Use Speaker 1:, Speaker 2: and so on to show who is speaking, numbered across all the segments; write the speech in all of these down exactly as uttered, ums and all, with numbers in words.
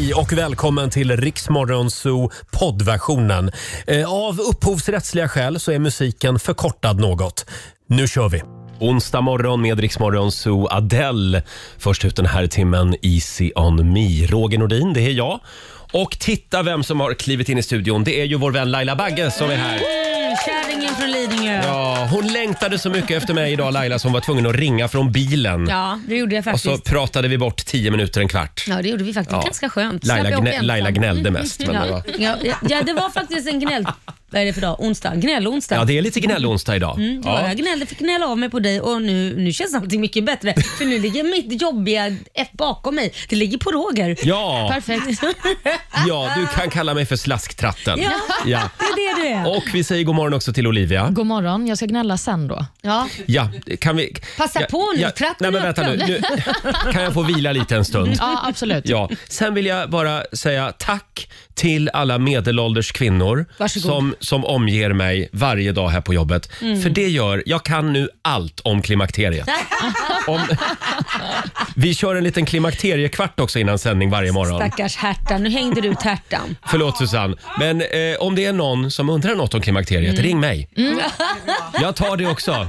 Speaker 1: Hej och välkommen till Riksmorgon Zoo poddversionen. Av upphovsrättsliga skäl så är musiken förkortad något. Nu kör vi! Onsdag morgon med Riksmorgon Zoo. Adele först ut den här timmen. Easy on me. Roger Nordin, det är jag. Och titta vem som har klivit in i studion. Det är ju vår vän Laila Bagge som är här.
Speaker 2: Mm, kärringen från Lidingö.
Speaker 1: Ja, hon längtade så mycket efter mig idag, Laila, som var tvungen att ringa från bilen.
Speaker 2: Ja, det gjorde jag faktiskt.
Speaker 1: Och så pratade vi bort tio minuter, en kvart.
Speaker 2: Ja, det gjorde vi faktiskt.
Speaker 1: Ja.
Speaker 2: Ganska skönt.
Speaker 1: Laila, gnä, Laila gnällde mest. Men
Speaker 2: ja.
Speaker 1: det var...
Speaker 2: Ja, ja, det var faktiskt en gnäll... Vad är det för dag? Onsdag? Gnällonsdag.
Speaker 1: Ja, det är lite gnällonsdag idag.
Speaker 2: Mm,
Speaker 1: ja.
Speaker 2: Jag gnällde, fick gnälla av mig på dig och nu, nu känns allting mycket bättre. För nu ligger mitt jobbiga F bakom mig. Det ligger på Roger.
Speaker 1: Ja.
Speaker 2: Perfekt.
Speaker 1: Ja, du kan kalla mig för slasktratten.
Speaker 2: Ja,
Speaker 1: ja,
Speaker 2: det är det du är.
Speaker 1: Och vi säger god morgon också till Olivia.
Speaker 3: God morgon, jag ska gnälla sen då.
Speaker 2: Ja.
Speaker 1: Ja, kan vi...
Speaker 2: Passa
Speaker 1: ja,
Speaker 2: på nu,
Speaker 1: ja,
Speaker 2: trappen
Speaker 1: nej, men vänta nu, nu. Kan jag få vila lite en stund?
Speaker 3: Ja, absolut.
Speaker 1: Ja. Sen vill jag bara säga tack till alla medelålders kvinnor som, som omger mig varje dag här på jobbet. Mm. För det gör, jag kan nu allt om klimakteriet. om, vi kör en liten klimakteriekvart också innan sändning varje morgon.
Speaker 2: Stackars Hertan, nu hängde du ut Hertan.
Speaker 1: Förlåt Susanne, men eh, om det är någon som undrar något om klimakteriet, mm. ring mig. Mm. Jag tar det också.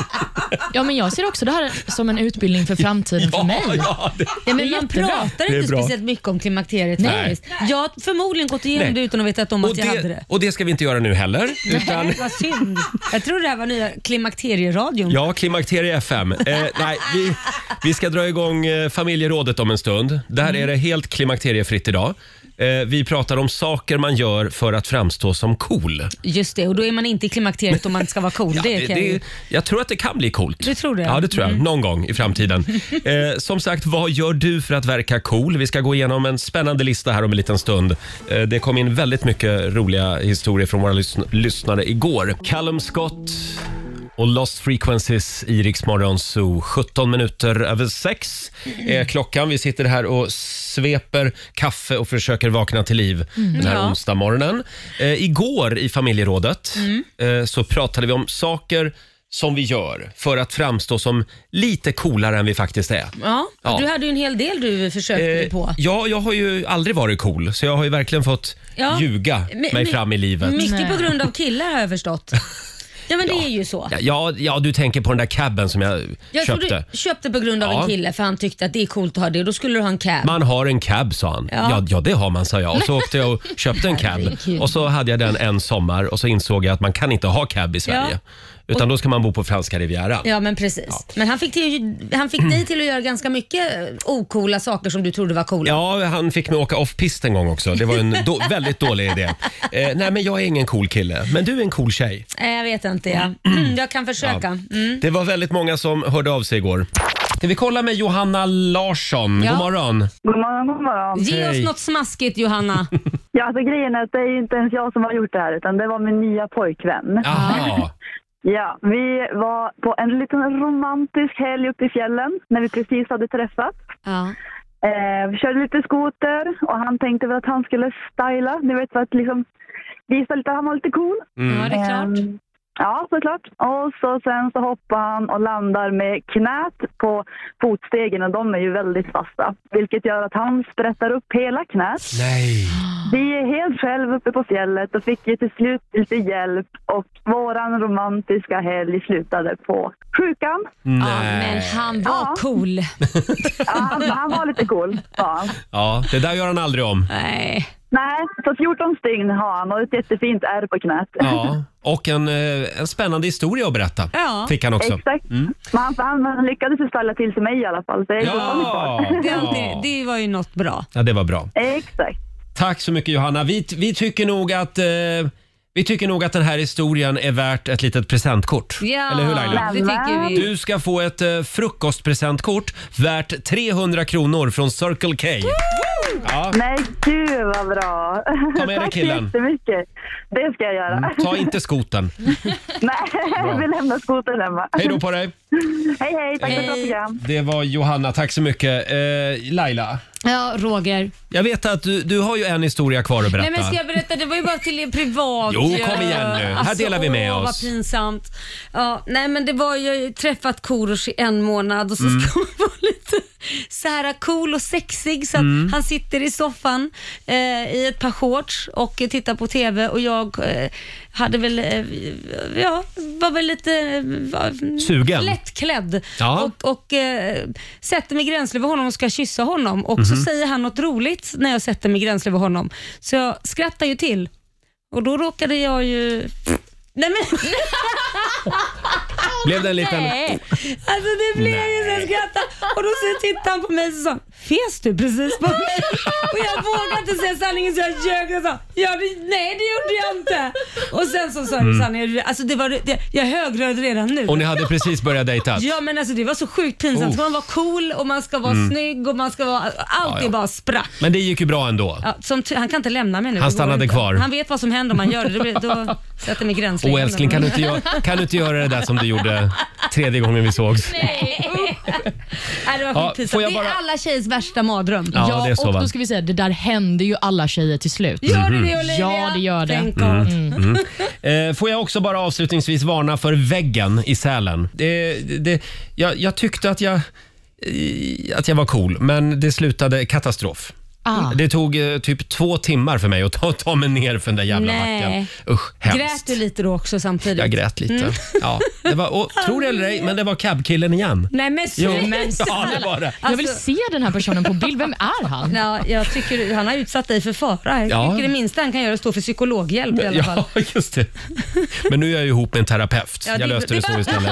Speaker 3: Ja, men jag ser också det här som en utbildning för framtiden
Speaker 1: ja,
Speaker 3: för mig.
Speaker 1: Ja, det,
Speaker 2: ja, men man pratar inte speciellt mycket om klimakteriet. Nej. Jag har förmodligen gått igenom Nej. det utan att veta om
Speaker 1: och
Speaker 2: att jag
Speaker 1: det,
Speaker 2: hade det.
Speaker 1: Och det ska vi inte göra nu heller. Utan...
Speaker 2: Vad synd. Jag tror det här var nya klimakterieradion.
Speaker 1: Ja, Klimakterie F M. Eh, nej, vi, vi ska dra igång eh, familjerådet om en stund. Där mm. är det helt klimakteriefritt idag. Eh, vi pratar om saker man gör för att framstå som cool.
Speaker 2: Just det, och då är man inte i klimakteriet om man ska vara cool.
Speaker 1: ja,
Speaker 2: det,
Speaker 1: det,
Speaker 2: kan jag...
Speaker 1: det, jag tror att det kan bli coolt.
Speaker 2: Du tror det?
Speaker 1: Ja, det tror jag.
Speaker 2: Mm.
Speaker 1: Någon gång i framtiden. Eh, som sagt, vad gör du för att verka cool? Vi ska gå igenom en spännande lista här om en liten stund. Eh, det kom in väldigt mycket roliga historier från våra lys- lyssnare igår. Callum Scott och Lost Frequencies i Riksmorgon Zoo. sjutton minuter över sex är klockan. Vi sitter här och sveper kaffe och försöker vakna till liv mm. den här ja. onsdag morgonen. Eh, igår i familjerådet mm. eh, så pratade vi om saker som vi gör för att framstå som lite coolare än vi faktiskt är.
Speaker 2: Ja, ja. Du hade ju en hel del du försökte eh, på.
Speaker 1: Ja, jag har ju aldrig varit cool, så jag har ju verkligen fått ja. ljuga M- mig m- fram i livet.
Speaker 2: Mycket på grund av killar har jag förstått. Ja, men ja. det är ju så.
Speaker 1: Ja, ja, du tänker på den där cabben som jag,
Speaker 2: jag
Speaker 1: köpte.
Speaker 2: Jag köpte på grund av ja. en kille för han tyckte att det är coolt att ha det. Då skulle du ha en cab.
Speaker 1: Man har en cab, sa han. Ja, ja, ja det har man, sa jag. Och så åkte jag och köpte en cab. Och så hade jag den en sommar och så insåg jag att man kan inte ha cab i Sverige. Ja. Utan då ska man bo på franska Rivieran.
Speaker 2: Ja, men precis. Ja. Men han fick, till, han fick dig till att göra ganska mycket ocoola saker som du trodde var coola.
Speaker 1: Ja, han fick mig åka off-pist en gång också. Det var en do- väldigt dålig idé. Eh, nej, men jag är ingen cool kille. Men du är en cool tjej.
Speaker 2: Eh, jag vet inte, ja. Jag kan försöka.
Speaker 1: Ja.
Speaker 2: Mm.
Speaker 1: Det var väldigt många som hörde av sig igår. Ska vi kolla med Johanna Larsson?
Speaker 2: Ja.
Speaker 1: God morgon.
Speaker 4: God morgon, god morgon.
Speaker 2: Ge
Speaker 1: Hej.
Speaker 2: oss något smaskigt, Johanna.
Speaker 4: Ja, alltså grejen är att det är ju inte ens jag som har gjort det här, utan det var min nya pojkvän.
Speaker 1: Aha.
Speaker 4: Ja, vi var på en liten romantisk helg uppe i fjällen när vi precis hade träffats.
Speaker 2: Ja.
Speaker 4: Eh, vi körde lite skoter och han tänkte väl att han skulle styla. Ni vet, för att liksom visa lite att han var lite cool.
Speaker 1: Mm.
Speaker 2: Ja, det är klart.
Speaker 4: Eh, Ja, såklart. Och så sen så hoppar han och landar med knät på fotstegen och de är ju väldigt fasta. Vilket gör att han sprättar upp hela knät.
Speaker 1: Nej.
Speaker 4: Vi är helt själv uppe på fjället och fick ju till slut lite hjälp. Och våran romantiska helg slutade på sjukan.
Speaker 1: Nej.
Speaker 2: Ja, men han var
Speaker 4: Ja.
Speaker 2: cool.
Speaker 4: Ja, han, han var lite cool. Ja.
Speaker 1: Ja, det där gör han aldrig om.
Speaker 2: Nej.
Speaker 4: Nej, så fjorton stygn har han och ett jättefint ärr på knät.
Speaker 1: Ja, och en, eh, en spännande historia att berätta.
Speaker 2: Ja.
Speaker 1: Fick han också.
Speaker 4: Exakt.
Speaker 1: Mm.
Speaker 4: Men han, han, han lyckades ju ställa till sig mig i alla fall. Så jag är fortfarande
Speaker 1: Ja.
Speaker 4: kvar.
Speaker 2: Det,
Speaker 1: Ja.
Speaker 2: det, det var ju något bra.
Speaker 1: Ja, det var bra.
Speaker 4: Exakt.
Speaker 1: Tack så mycket Johanna. Vi, vi tycker nog att... Eh, Vi tycker nog att den här historien är värt ett litet presentkort.
Speaker 2: Ja,
Speaker 1: Eller hur Laila?
Speaker 2: det tycker vi.
Speaker 1: Du ska få ett eh, frukostpresentkort värt trehundra kronor från Circle K. Ja.
Speaker 4: Nej, gud vad bra.
Speaker 1: Ta med dig killen.
Speaker 4: Tack så jättemycket. Det ska jag göra.
Speaker 1: Mm, ta inte skoten.
Speaker 4: Nej, vi lämnar skotern hemma.
Speaker 1: Hej då på dig.
Speaker 4: Hej, hej. Tack för ett bra program.
Speaker 1: Det var Johanna, tack så mycket. Eh, Laila,
Speaker 2: Ja, Roger.
Speaker 1: jag vet att du, du har ju en historia kvar att berätta.
Speaker 2: Nej, men ska jag berätta? Det var ju bara till er privat.
Speaker 1: Jo, kom igen nu. Här delar vi med
Speaker 2: åh,
Speaker 1: oss.
Speaker 2: Vad pinsamt. Ja, nej, men det var ju träffat Korosh i en månad och så
Speaker 1: Mm.
Speaker 2: ska man vara lite så här cool och sexig så att
Speaker 1: Mm.
Speaker 2: han sitter i soffan eh, i ett par shorts och eh, tittar på T V och jag eh, hade väl, eh, ja, var väl lite eh, var,
Speaker 1: Sugen.
Speaker 2: lättklädd
Speaker 1: Ja.
Speaker 2: och, och eh, sätter mig gränsle över honom och ska kyssa honom och så
Speaker 1: Mhm.
Speaker 2: säger han något roligt när jag sätter mig gränsle över honom. Så jag skrattar ju till och då råkade jag ju... Nej men...
Speaker 1: Blev det en liten...
Speaker 2: Nej, alltså det blev ju så jag skrattade och då så tittade han på mig och sa, fes du precis på mig? Och jag vågade inte säga sanningen så jag ljög och sa, ja, det, nej det gjorde jag inte. Och sen så sa du sanningen, alltså det var, det, jag högrörde redan nu.
Speaker 1: Och ni hade precis börjat dejta?
Speaker 2: Ja men alltså det var så sjukt pinsamt.
Speaker 1: Oh.
Speaker 2: Man var cool och man ska vara snygg och man ska vara, allt
Speaker 1: Ja,
Speaker 2: är
Speaker 1: ja.
Speaker 2: bara sprack.
Speaker 1: Men det gick ju bra ändå.
Speaker 2: Ja, som, t- han kan inte lämna mig nu.
Speaker 1: Han
Speaker 2: Det går
Speaker 1: stannade
Speaker 2: inte.
Speaker 1: kvar.
Speaker 2: Han vet vad som händer om man gör det. Då, blir- då sätter mig gränsle.
Speaker 1: Och älskling, kan du, inte göra, kan du inte göra det där som du gjorde tredje gången vi sågs?
Speaker 2: Nej. Nej, det var
Speaker 1: Ja,
Speaker 2: skitpinsamt.
Speaker 1: får jag
Speaker 2: Det
Speaker 1: bara-
Speaker 2: är alla tjejers värsta mardröm.
Speaker 1: Ja,
Speaker 3: Ja,
Speaker 1: det är så,
Speaker 3: och
Speaker 1: va?
Speaker 3: då ska vi säga, det där händer ju alla tjejer till slut.
Speaker 2: Gör det det Olivia?
Speaker 3: Ja, det gör det.
Speaker 2: Thank God.
Speaker 1: Eh, får jag också bara avslutningsvis varna för väggen i Sälen. Det, det, jag, jag tyckte att jag, eh, att jag var cool, men det slutade katastrof.
Speaker 3: Ah.
Speaker 1: Det tog eh, typ två timmar för mig att ta, ta mig ner för den där jävla
Speaker 2: Nej.
Speaker 1: backen. Usch, hemskt.
Speaker 2: Grät du lite då också samtidigt?
Speaker 1: Jag grät lite. Ja, det var, och, tror det eller ej, men det var cabkillen igen.
Speaker 2: Nej men
Speaker 1: Jo,
Speaker 2: men
Speaker 1: ja, det var det.
Speaker 3: Jag vill
Speaker 2: Alltså-
Speaker 3: se den här personen på bild. Vem är han?
Speaker 2: Ja, jag tycker han har utsatt dig för fara. Jag
Speaker 1: Ja.
Speaker 2: tycker det minsta han kan göra är att stå för psykologhjälp i alla fall.
Speaker 1: Ja, just det. Men nu är jag ju ihop med en terapeut.
Speaker 2: Ja,
Speaker 1: Jag
Speaker 2: det-
Speaker 1: löste det så istället.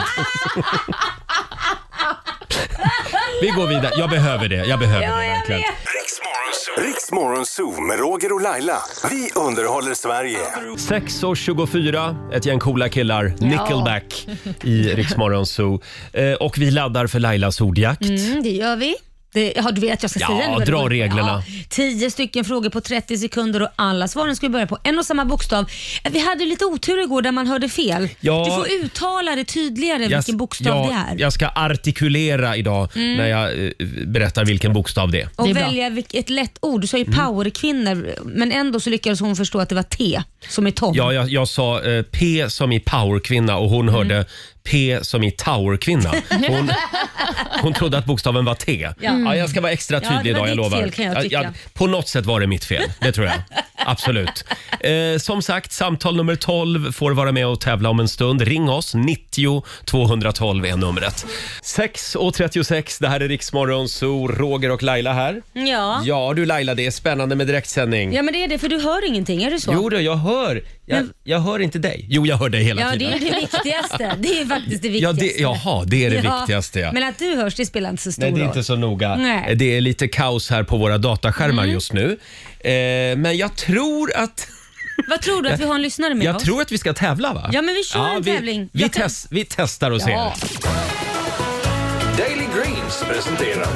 Speaker 1: Vi går vidare. Jag behöver det. Jag behöver
Speaker 2: Ja,
Speaker 1: det
Speaker 2: jag
Speaker 1: verkligen.
Speaker 2: vet.
Speaker 5: Riksmorgon Zoo med Roger och Laila. Vi underhåller Sverige.
Speaker 1: sex och tjugofyra, ett gäng coola killar, Nickelback i Riksmorgon Zoo. Eh, och vi laddar för Lailas ordjakt.
Speaker 2: Mm, det gör vi. Det, ja, du vet jag ska
Speaker 1: Ja,
Speaker 2: säga nu vad det
Speaker 1: dra
Speaker 2: går.
Speaker 1: reglerna.
Speaker 2: Ja, tio stycken frågor på trettio sekunder och alla svaren ska vi börja på en och samma bokstav. Vi hade lite otur igår där man hörde fel.
Speaker 1: Ja.
Speaker 2: Du får uttala det tydligare vilken bokstav
Speaker 1: ja,
Speaker 2: det är.
Speaker 1: Jag ska artikulera idag när jag eh, berättar vilken bokstav det är.
Speaker 2: Och
Speaker 3: Det är bra.
Speaker 2: välja vilk- ett lätt ord. Du sa
Speaker 1: Mm.
Speaker 2: ju powerkvinnor, men ändå så lyckades hon förstå att det var T som är Tom.
Speaker 1: Ja, jag, jag sa eh, P som i powerkvinna och hon hörde P som i towerkvinna. Hon, hon trodde att bokstaven var T. Ja. Jag ska vara extra
Speaker 2: Ja,
Speaker 1: tydlig
Speaker 2: det var
Speaker 1: idag, jag
Speaker 2: ditt
Speaker 1: lovar.
Speaker 2: fel, kan jag tycka.
Speaker 1: på något sätt var det mitt fel, det tror jag. Absolut. Eh, som sagt, samtal nummer tolv får vara med och tävla om en stund. Ring oss, nittio tvåhundratolv är numret. sex och trettiosex, det här är Riksmorgon, så Roger och Laila här.
Speaker 2: Ja.
Speaker 1: Ja du Laila, det är spännande med direktsändning.
Speaker 2: Ja, men det är det, för du hör ingenting, är det så?
Speaker 1: Jo då, jag hör. Jag,
Speaker 2: Men-
Speaker 1: jag hör inte dig. Jo, jag hör dig hela
Speaker 2: Ja, det
Speaker 1: tiden.
Speaker 2: är det viktigaste. Det är faktiskt det
Speaker 1: Ja,
Speaker 2: viktigaste.
Speaker 1: det, jaha, det är det
Speaker 2: Ja,
Speaker 1: viktigaste. Ja.
Speaker 2: Men att du hörs, det spelar inte så stor
Speaker 1: Nej, det är
Speaker 2: roll.
Speaker 1: inte så noga.
Speaker 2: Nej.
Speaker 1: Det är lite kaos här på våra dataskärmar
Speaker 2: Mm.
Speaker 1: just nu. Eh, men jag tror att
Speaker 2: Vad tror du att vi har en lyssnare med
Speaker 1: jag
Speaker 2: oss?
Speaker 1: tror att vi ska tävla, va?
Speaker 2: Ja, men vi kör en
Speaker 1: vi,
Speaker 2: tävling.
Speaker 1: Vi,
Speaker 2: Jag kan-
Speaker 1: test, vi testar och
Speaker 2: Ja.
Speaker 1: ser.
Speaker 5: Daily Greens presenterar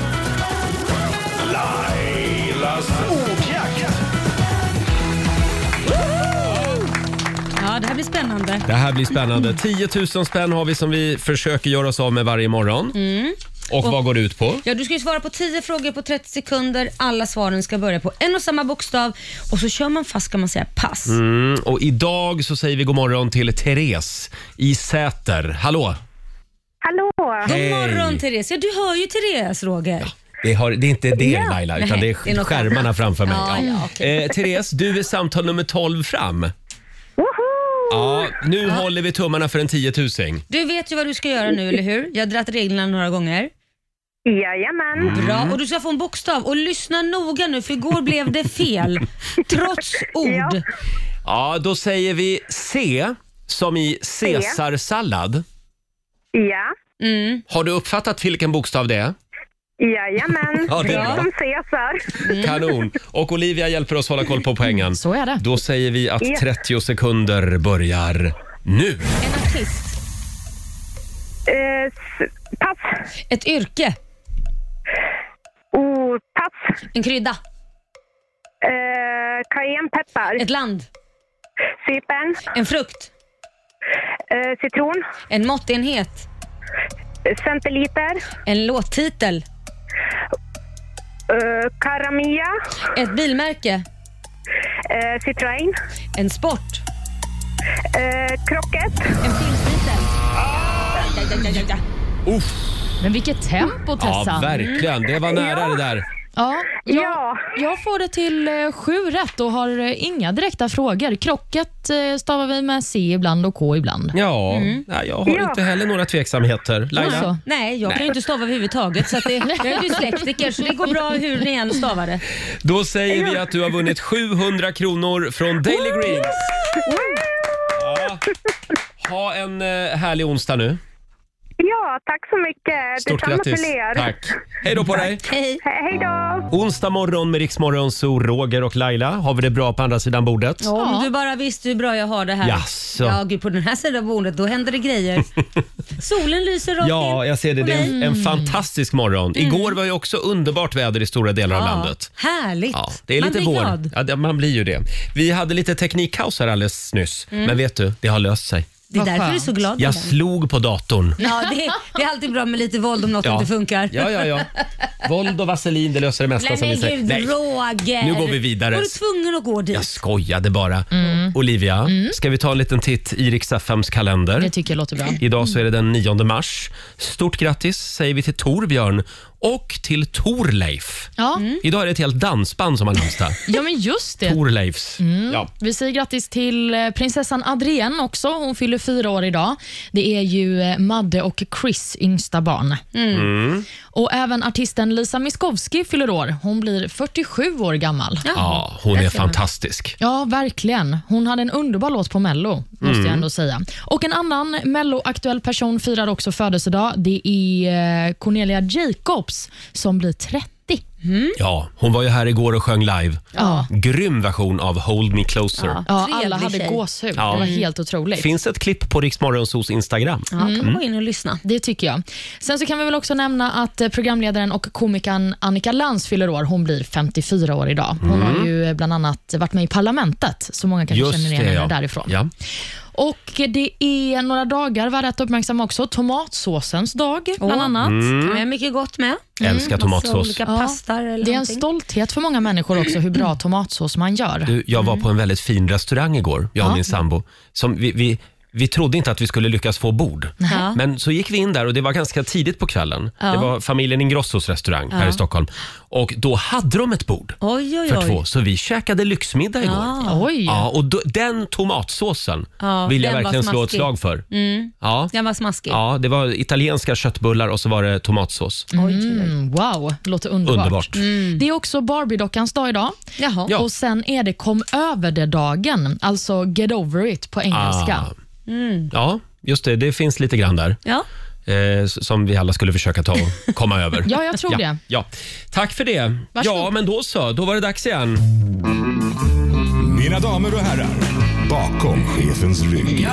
Speaker 5: Lailas ordjakt.
Speaker 2: Ja, det här blir spännande.
Speaker 1: Det här blir spännande. tio tusen spänn har vi som vi försöker göra oss av med varje morgon.
Speaker 2: Mm.
Speaker 1: Och, vad går det ut på?
Speaker 2: Ja, du ska ju svara på tio frågor på trettio sekunder. Alla svaren ska börja på en och samma bokstav. Och så kör man fast, kan man säga pass.
Speaker 1: Mm, och idag så säger vi god morgon till Therese i Säter. Hallå!
Speaker 4: Hallå!
Speaker 2: God
Speaker 1: Hej.
Speaker 2: morgon Therese. Ja, du hör ju Therese, Roger.
Speaker 1: Det, har, det är inte det
Speaker 4: Ja.
Speaker 1: Laila, utan
Speaker 2: Nej,
Speaker 1: det är,
Speaker 2: det är något
Speaker 1: skärmarna
Speaker 2: annat.
Speaker 1: framför mig.
Speaker 2: Ja, ja, okej.
Speaker 1: eh, Therese, du är samtal nummer tolv fram.
Speaker 4: Woho!
Speaker 1: Ja, nu håller vi tummarna för en tiotusing.
Speaker 2: Du vet ju vad du ska göra nu, eller hur? Jag har dragit reglerna några gånger.
Speaker 4: Jajamän.
Speaker 2: Bra, och du ska få en bokstav. Och lyssna noga nu, för igår blev det fel. Trots ord.
Speaker 4: Ja.
Speaker 1: Ja, då säger vi C som i caesarsallad.
Speaker 4: Ja.
Speaker 2: Mm.
Speaker 1: Har du uppfattat vilken bokstav det är?
Speaker 4: Jajamän.
Speaker 1: Ja, det är
Speaker 4: det är
Speaker 1: bra.
Speaker 4: som Caesar.
Speaker 1: Kanon. Och Olivia hjälper oss hålla koll på poängen.
Speaker 3: Så är det.
Speaker 1: Då säger vi att
Speaker 4: Ja.
Speaker 1: trettio sekunder börjar nu.
Speaker 2: En artist.
Speaker 4: Eh, s- pass.
Speaker 2: Ett yrke.
Speaker 4: Oh, pass.
Speaker 2: En krydda.
Speaker 4: Eh, cayennepeppar.
Speaker 2: Ett land.
Speaker 4: Cypern.
Speaker 2: En frukt.
Speaker 4: Eh, citron.
Speaker 2: En måttenhet.
Speaker 4: Centiliter.
Speaker 2: En låttitel.
Speaker 4: Eh, Karamia.
Speaker 2: Ett bilmärke.
Speaker 4: Eh, Citroën.
Speaker 2: En sport.
Speaker 4: Eh, krocket.
Speaker 2: En filmtitel. Ja, ja, ja, ja, ja.
Speaker 1: Uff.
Speaker 3: Men vilket tempo, Tessa.
Speaker 1: Ja, verkligen. Det var nära det där.
Speaker 3: Ja, jag,
Speaker 4: Ja.
Speaker 3: jag får det till eh, sju rätt och har eh, inga direkta frågor. Krocket eh, stavar vi med C ibland och K ibland.
Speaker 1: Ja, nej, jag har
Speaker 4: Ja.
Speaker 1: inte heller några tveksamheter. Laila?
Speaker 3: Alltså.
Speaker 2: Nej, jag kan ju inte stava överhuvudtaget. Så att det, jag är dyslektiker så det går bra hur ni än stavar det.
Speaker 1: Då säger vi att du har vunnit sjuhundra kronor från Daily Greens. Ja. Ha en eh, härlig onsdag nu.
Speaker 4: Ja, tack så mycket.
Speaker 1: Stort
Speaker 4: Detsamma
Speaker 1: grattis.
Speaker 4: till er.
Speaker 1: Tack. Hej då på dig.
Speaker 2: Hej.
Speaker 4: He- hej då.
Speaker 1: Onsdag morgon med Rix Morgon, så Roger och Laila. Har vi det bra på andra sidan bordet?
Speaker 2: Om du bara visste hur bra jag har det här.
Speaker 1: Jaså.
Speaker 2: Ja, gud, på den här sidan bordet, då händer det grejer. Solen lyser rakt
Speaker 1: Ja,
Speaker 2: in
Speaker 1: jag ser det.
Speaker 2: på
Speaker 1: Det är
Speaker 2: dig.
Speaker 1: en, en fantastisk morgon. Igår var ju också underbart väder i stora delar av
Speaker 2: Ja,
Speaker 1: landet.
Speaker 2: härligt.
Speaker 1: Ja, det är
Speaker 2: Man
Speaker 1: lite
Speaker 2: blir
Speaker 1: vår.
Speaker 2: glad.
Speaker 1: Ja, det- man blir ju det. Vi hade lite teknikkaos här alldeles nyss. Men vet du, det har löst sig.
Speaker 2: Det är
Speaker 3: Vad
Speaker 2: därför du är
Speaker 3: skönt.
Speaker 2: så glad.
Speaker 1: Jag
Speaker 2: Robin.
Speaker 1: slog på datorn.
Speaker 2: Ja, det är, det är alltid bra med lite våld om något
Speaker 1: Ja.
Speaker 2: inte funkar.
Speaker 1: Ja, ja, ja. Våld och vaselin, det löser det mesta
Speaker 2: Nej
Speaker 1: som vi
Speaker 2: men
Speaker 1: säger.
Speaker 2: gud,
Speaker 1: Nej,
Speaker 2: Roger.
Speaker 1: nu går vi vidare.
Speaker 2: Var du tvungen att gå dit?
Speaker 1: jag skojade bara. Olivia, ska vi ta en liten titt i Rix F M:s kalender?
Speaker 3: Det tycker jag låter bra.
Speaker 1: Idag så är det den nionde mars. Stort grattis säger vi till Torbjörn och till Torleif.
Speaker 3: Ja,
Speaker 1: Idag är det ett helt dansband som har namnsdag.
Speaker 3: ja men just det.
Speaker 1: Torleifs. Ja.
Speaker 3: Vi säger grattis till eh, prinsessan Adrienne också. Hon fyller fyra år idag. Det är ju eh, Madde och Chris yngsta barn.
Speaker 1: Mm.
Speaker 3: Och även artisten Lisa Miskovsky fyller år. Hon blir fyrtiosju år gammal.
Speaker 1: Ja, hon är fantastisk.
Speaker 3: Ja, verkligen. Hon hade en underbar låt på Mello, måste jag ändå säga. Och en annan Mello-aktuell person firar också födelsedag. Det är eh, Cornelia Jacobs som blir trettio.
Speaker 1: Ja, hon var ju här igår och sjöng live.
Speaker 3: Ja.
Speaker 1: Grym version av Hold Me Closer.
Speaker 2: Ja.
Speaker 3: Ja,
Speaker 2: Trevlig
Speaker 3: alla hade
Speaker 2: tjej.
Speaker 3: gåshud.
Speaker 1: Ja.
Speaker 3: Det var helt otroligt.
Speaker 1: Finns ett klipp på Rix Morgonzos Instagram.
Speaker 2: Ja, kan man gå in och lyssna.
Speaker 3: Det tycker jag. Sen så kan vi väl också nämna att eh, programledaren och komikern Annika Lantz fyller år. Hon blir femtiofyra år idag. Hon har ju eh, bland annat varit med i Parlamentet, så många kanske
Speaker 1: Just
Speaker 3: känner igen
Speaker 1: det,
Speaker 3: henne
Speaker 1: ja.
Speaker 3: därifrån.
Speaker 1: Ja.
Speaker 3: Och det är några dagar värda att uppmärksamma också. Tomatsåsens dag, bland
Speaker 2: Åh.
Speaker 3: annat.
Speaker 2: Kan vi ha mycket gott med.
Speaker 1: Älskar
Speaker 2: Massa
Speaker 1: tomatsås.
Speaker 2: olika
Speaker 3: Ja,
Speaker 2: pastar eller
Speaker 3: Det är en
Speaker 2: någonting.
Speaker 3: stolthet för många människor också hur bra tomatsås man gör.
Speaker 1: Du, jag var på en väldigt fin restaurang igår, jag och
Speaker 3: Ja.
Speaker 1: min sambo. Som vi, vi, vi trodde inte att vi skulle lyckas få bord.
Speaker 2: Ja.
Speaker 1: Men så gick vi in där och det var ganska tidigt på kvällen.
Speaker 2: Ja.
Speaker 1: Det var familjen Ingrossos restaurang här
Speaker 2: Ja.
Speaker 1: i Stockholm. Och då hade de ett bord
Speaker 2: Oj, oj,
Speaker 1: för
Speaker 2: oj.
Speaker 1: två. Så vi käkade lyxmiddag igår.
Speaker 2: Ja.
Speaker 3: Oj.
Speaker 1: Ja, och då, den tomatsåsen
Speaker 2: Ja,
Speaker 1: vill jag
Speaker 2: den var
Speaker 1: verkligen slå ett
Speaker 2: smaskig.
Speaker 1: slag för.
Speaker 2: Mm.
Speaker 1: Ja.
Speaker 2: Den var smaskig.
Speaker 1: Ja, det var italienska köttbullar och så var det tomatsås.
Speaker 2: Oj, oj, oj.
Speaker 3: Mm, wow, det låter underbart.
Speaker 1: Underbart.
Speaker 3: Det är också Barbie-dockans dag idag.
Speaker 2: Jaha.
Speaker 1: Ja.
Speaker 3: Och sen är det kom över det-dagen, alltså get over it på engelska.
Speaker 1: Ah. Ja, just det. Det finns lite grann där.
Speaker 2: Ja.
Speaker 1: Eh, som vi alla skulle försöka ta och komma över.
Speaker 3: Ja, jag tror
Speaker 1: ja,
Speaker 3: det.
Speaker 1: Ja. Tack för det.
Speaker 3: Varsågod.
Speaker 1: Ja, men då så. Då var det dags igen.
Speaker 5: Mina damer och herrar, bakom chefens rygg.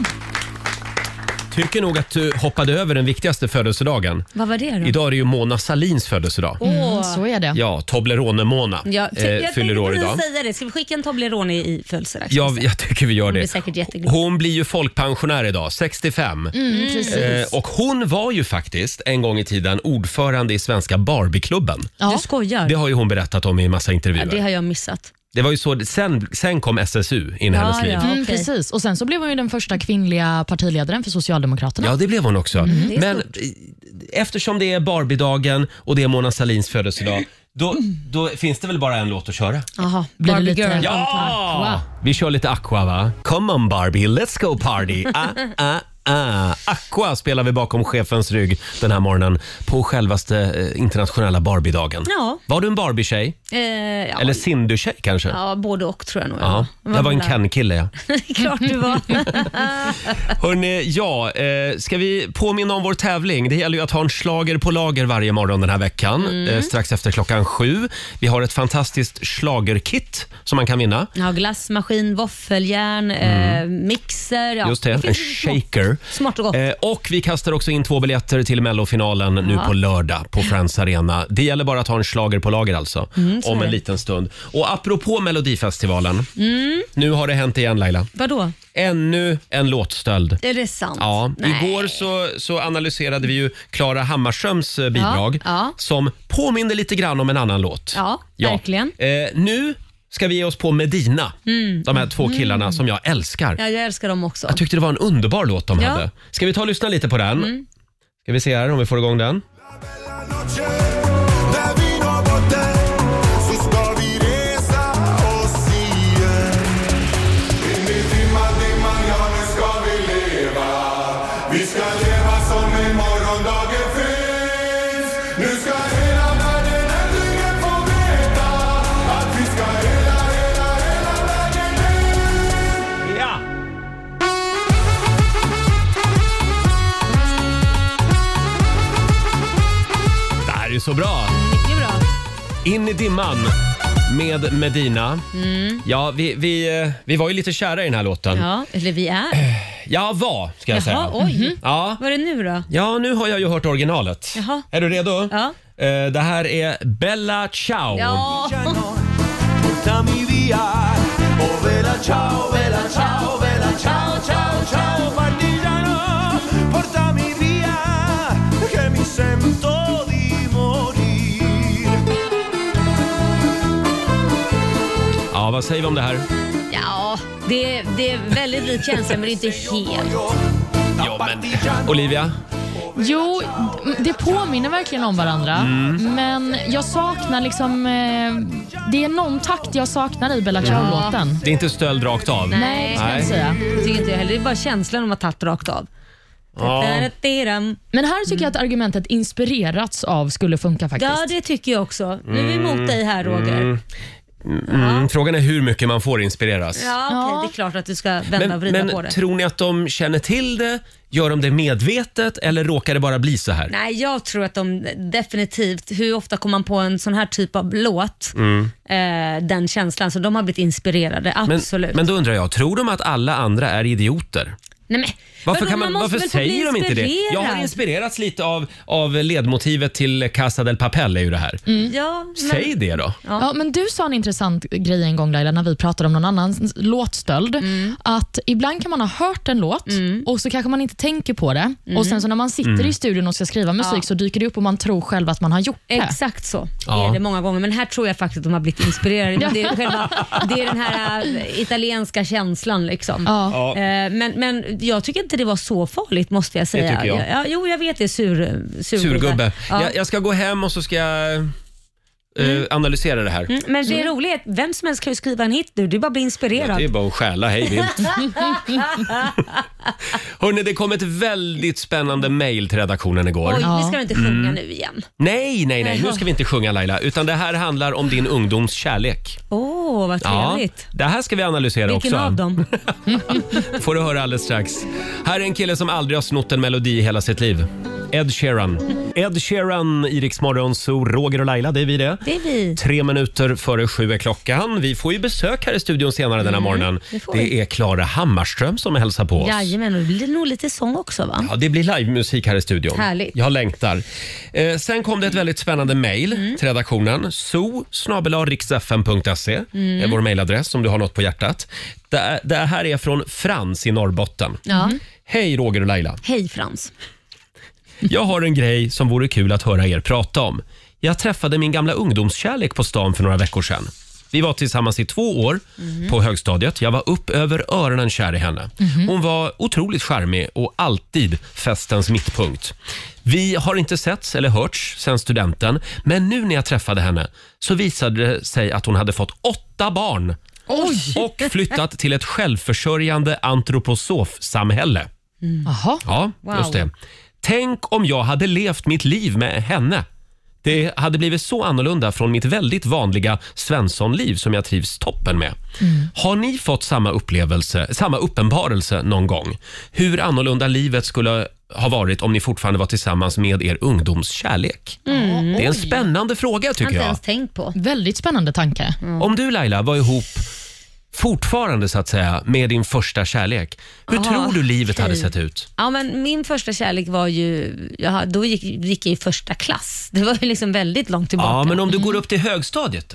Speaker 1: Tycker nog att du hoppade över den viktigaste födelsedagen.
Speaker 2: Vad var det då?
Speaker 1: Idag är det ju Mona Salins födelsedag.
Speaker 2: Åh.
Speaker 3: Så är det.
Speaker 1: Ja, Toblerone-Mona
Speaker 2: Ja,
Speaker 1: eh,
Speaker 2: jag
Speaker 1: fyller år
Speaker 2: tänkte
Speaker 1: idag.
Speaker 2: precis säga det. Ska vi skicka en Toblerone i födelsedag?
Speaker 1: Ja, jag tycker vi gör
Speaker 2: Hon blir
Speaker 1: det.
Speaker 2: säkert jätteglad.
Speaker 1: Hon blir ju folkpensionär idag, sextiofem.
Speaker 3: Mm, precis.
Speaker 1: Eh, och hon var ju faktiskt en gång i tiden ordförande i Svenska Barbieklubben.
Speaker 3: Ja.
Speaker 2: Du skojar?
Speaker 1: Det har ju hon berättat om i massa
Speaker 2: Ja,
Speaker 1: intervjuer.
Speaker 2: det har jag missat.
Speaker 1: Det var ju så, sen, sen kom S S U in i
Speaker 2: Ja,
Speaker 1: hennes liv.
Speaker 2: ja.
Speaker 3: Mm,
Speaker 2: Okej.
Speaker 3: precis. Och sen så blev hon ju den första kvinnliga partiledaren för Socialdemokraterna.
Speaker 1: Ja, det blev hon också.
Speaker 2: det är
Speaker 1: Men
Speaker 2: stort.
Speaker 1: eh, eftersom det är Barbie-dagen och det är Mona Salins födelsedag, då, då finns det väl bara en låt att köra?
Speaker 2: Jaha,
Speaker 3: Blir det
Speaker 2: Barbie
Speaker 3: lite-
Speaker 2: Girl.
Speaker 1: Ja! Vi kör lite Aqua, va? Come on Barbie, let's go party. Ah, ah, ah. Aqua spelar vi bakom chefens rygg den här morgonen på självaste eh, internationella Barbie-dagen.
Speaker 2: Ja.
Speaker 1: Var du en Barbie-tjej?
Speaker 2: Eh, ja.
Speaker 1: Eller Cindy-tjej kanske?
Speaker 2: Ja, både och tror jag nog.
Speaker 1: Ja, jag var en Ken-kille, ja.
Speaker 2: Klart du var.
Speaker 1: Hörrni, ja, eh, ska vi påminna om vår tävling? Det gäller ju att ha en schlager på lager varje morgon den här veckan.
Speaker 2: Mm.
Speaker 1: Eh, strax efter klockan sju. Vi har ett fantastiskt schlagerkit som man kan vinna.
Speaker 2: Ja, glassmaskin, våffeljärn, eh, mixer. Ja.
Speaker 1: Just det, en
Speaker 2: finns smart.
Speaker 1: shaker.
Speaker 2: Smart och gott.
Speaker 1: Eh, och vi kastar också in två biljetter till Mellofinalen nu
Speaker 2: Ja.
Speaker 1: på lördag på Friends Arena. Det gäller bara att ha en schlager på lager alltså,
Speaker 2: Mm, så
Speaker 1: om
Speaker 2: är
Speaker 1: en
Speaker 2: det.
Speaker 1: liten stund. Och apropå Melodifestivalen,
Speaker 2: Mm.
Speaker 1: nu har det hänt igen Laila.
Speaker 2: Vadå?
Speaker 1: Ännu en låtstöld.
Speaker 2: Är det sant?
Speaker 1: Ja,
Speaker 2: Nej.
Speaker 1: igår så, så analyserade vi ju Klara Hammarströms eh, bidrag
Speaker 2: Ja, ja.
Speaker 1: som påminner lite grann om en annan låt.
Speaker 2: Ja, verkligen.
Speaker 1: Eh, nu ska vi ge oss på Medina, de här två killarna som jag älskar.
Speaker 2: Ja, jag älskar dem också.
Speaker 1: Jag tyckte det var en underbar låt de
Speaker 2: Ja.
Speaker 1: hade. Ska vi ta och lyssna lite på den? Ska vi se här om vi får igång den.
Speaker 6: Vi ska leva som i morgondagen finns. Nu ska hela världen äntligen få veta att vi ska hela, hela, hela vägen in.
Speaker 1: Ja! Det här är ju så bra.
Speaker 2: Mycket bra.
Speaker 1: In i dimman med Medina.
Speaker 2: Mm.
Speaker 1: Ja, vi, vi, vi var ju lite kära i den här låten.
Speaker 2: Ja, eller vi är.
Speaker 1: Ja, vad ska jag säga.
Speaker 2: Jaha, oj.
Speaker 1: Ja.
Speaker 2: Vad är det nu då?
Speaker 1: Ja, nu har jag ju hört originalet.
Speaker 2: Jaha.
Speaker 1: Är du redo?
Speaker 2: Ja.
Speaker 1: Eh, Det här är Bella Ciao.
Speaker 2: Ja.
Speaker 6: Portami via, oh bella ciao, bella ciao, bella ciao, ciao, ciao, partigiano. Portami via, che mi sento di morir.
Speaker 1: Ja, vad säger vi om det här?
Speaker 2: Ja, det, det är väldigt lik känsla men det är inte helt.
Speaker 1: Ja, men Olivia?
Speaker 3: Jo, det påminner verkligen om varandra.
Speaker 1: Mm.
Speaker 3: Men jag saknar liksom... Eh, det är någon takt jag saknar i Bella Ciao-låten.
Speaker 1: Det är inte stöld rakt av.
Speaker 3: Nej, ska jag inte säga.
Speaker 2: Det tycker inte jag heller. Det är bara känslan om att ha tagit rakt av.
Speaker 1: Ja.
Speaker 3: Men här tycker jag att argumentet inspirerats av skulle funka faktiskt.
Speaker 2: Ja, det tycker jag också. Nu är vi emot dig här, Roger.
Speaker 1: Mm. Mm. Frågan är hur mycket man får inspireras.
Speaker 2: Ja, okej.
Speaker 3: Ja.
Speaker 2: Det är klart att du ska vända och
Speaker 1: Men,
Speaker 2: vrida
Speaker 1: men
Speaker 2: på det.
Speaker 1: tror ni att de känner till det? Gör de det medvetet eller råkar det bara bli så här?
Speaker 2: Nej, jag tror att de definitivt, hur ofta kommer man på en sån här typ av låt,
Speaker 1: Mm.
Speaker 2: eh, den känslan, så de har blivit inspirerade,
Speaker 1: Men,
Speaker 2: absolut.
Speaker 1: men då undrar jag, tror de att alla andra är idioter?
Speaker 2: Nej, men,
Speaker 1: Varför,
Speaker 2: vadå,
Speaker 1: kan man,
Speaker 2: måste
Speaker 1: varför
Speaker 2: väl få bli
Speaker 1: säger de inte det?
Speaker 2: inspirerad?
Speaker 1: Jag har inspirerats lite av, av ledmotivet till Casa del Papel är ju det här.
Speaker 2: Ja, men,
Speaker 1: Säg det då.
Speaker 3: Ja, men du sa en intressant grej en gång Laila, när vi pratade om någon annan låtstöld.
Speaker 2: Mm.
Speaker 3: Att ibland kan man ha hört en låt och så kanske man inte tänker på det. Och sen så när man sitter i studion och ska skriva musik
Speaker 2: Ja.
Speaker 3: så dyker det upp och man tror själv att man har gjort det.
Speaker 2: Exakt så
Speaker 1: Ja.
Speaker 2: är det många gånger. Men här tror jag faktiskt att de har blivit inspirerade. Det är, själva, det är den här äh, italienska känslan. Liksom.
Speaker 3: Ja.
Speaker 1: Ja.
Speaker 2: Eh, men, men jag tycker inte det var så farligt, måste jag säga.
Speaker 1: tycker jag.
Speaker 2: Ja, jo, jag vet det. Sur, surgubbe.
Speaker 1: Surgubbe.
Speaker 2: Ja.
Speaker 1: Jag, jag ska gå hem och så ska jag eh, analysera det här.
Speaker 2: Mm, men det är roligt. Vem som helst kan ju skriva en hit nu. Det är bara att bli inspirerad.
Speaker 1: Det är bara att stjäla hej vilt. Hörrni, det kom ett väldigt spännande mejl till redaktionen igår.
Speaker 2: Oj,
Speaker 3: Ja.
Speaker 2: vi ska inte sjunga nu igen.
Speaker 1: Nej, nej, nej. Nu
Speaker 2: Jaha.
Speaker 1: ska vi inte sjunga Laila. Utan det här handlar om din ungdoms kärlek.
Speaker 2: Åh, oh, vad trevligt.
Speaker 1: det här ska vi analysera
Speaker 2: Vilken
Speaker 1: också.
Speaker 2: av dem?
Speaker 1: Får du höra alldeles strax. Här är en kille som aldrig har snott en melodi i hela sitt liv. Ed Sheeran. Ed Sheeran, i Rix Morgon, så Roger och Laila, det är vi det.
Speaker 2: Det är vi.
Speaker 1: Tre minuter före sju är klockan. Vi får ju besök här i studion senare denna morgonen.
Speaker 2: det får
Speaker 1: Det
Speaker 2: vi.
Speaker 1: är Klara Hammarström som hälsar på oss.
Speaker 2: Jajamän, och det blir nog lite sång också, va?
Speaker 1: Ja, det blir livemusik här i studion.
Speaker 2: Härligt.
Speaker 1: Jag längtar. Eh, sen kom det ett väldigt spännande mejl
Speaker 2: Mm.
Speaker 1: till redaktionen. so snabel-a riksfm punkt se
Speaker 2: Mm.
Speaker 1: är vår mejladress om du har något på hjärtat. Det, det här är från Frans i Norrbotten.
Speaker 2: Ja.
Speaker 1: Hej Roger och Laila.
Speaker 2: Hej Frans.
Speaker 1: Jag har en grej som vore kul att höra er prata om. Jag träffade min gamla ungdomskärlek på stan för några veckor sedan. Vi var tillsammans i två år på högstadiet. Jag var upp över öronen kär i henne. Hon var otroligt charmig och alltid festens mittpunkt. Vi har inte setts eller hörts sedan studenten, men nu när jag träffade henne så visade det sig att hon hade fått åtta barn.
Speaker 3: Oj!
Speaker 1: Och flyttat till ett självförsörjande antroposofsamhälle.
Speaker 3: Jaha.
Speaker 1: Ja,
Speaker 2: Wow.
Speaker 1: just det. Tänk om jag hade levt mitt liv med henne. Det hade blivit så annorlunda från mitt väldigt vanliga Svenssonliv som jag trivs toppen med. Har ni fått samma upplevelse, samma uppenbarelse någon gång? Hur annorlunda livet skulle ha varit om ni fortfarande var tillsammans med er ungdomskärlek? Det är en spännande fråga
Speaker 2: Jag har
Speaker 1: tycker
Speaker 2: inte
Speaker 1: jag.
Speaker 2: ens tänkt på.
Speaker 3: Väldigt spännande tanke.
Speaker 1: Om du Laila var ihop fortfarande så att säga med din första kärlek, hur
Speaker 2: Ah,
Speaker 1: tror du livet
Speaker 2: okej.
Speaker 1: hade sett ut?
Speaker 2: Ja, men min första kärlek var ju, jag, då gick, gick jag i första klass. Det var ju liksom väldigt långt tillbaka.
Speaker 1: Ja, men om du går upp till högstadiet då?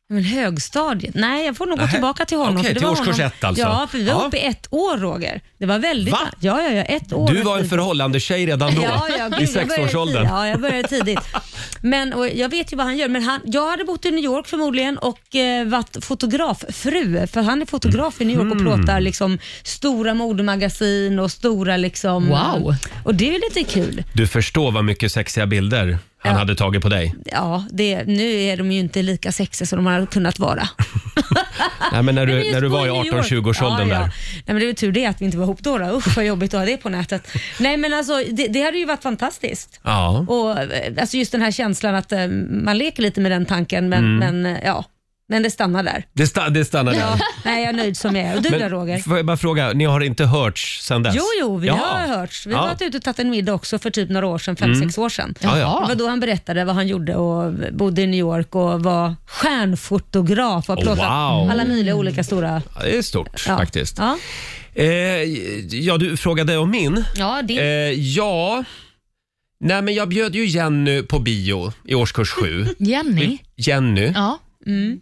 Speaker 2: Men högstadiet? Nej, jag får nog gå
Speaker 1: Nähä.
Speaker 2: tillbaka till honom.
Speaker 1: Okej,
Speaker 2: för det
Speaker 1: till
Speaker 2: var
Speaker 1: årskurs
Speaker 2: honom.
Speaker 1: ett alltså.
Speaker 2: Ja, för vi var
Speaker 1: Ja.
Speaker 2: uppe i ett år, Roger. Det var väldigt...
Speaker 1: Va?
Speaker 2: Ja, ja, ja, ett år.
Speaker 1: Du var en förhållande tjej redan då,
Speaker 2: Ja, ja, gud,
Speaker 1: i
Speaker 2: jag började
Speaker 1: sexårsåldern.
Speaker 2: tid- Ja, jag började tidigt. Men och jag vet ju vad han gör. Men han, jag hade bott i New York förmodligen och eh, varit fotograffru. För han är fotograf i New York och
Speaker 1: Mm.
Speaker 2: plåtar liksom stora modemagasin och stora liksom...
Speaker 3: Wow.
Speaker 2: Och det är lite kul.
Speaker 1: Du förstår vad mycket sexiga bilder han
Speaker 2: Ja.
Speaker 1: hade tagit på dig.
Speaker 2: Ja, det, nu är de ju inte lika sexiga som de hade kunnat vara.
Speaker 1: Nej, men när du,
Speaker 2: Nej, men just
Speaker 1: när du
Speaker 2: på
Speaker 1: var i
Speaker 2: New
Speaker 1: arton
Speaker 2: York.
Speaker 1: tjugo årsåldern
Speaker 2: ja, ja.
Speaker 1: där.
Speaker 2: Nej, men det är väl tur det att vi inte var ihop då. då. Usch vad jobbigt att ha det på nätet. Nej men alltså det, det hade ju varit fantastiskt.
Speaker 1: Ja.
Speaker 2: Och eh, alltså just den här känslan att eh, man leker lite med den tanken men,
Speaker 1: Mm.
Speaker 2: men eh, ja. Men det stannar där.
Speaker 1: Det, sta- det stannar där.
Speaker 2: Ja, nej, jag är nöjd som jag är. Och du då Roger?
Speaker 1: Får jag bara fråga, ni har inte hörts sedan dess?
Speaker 2: Jo, jo, vi
Speaker 1: Ja.
Speaker 2: har hörts. Vi
Speaker 1: Ja.
Speaker 2: har varit ute och tagit en middag också för typ några år sedan, fem,
Speaker 1: Mm.
Speaker 2: sex år sedan.
Speaker 1: Ja, ja.
Speaker 2: Det var då han berättade vad han gjorde och bodde i New York och var stjärnfotograf och
Speaker 1: Oh,
Speaker 2: plåtat
Speaker 1: wow.
Speaker 2: alla möjliga olika stora...
Speaker 1: Ja, det är stort
Speaker 2: Ja.
Speaker 1: faktiskt.
Speaker 2: Ja,
Speaker 1: Eh, ja, du frågade om min.
Speaker 2: ja det...
Speaker 1: Eh, ja, nej men jag bjöd ju Jenny på bio i årskurs sju.
Speaker 3: Jenny?
Speaker 1: Jenny.
Speaker 3: Ja.
Speaker 2: Mm.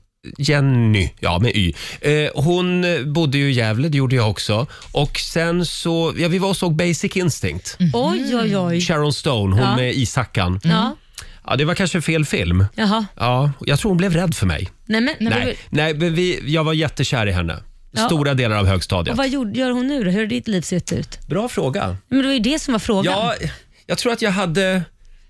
Speaker 1: Jenny, ja med Y. Eh, hon bodde ju i Gävle, det gjorde jag också. Och sen så, ja vi var och såg Basic Instinct.
Speaker 2: Oj, oj, oj.
Speaker 1: Sharon Stone, hon
Speaker 2: Ja.
Speaker 1: med Isackan.
Speaker 2: Ja,
Speaker 1: Ja, det var kanske fel film.
Speaker 2: jaha.
Speaker 1: Ja, jag tror hon blev rädd för mig.
Speaker 2: Nej, men,
Speaker 1: Nej, nej men vi, jag var jättekär i henne.
Speaker 2: Ja.
Speaker 1: Stora delar av högstadiet.
Speaker 2: Och vad gjorde, gör hon nu då? Hur har ditt liv sett ut?
Speaker 1: Bra fråga.
Speaker 2: Men det var ju det som var frågan.
Speaker 1: Ja, jag tror att jag hade...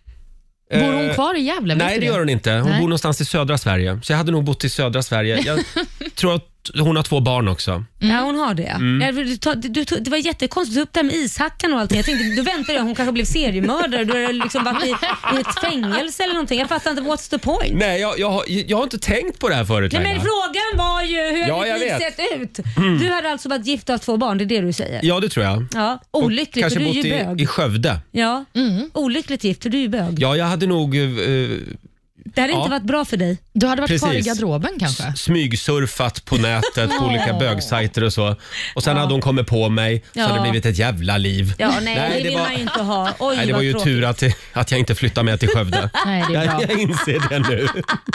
Speaker 3: Bor
Speaker 1: eh,
Speaker 3: hon kvar i Gävle? Vet
Speaker 1: Nej,
Speaker 3: du
Speaker 1: det gör hon inte. Hon
Speaker 3: Nej.
Speaker 1: bor någonstans i södra Sverige. Så jag hade nog bott i södra Sverige. Jag tror att hon har två barn också.
Speaker 2: Ja, hon har det.
Speaker 1: Mm.
Speaker 2: Ja, du, tar- du, du, det var jättekonstigt att ta upp det här med ishackan och allting. Jag tänkte, du väntade jag, hon kanske blev seriemördare. Du har liksom varit i, i ett fängelse eller någonting. Jag fattar inte, what's the point?
Speaker 1: Nej, jag, jag, har, jag har inte tänkt på det här förut,
Speaker 2: Nej, men
Speaker 1: Laila.
Speaker 2: frågan var ju hur
Speaker 1: Ja,
Speaker 2: har
Speaker 1: jag
Speaker 2: ditt liv
Speaker 1: vet.
Speaker 2: sett ut? Du hade alltså varit gift och haft två barn, det är det du säger?
Speaker 1: Ja, det tror jag.
Speaker 2: Ja,
Speaker 1: Och
Speaker 2: olyckligt, för
Speaker 1: kanske
Speaker 2: du är
Speaker 1: bott
Speaker 2: ju
Speaker 1: i,
Speaker 2: bög.
Speaker 1: i Skövde.
Speaker 2: Ja, olyckligt gift, för du är ju bög.
Speaker 1: Ja, jag hade nog eh,
Speaker 2: Det hade
Speaker 1: Ja.
Speaker 2: inte varit bra för dig.
Speaker 3: Du hade varit kvar i
Speaker 1: Precis.
Speaker 3: garderoben kanske?
Speaker 1: s- smygsurfat på nätet på olika bögsajter och så. Och sen hade hon kommit på mig, så
Speaker 2: Ja.
Speaker 1: hade det blivit ett jävla liv.
Speaker 2: Ja, nej,
Speaker 1: Nej,
Speaker 2: det
Speaker 1: det
Speaker 2: vill
Speaker 1: var-
Speaker 2: man ju inte ha. Oj,
Speaker 1: Nej, det var
Speaker 2: vad
Speaker 1: ju
Speaker 2: tråkigt.
Speaker 1: tur att, att jag inte flyttade med till Skövde.
Speaker 3: Nej, det är
Speaker 1: jag,
Speaker 3: bra.
Speaker 1: jag inser det nu.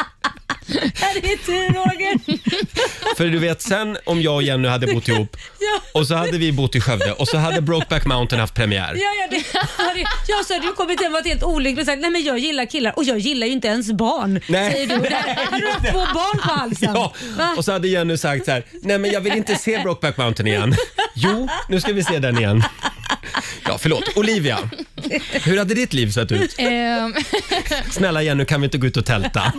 Speaker 2: Ja, det är tur Roger.
Speaker 1: För du vet, sen om jag och Jenny hade bott ihop och så hade vi bott i Skövde och så hade Brokeback Mountain haft premiär.
Speaker 2: Ja, ja, det, jag sa du kommit hem och varit helt olycklig och sagt nej men jag gillar killar och jag gillar ju inte ens barn.
Speaker 1: Nej.
Speaker 2: Säger du. Där hade du haft två barn på halsen.
Speaker 1: Ja,
Speaker 2: Va?
Speaker 1: och så hade Jenny sagt så här: nej men jag vill inte se Brokeback Mountain igen. Jo, nu ska vi se den igen. Ja, förlåt. Olivia, hur hade ditt liv sett ut?
Speaker 3: Ehm,
Speaker 1: Snälla Jenny, kan vi inte gå ut och tälta?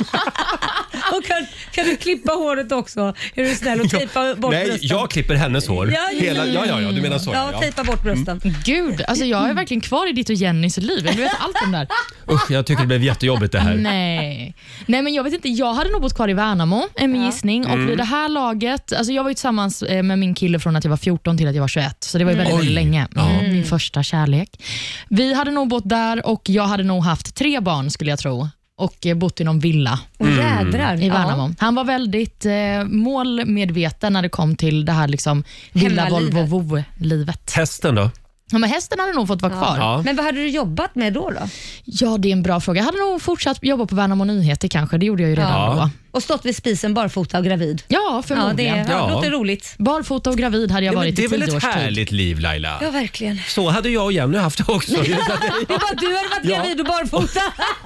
Speaker 2: Och kan, kan du klippa håret också? Är du snäll och tejpa bort
Speaker 1: Nej,
Speaker 2: brösten?
Speaker 1: jag klipper hennes hår.
Speaker 2: Ja, ja,
Speaker 1: Hela, ja, ja, ja, du menar så.
Speaker 2: Ja,
Speaker 1: Ja.
Speaker 2: tejpa bort brösten.
Speaker 3: Gud, alltså jag är verkligen kvar i ditt och Jennys liv. Du vet allt om det där.
Speaker 1: Usch, jag tycker det blev jättejobbigt det här.
Speaker 3: Nej. Nej, men jag vet inte. Jag hade nog bott kvar i Värnamo, är min gissning.
Speaker 1: Mm.
Speaker 3: Och vid det här laget, alltså jag var ju tillsammans eh, med min kille från att jag var fjorton till att jag var tjugoett. Så det var ju väldigt,
Speaker 1: Oj.
Speaker 3: väldigt länge.
Speaker 1: Ja.
Speaker 3: Mm, min första kärlek. Vi hade nog bott där och jag hade nog haft tre barn skulle jag tro. Och eh, bott i någon villa
Speaker 2: Och jädrar.
Speaker 3: i Värnamo. Han var väldigt eh, målmedveten när det kom till det här liksom villa,
Speaker 2: Hemmalivet.
Speaker 3: Volvo, Vov-livet.
Speaker 1: Hästen då?
Speaker 3: Ja, men hästen hade nog fått vara kvar.
Speaker 1: Ja.
Speaker 2: Men vad hade du jobbat med då? då?
Speaker 3: Ja, det är en bra fråga. Jag hade nog fortsatt jobba på Värnamo Nyheter kanske. Det gjorde jag ju redan
Speaker 1: Ja.
Speaker 3: då.
Speaker 2: Och stått vid spisen barfota och gravid?
Speaker 3: Ja,
Speaker 2: Ja, det
Speaker 3: förmodligen.
Speaker 2: ja.
Speaker 1: Ja.
Speaker 2: låter roligt.
Speaker 3: Barfota och gravid hade jag
Speaker 1: Ja, men
Speaker 3: varit
Speaker 1: det
Speaker 3: i
Speaker 1: är väl
Speaker 3: tio
Speaker 1: ett
Speaker 3: års tid.
Speaker 1: härligt liv, Laila?
Speaker 2: Ja, verkligen.
Speaker 1: Så hade jag och Jenny haft det också.
Speaker 2: Det var du hade varit
Speaker 1: Ja.
Speaker 2: gravid och barfota.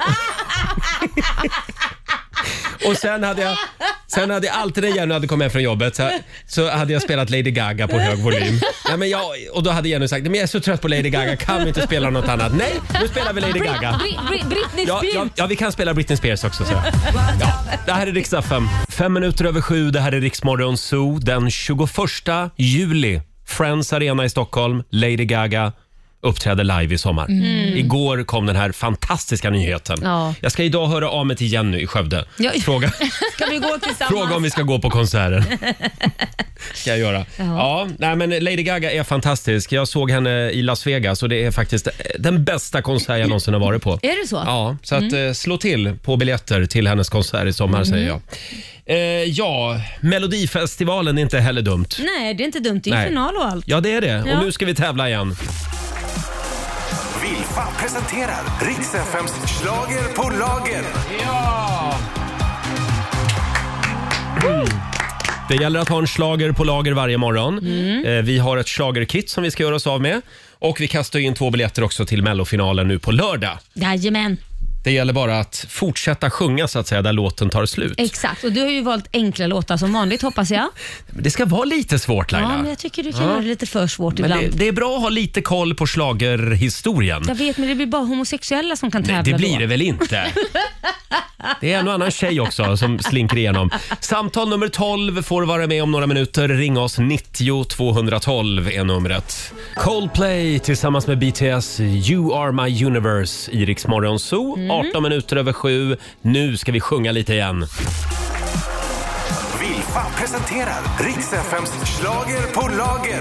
Speaker 1: Och sen hade jag, sen hade jag alltid när Jenny hade kommit hem från jobbet så, så hade jag spelat Lady Gaga på hög volym. Ja, men jag, och då hade Jenny sagt, men jag är så trött på Lady Gaga, kan vi inte spela något annat? Nej, nu spelar vi Lady Gaga.
Speaker 2: Bri- Bri- Britney
Speaker 1: Ja,
Speaker 2: Spears.
Speaker 1: ja, ja, vi kan spela Britney Spears också. Så. Ja, det här är Riksdag fem. Fem minuter över sju, det här är Riksmorgon Zoo. Den tjugoförsta juli, Friends Arena i Stockholm, Lady Gaga uppträder live i sommar. Igår kom den här fantastiska nyheten.
Speaker 2: Ja.
Speaker 1: Jag ska idag höra av mig till Jenny i Skövde.
Speaker 2: Ja.
Speaker 1: Fråga,
Speaker 2: Ska vi gå tillsammans?
Speaker 1: fråga om vi ska gå på konserten. Ska jag göra. Ja, nej, men Lady Gaga är fantastisk. Jag såg henne i Las Vegas och det är faktiskt den bästa konsert jag någonsin har varit på.
Speaker 2: Är det så?
Speaker 1: Ja, så att eh, slå till på biljetter till hennes konsert i sommar säger jag. Eh, ja, Melodifestivalen är inte heller dumt.
Speaker 2: Nej, det är inte dumt. Det är
Speaker 1: Nej.
Speaker 2: final och allt.
Speaker 1: Ja, det är det.
Speaker 2: Ja.
Speaker 1: Och nu ska vi tävla igen.
Speaker 5: Vilfa presenterar Rix F M's schlager på lager.
Speaker 1: Ja! Det gäller att ha en schlager på lager varje morgon. Mm. Vi har ett schlagerkit som vi ska göra oss av med. Och vi kastar in två biljetter också till mellofinalen nu på lördag.
Speaker 2: Jajamän.
Speaker 1: Det gäller bara att fortsätta sjunga så att säga där låten tar slut.
Speaker 2: Exakt, och du har ju valt enkla låtar som vanligt hoppas jag.
Speaker 1: Det ska vara lite svårt, Laila.
Speaker 2: Ja, men jag tycker du kan ja. göra det lite för svårt
Speaker 1: men
Speaker 2: ibland.
Speaker 1: Det, det är bra att ha lite koll på schlagerhistorien.
Speaker 2: Jag vet, men det blir bara homosexuella som kan tävla.
Speaker 1: Nej, det blir
Speaker 2: då.
Speaker 1: det väl inte. Det är en och annan tjej också som slinker igenom. Samtal nummer tolv får vara med om några minuter. Ring oss, nittio tvåhundratolv är numret. Coldplay tillsammans med B T S, You Are My Universe i Rix Morgon Zoo. Mm. arton minuter över sju. Nu ska vi sjunga lite igen.
Speaker 5: Vilfa presenterar Rix F M:s schlager på lager.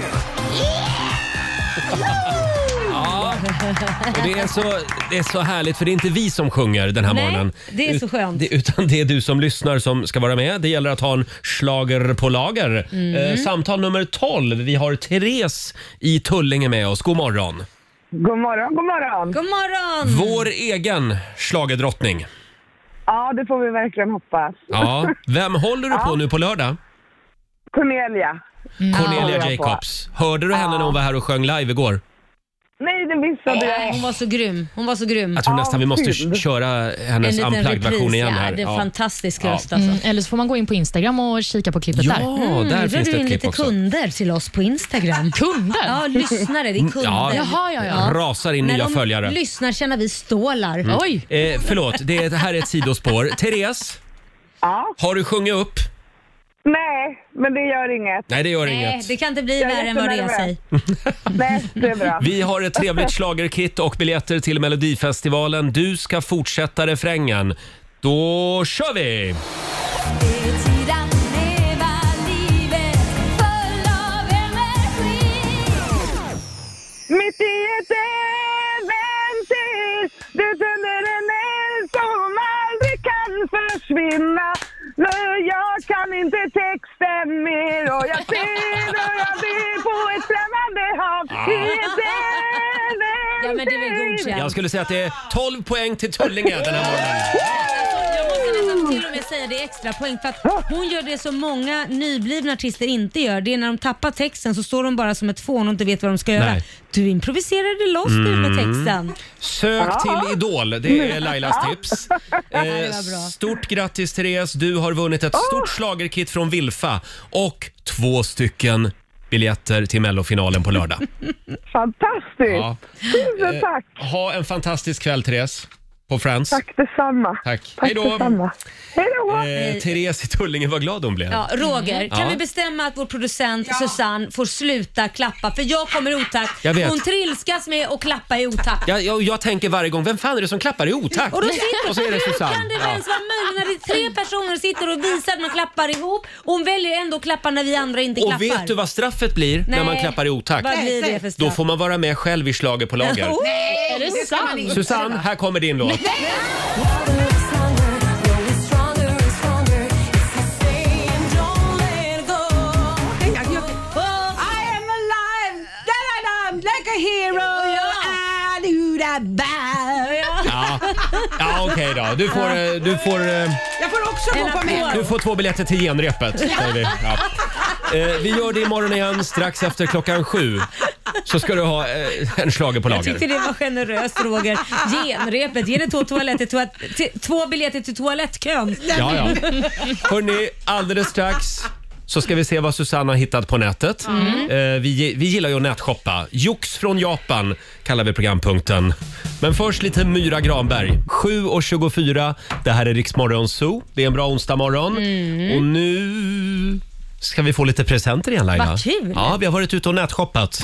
Speaker 1: Ja, och det är, så, det är så härligt för det är inte vi som sjunger den här
Speaker 2: Nej,
Speaker 1: morgonen.
Speaker 2: det är så skönt.
Speaker 1: Det, utan det är du som lyssnar som ska vara med. Det gäller att ha en schlager på lager.
Speaker 2: Mm.
Speaker 1: Eh, samtal nummer tolv. Vi har Therese i Tullinge med oss. God morgon.
Speaker 7: God morgon, god morgon.
Speaker 2: God morgon.
Speaker 1: Vår egen schlagerdrottning.
Speaker 7: Ja, det får vi verkligen hoppas.
Speaker 1: Ja, vem håller du på
Speaker 7: ja.
Speaker 1: nu på lördag?
Speaker 7: Cornelia.
Speaker 2: Mm.
Speaker 1: Cornelia
Speaker 7: ja.
Speaker 1: Jacobs. Hörde du henne
Speaker 7: ja.
Speaker 1: när hon var här och sjöng live igår?
Speaker 7: Nej, det missade jag.
Speaker 2: Hon var så grym. Hon var så grym.
Speaker 1: Jag tror
Speaker 7: Ja,
Speaker 1: nästan vi måste
Speaker 7: synd.
Speaker 1: köra hennes unplugged-version igen här.
Speaker 2: Ja, det är
Speaker 1: Ja.
Speaker 2: fantastisk
Speaker 1: Ja.
Speaker 2: röst alltså.
Speaker 3: Mm, eller så får man gå in på Instagram och kika på klippet
Speaker 1: Ja,
Speaker 3: där.
Speaker 2: Mm,
Speaker 1: där
Speaker 2: nu
Speaker 1: finns
Speaker 2: drar
Speaker 1: det
Speaker 2: du in
Speaker 1: ett klipp
Speaker 2: lite
Speaker 1: också.
Speaker 2: kunder till oss på Instagram.
Speaker 3: Kunder?
Speaker 2: Ja, lyssnare. Det är kunder.
Speaker 1: Ja.
Speaker 3: Jaha, ja, ja.
Speaker 1: Rasar in
Speaker 2: När
Speaker 1: nya
Speaker 2: de
Speaker 1: följare.
Speaker 2: lyssnar känner vi stålar.
Speaker 3: Oj.
Speaker 1: Eh, förlåt, det är, det här är ett sidospår. Therese,
Speaker 7: Ja.
Speaker 1: har du sjungit upp?
Speaker 7: Nej, men det gör inget.
Speaker 1: Nej, det gör
Speaker 2: Nej,
Speaker 1: inget.
Speaker 2: det kan inte bli
Speaker 7: Jag är
Speaker 2: värre än vad det är sig.
Speaker 7: Nej, det är bra.
Speaker 1: Vi har ett trevligt schlagerkit och biljetter till Melodifestivalen. Du ska fortsätta refrängen. Då kör vi!
Speaker 7: Mitt i ett äventyr, du tänder en eld som aldrig kan försvinna. Nu, jag kan inte texten mer och jag ser hur jag blir på ett främmande hav. I ett äventyr.
Speaker 2: Ja, men det är väl godkänt.
Speaker 1: Jag skulle säga att det är tolv poäng till Tullinge den här morgonen.
Speaker 2: Jag måste nästan till och med säga det är extra poäng för att hon gör det som många nyblivna artister inte gör. Det är när de tappar texten så står de bara som ett fån och inte vet vad de ska göra.
Speaker 1: Nej.
Speaker 2: Du improviserade loss nu med texten.
Speaker 1: Sök till Idol, det är Lailas tips. Eh,
Speaker 2: det var bra.
Speaker 1: stort grattis Therese, du har vunnit ett stort schlagerkit från Vilfa och två stycken biljetter till mellofinalen på lördag.
Speaker 7: Fantastiskt.
Speaker 1: Ja.
Speaker 7: Tusen tack.
Speaker 1: Ha en fantastisk kväll Therese på Friends.
Speaker 7: Tack detsamma.
Speaker 1: Tack.
Speaker 7: Tack
Speaker 1: Hej då.
Speaker 7: detsamma. Hej då.
Speaker 1: Eh, Therese i Tullinge, vad glad hon blev.
Speaker 2: Ja, Roger, kan
Speaker 1: Ja.
Speaker 2: vi bestämma att vår producent Susanne får sluta klappa för jag kommer i otakt.
Speaker 1: Jag vet.
Speaker 2: Hon trilskas med att klappa i otakt.
Speaker 1: Jag, jag, jag tänker varje gång, vem fan är det som klappar i otakt?
Speaker 2: Och då sitter
Speaker 1: och så är det Susanne.
Speaker 2: Kan det
Speaker 1: Ja.
Speaker 2: ens vara möjligt när det är tre personer som sitter och visar att man klappar ihop och hon väljer ändå att klappa när vi andra inte
Speaker 1: Och
Speaker 2: klappar?
Speaker 1: vet du vad straffet blir när
Speaker 2: Nej.
Speaker 1: man klappar i otakt?
Speaker 2: Vad blir det för straff?
Speaker 1: Då får man vara med själv i Schlager på lager.
Speaker 2: Oh!
Speaker 3: Är det sant?
Speaker 1: Susanne, här kommer din låt.
Speaker 2: Like a hero, I do that bad.
Speaker 1: Ja, ja okej då. Du får, eh, du får, eh,
Speaker 8: Jag får också
Speaker 2: En
Speaker 8: hoppa med.
Speaker 2: applåd.
Speaker 1: du får två biljetter till genrepet. Säger vi. Ja. Eh, vi gör det imorgon igen strax efter klockan sju. Så ska du ha eh, en schlager på
Speaker 2: Jag tyckte
Speaker 1: lager.
Speaker 2: det var generöst Roger. Genrepet, ge det två, toaletter, toa- t- två biljetter till toalettkön.
Speaker 1: Ja, ja. Hörrni, alldeles strax så ska vi se vad Susanne har hittat på nätet. Eh, vi, vi gillar ju att nätshoppa. Jox från Japan kallar vi programpunkten. Men först lite Myra Granberg. sju och tjugofyra, det här är Rix Morgon Zoo. Det är en bra onsdag morgon. Och nu ska vi få lite presenter igen Laila.
Speaker 2: Vad kul.
Speaker 1: Ja, vi har varit ute och nätshoppat.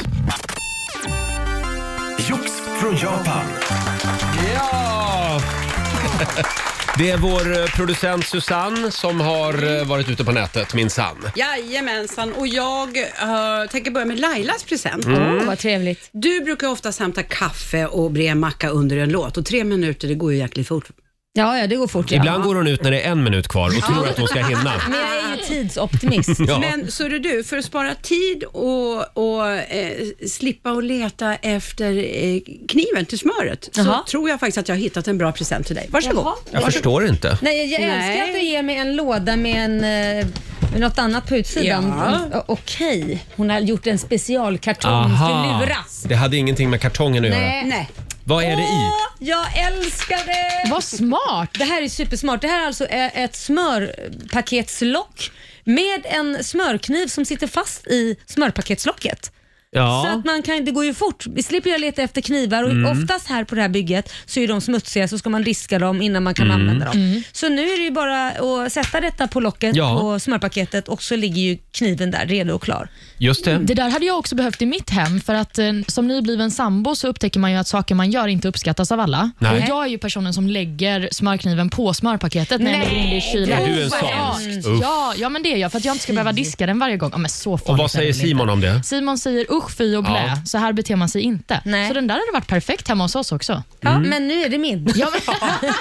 Speaker 5: Jox från Japan.
Speaker 1: Ja! Det är vår producent Susanne som har eh, varit ute på nätet, minsann.
Speaker 8: Jajamensan, och jag uh, tänker börja med Lailas present.
Speaker 2: Åh, vad trevligt.
Speaker 8: Du brukar oftast hämta kaffe och bre en macka under en låt och tre minuter, det går ju jäkligt fort.
Speaker 2: Ja, ja, det går fort.
Speaker 1: Ibland
Speaker 2: ja.
Speaker 1: går hon ut när det är en minut kvar och tror att hon ska hinna.
Speaker 2: Men jag är ju tidsoptimist.
Speaker 1: Ja.
Speaker 8: Men så är det du, för att spara tid och, och eh, slippa och leta efter eh, kniven till smöret,
Speaker 2: Jaha.
Speaker 8: så tror jag faktiskt att jag har hittat en bra present till dig. Varsågod.
Speaker 2: Jaha.
Speaker 1: Jag förstår inte.
Speaker 2: Nej, jag älskar
Speaker 8: Nej.
Speaker 2: att du ger mig en låda med, en, eh, med något annat på utsidan.
Speaker 8: Ja.
Speaker 2: O- Okej, hon har gjort en specialkartong.
Speaker 1: Aha.
Speaker 2: Ska luras.
Speaker 1: Det hade ingenting med kartongen att göra.
Speaker 2: Nej.
Speaker 8: Nej.
Speaker 1: Vad är det i?
Speaker 2: Åh, jag älskar det!
Speaker 3: Vad smart.
Speaker 2: Det här är supersmart. Det här är alltså e- ett smörpaketslock med en smörkniv som sitter fast i smörpaketslocket. Så
Speaker 1: Ja.
Speaker 2: att man kan, det går ju fort. Vi slipper ju leta efter knivar och
Speaker 1: Mm.
Speaker 2: oftast här på det här bygget så är de smutsiga, så ska man diska dem innan man kan
Speaker 1: Mm.
Speaker 2: använda dem. Så nu är det ju bara att sätta detta på locket
Speaker 1: Ja.
Speaker 2: på smörpaketet och så ligger ju kniven där redo och klar.
Speaker 1: Just det.
Speaker 3: Det där hade jag också behövt i mitt hem, för att eh, som nybliven sambo så upptäcker man ju att saker man gör inte uppskattas av alla.
Speaker 1: Nej.
Speaker 3: Och jag är ju personen som lägger smörkniven på smörpaketet när jag
Speaker 2: Nej,
Speaker 3: lägger in det i kylen.
Speaker 1: är du en
Speaker 3: Oh,
Speaker 1: sån?
Speaker 3: ja.
Speaker 1: Uff.
Speaker 3: Ja, ja, men det är jag, för att jag inte ska behöva diska den varje gång. Ja, men så
Speaker 1: Och
Speaker 3: farligt
Speaker 1: vad
Speaker 3: är
Speaker 1: säger
Speaker 3: det väl
Speaker 1: Simon
Speaker 3: inte.
Speaker 1: om det?
Speaker 3: Simon säger usch, fy och blä.
Speaker 1: Ja.
Speaker 3: Så här beter man sig inte.
Speaker 2: Nej.
Speaker 3: Så den där hade varit perfekt hemma hos oss också.
Speaker 2: Ja,
Speaker 1: Mm.
Speaker 2: men nu är det min.
Speaker 3: Ja, men,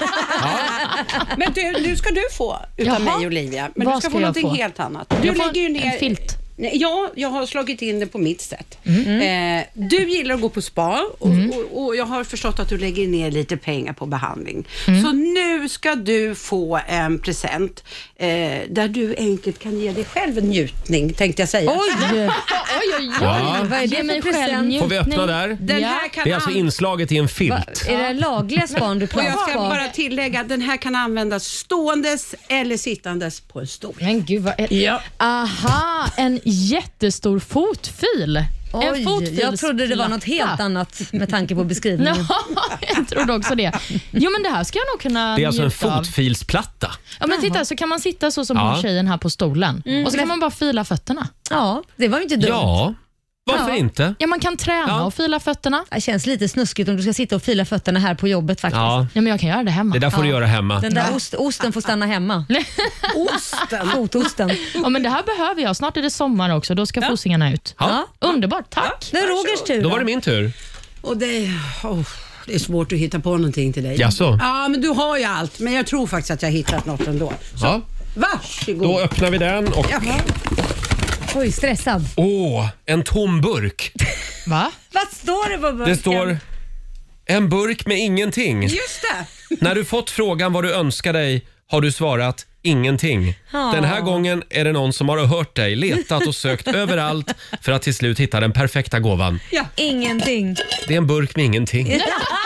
Speaker 8: Men du, nu ska du få utav
Speaker 3: Jaha.
Speaker 8: mig, Olivia. Men
Speaker 3: Vad
Speaker 8: du ska,
Speaker 3: ska
Speaker 8: få
Speaker 3: jag
Speaker 8: någonting
Speaker 3: få?
Speaker 8: helt annat. Du
Speaker 3: jag får
Speaker 8: lägger ju ner
Speaker 3: en filt.
Speaker 8: Nej, ja, jag har slagit in det på mitt sätt. Eh, du gillar att gå på spa och, och, och jag har förstått att du lägger ner lite pengar på behandling. Så nu ska du få en present eh, där du enkelt kan ge dig själv en njutning, tänkte jag säga.
Speaker 2: Oj!
Speaker 3: oj, oj, oj.
Speaker 1: Ja.
Speaker 2: Vad är
Speaker 3: Ge
Speaker 2: det
Speaker 3: mig
Speaker 2: för
Speaker 3: själv
Speaker 2: present?
Speaker 1: Får vi öppna
Speaker 3: njutning.
Speaker 1: där?
Speaker 8: Den
Speaker 3: Ja.
Speaker 8: här kan
Speaker 1: Det är alltså
Speaker 8: an-
Speaker 1: inslaget i en
Speaker 2: Va,
Speaker 1: filt.
Speaker 2: är det lagliga span du
Speaker 8: och
Speaker 2: pratar
Speaker 8: jag ska
Speaker 2: om?
Speaker 8: bara tillägga att den här kan användas ståendes eller sittandes på en stol.
Speaker 3: Men gud, vad är...
Speaker 8: Ja.
Speaker 3: Aha, en jättestor fotfil. En
Speaker 2: Oj,
Speaker 3: fotfilsplatta.
Speaker 2: jag trodde det var något helt annat med tanke på beskrivningen.
Speaker 3: Ja, jag trodde också det. Jo, men det här ska jag nog kunna
Speaker 1: Det är alltså en
Speaker 3: njuta av.
Speaker 1: fotfilsplatta.
Speaker 3: Ja, men titta, så kan man sitta så som
Speaker 1: Ja.
Speaker 3: hon tjejen här på stolen. Och så kan man bara fila fötterna.
Speaker 2: Ja, det var ju inte dumt.
Speaker 1: Ja, varför
Speaker 2: Ja.
Speaker 1: inte?
Speaker 3: Ja, man kan träna
Speaker 1: Ja.
Speaker 3: och fila fötterna.
Speaker 2: Det känns lite snuskigt om du ska sitta och fila fötterna här på jobbet faktiskt.
Speaker 1: Ja,
Speaker 3: Ja, men jag kan göra det hemma.
Speaker 1: det där får du
Speaker 2: Ja.
Speaker 1: göra hemma.
Speaker 2: Den där ost, osten får stanna hemma.
Speaker 8: Osten.
Speaker 2: Fotosten.
Speaker 3: Ja, men det här behöver jag. Snart är det sommar också. Då ska fossingarna ut.
Speaker 1: Ja.
Speaker 3: Underbart, tack.
Speaker 2: Det är Rogers tur.
Speaker 1: Då var det min tur.
Speaker 8: Och det, oh, det är svårt att hitta på någonting till dig.
Speaker 1: Jaså?
Speaker 8: Ja, men du har ju allt. Men jag tror faktiskt att jag har hittat något ändå. Så,
Speaker 1: Ja.
Speaker 8: varsågod.
Speaker 1: Då öppnar vi den och...
Speaker 8: Ja.
Speaker 2: Oj, stressad.
Speaker 1: Åh, en tom burk.
Speaker 3: Va?
Speaker 2: Vad står det på burken?
Speaker 1: Det står en burk med ingenting.
Speaker 8: Just det.
Speaker 1: När du fått frågan vad du önskar dig har du svarat ingenting.
Speaker 2: Ja.
Speaker 1: Den här gången är det någon som har hört dig, letat och sökt överallt för att till slut hitta den perfekta gåvan.
Speaker 2: Ingenting.
Speaker 1: Det är en burk med ingenting.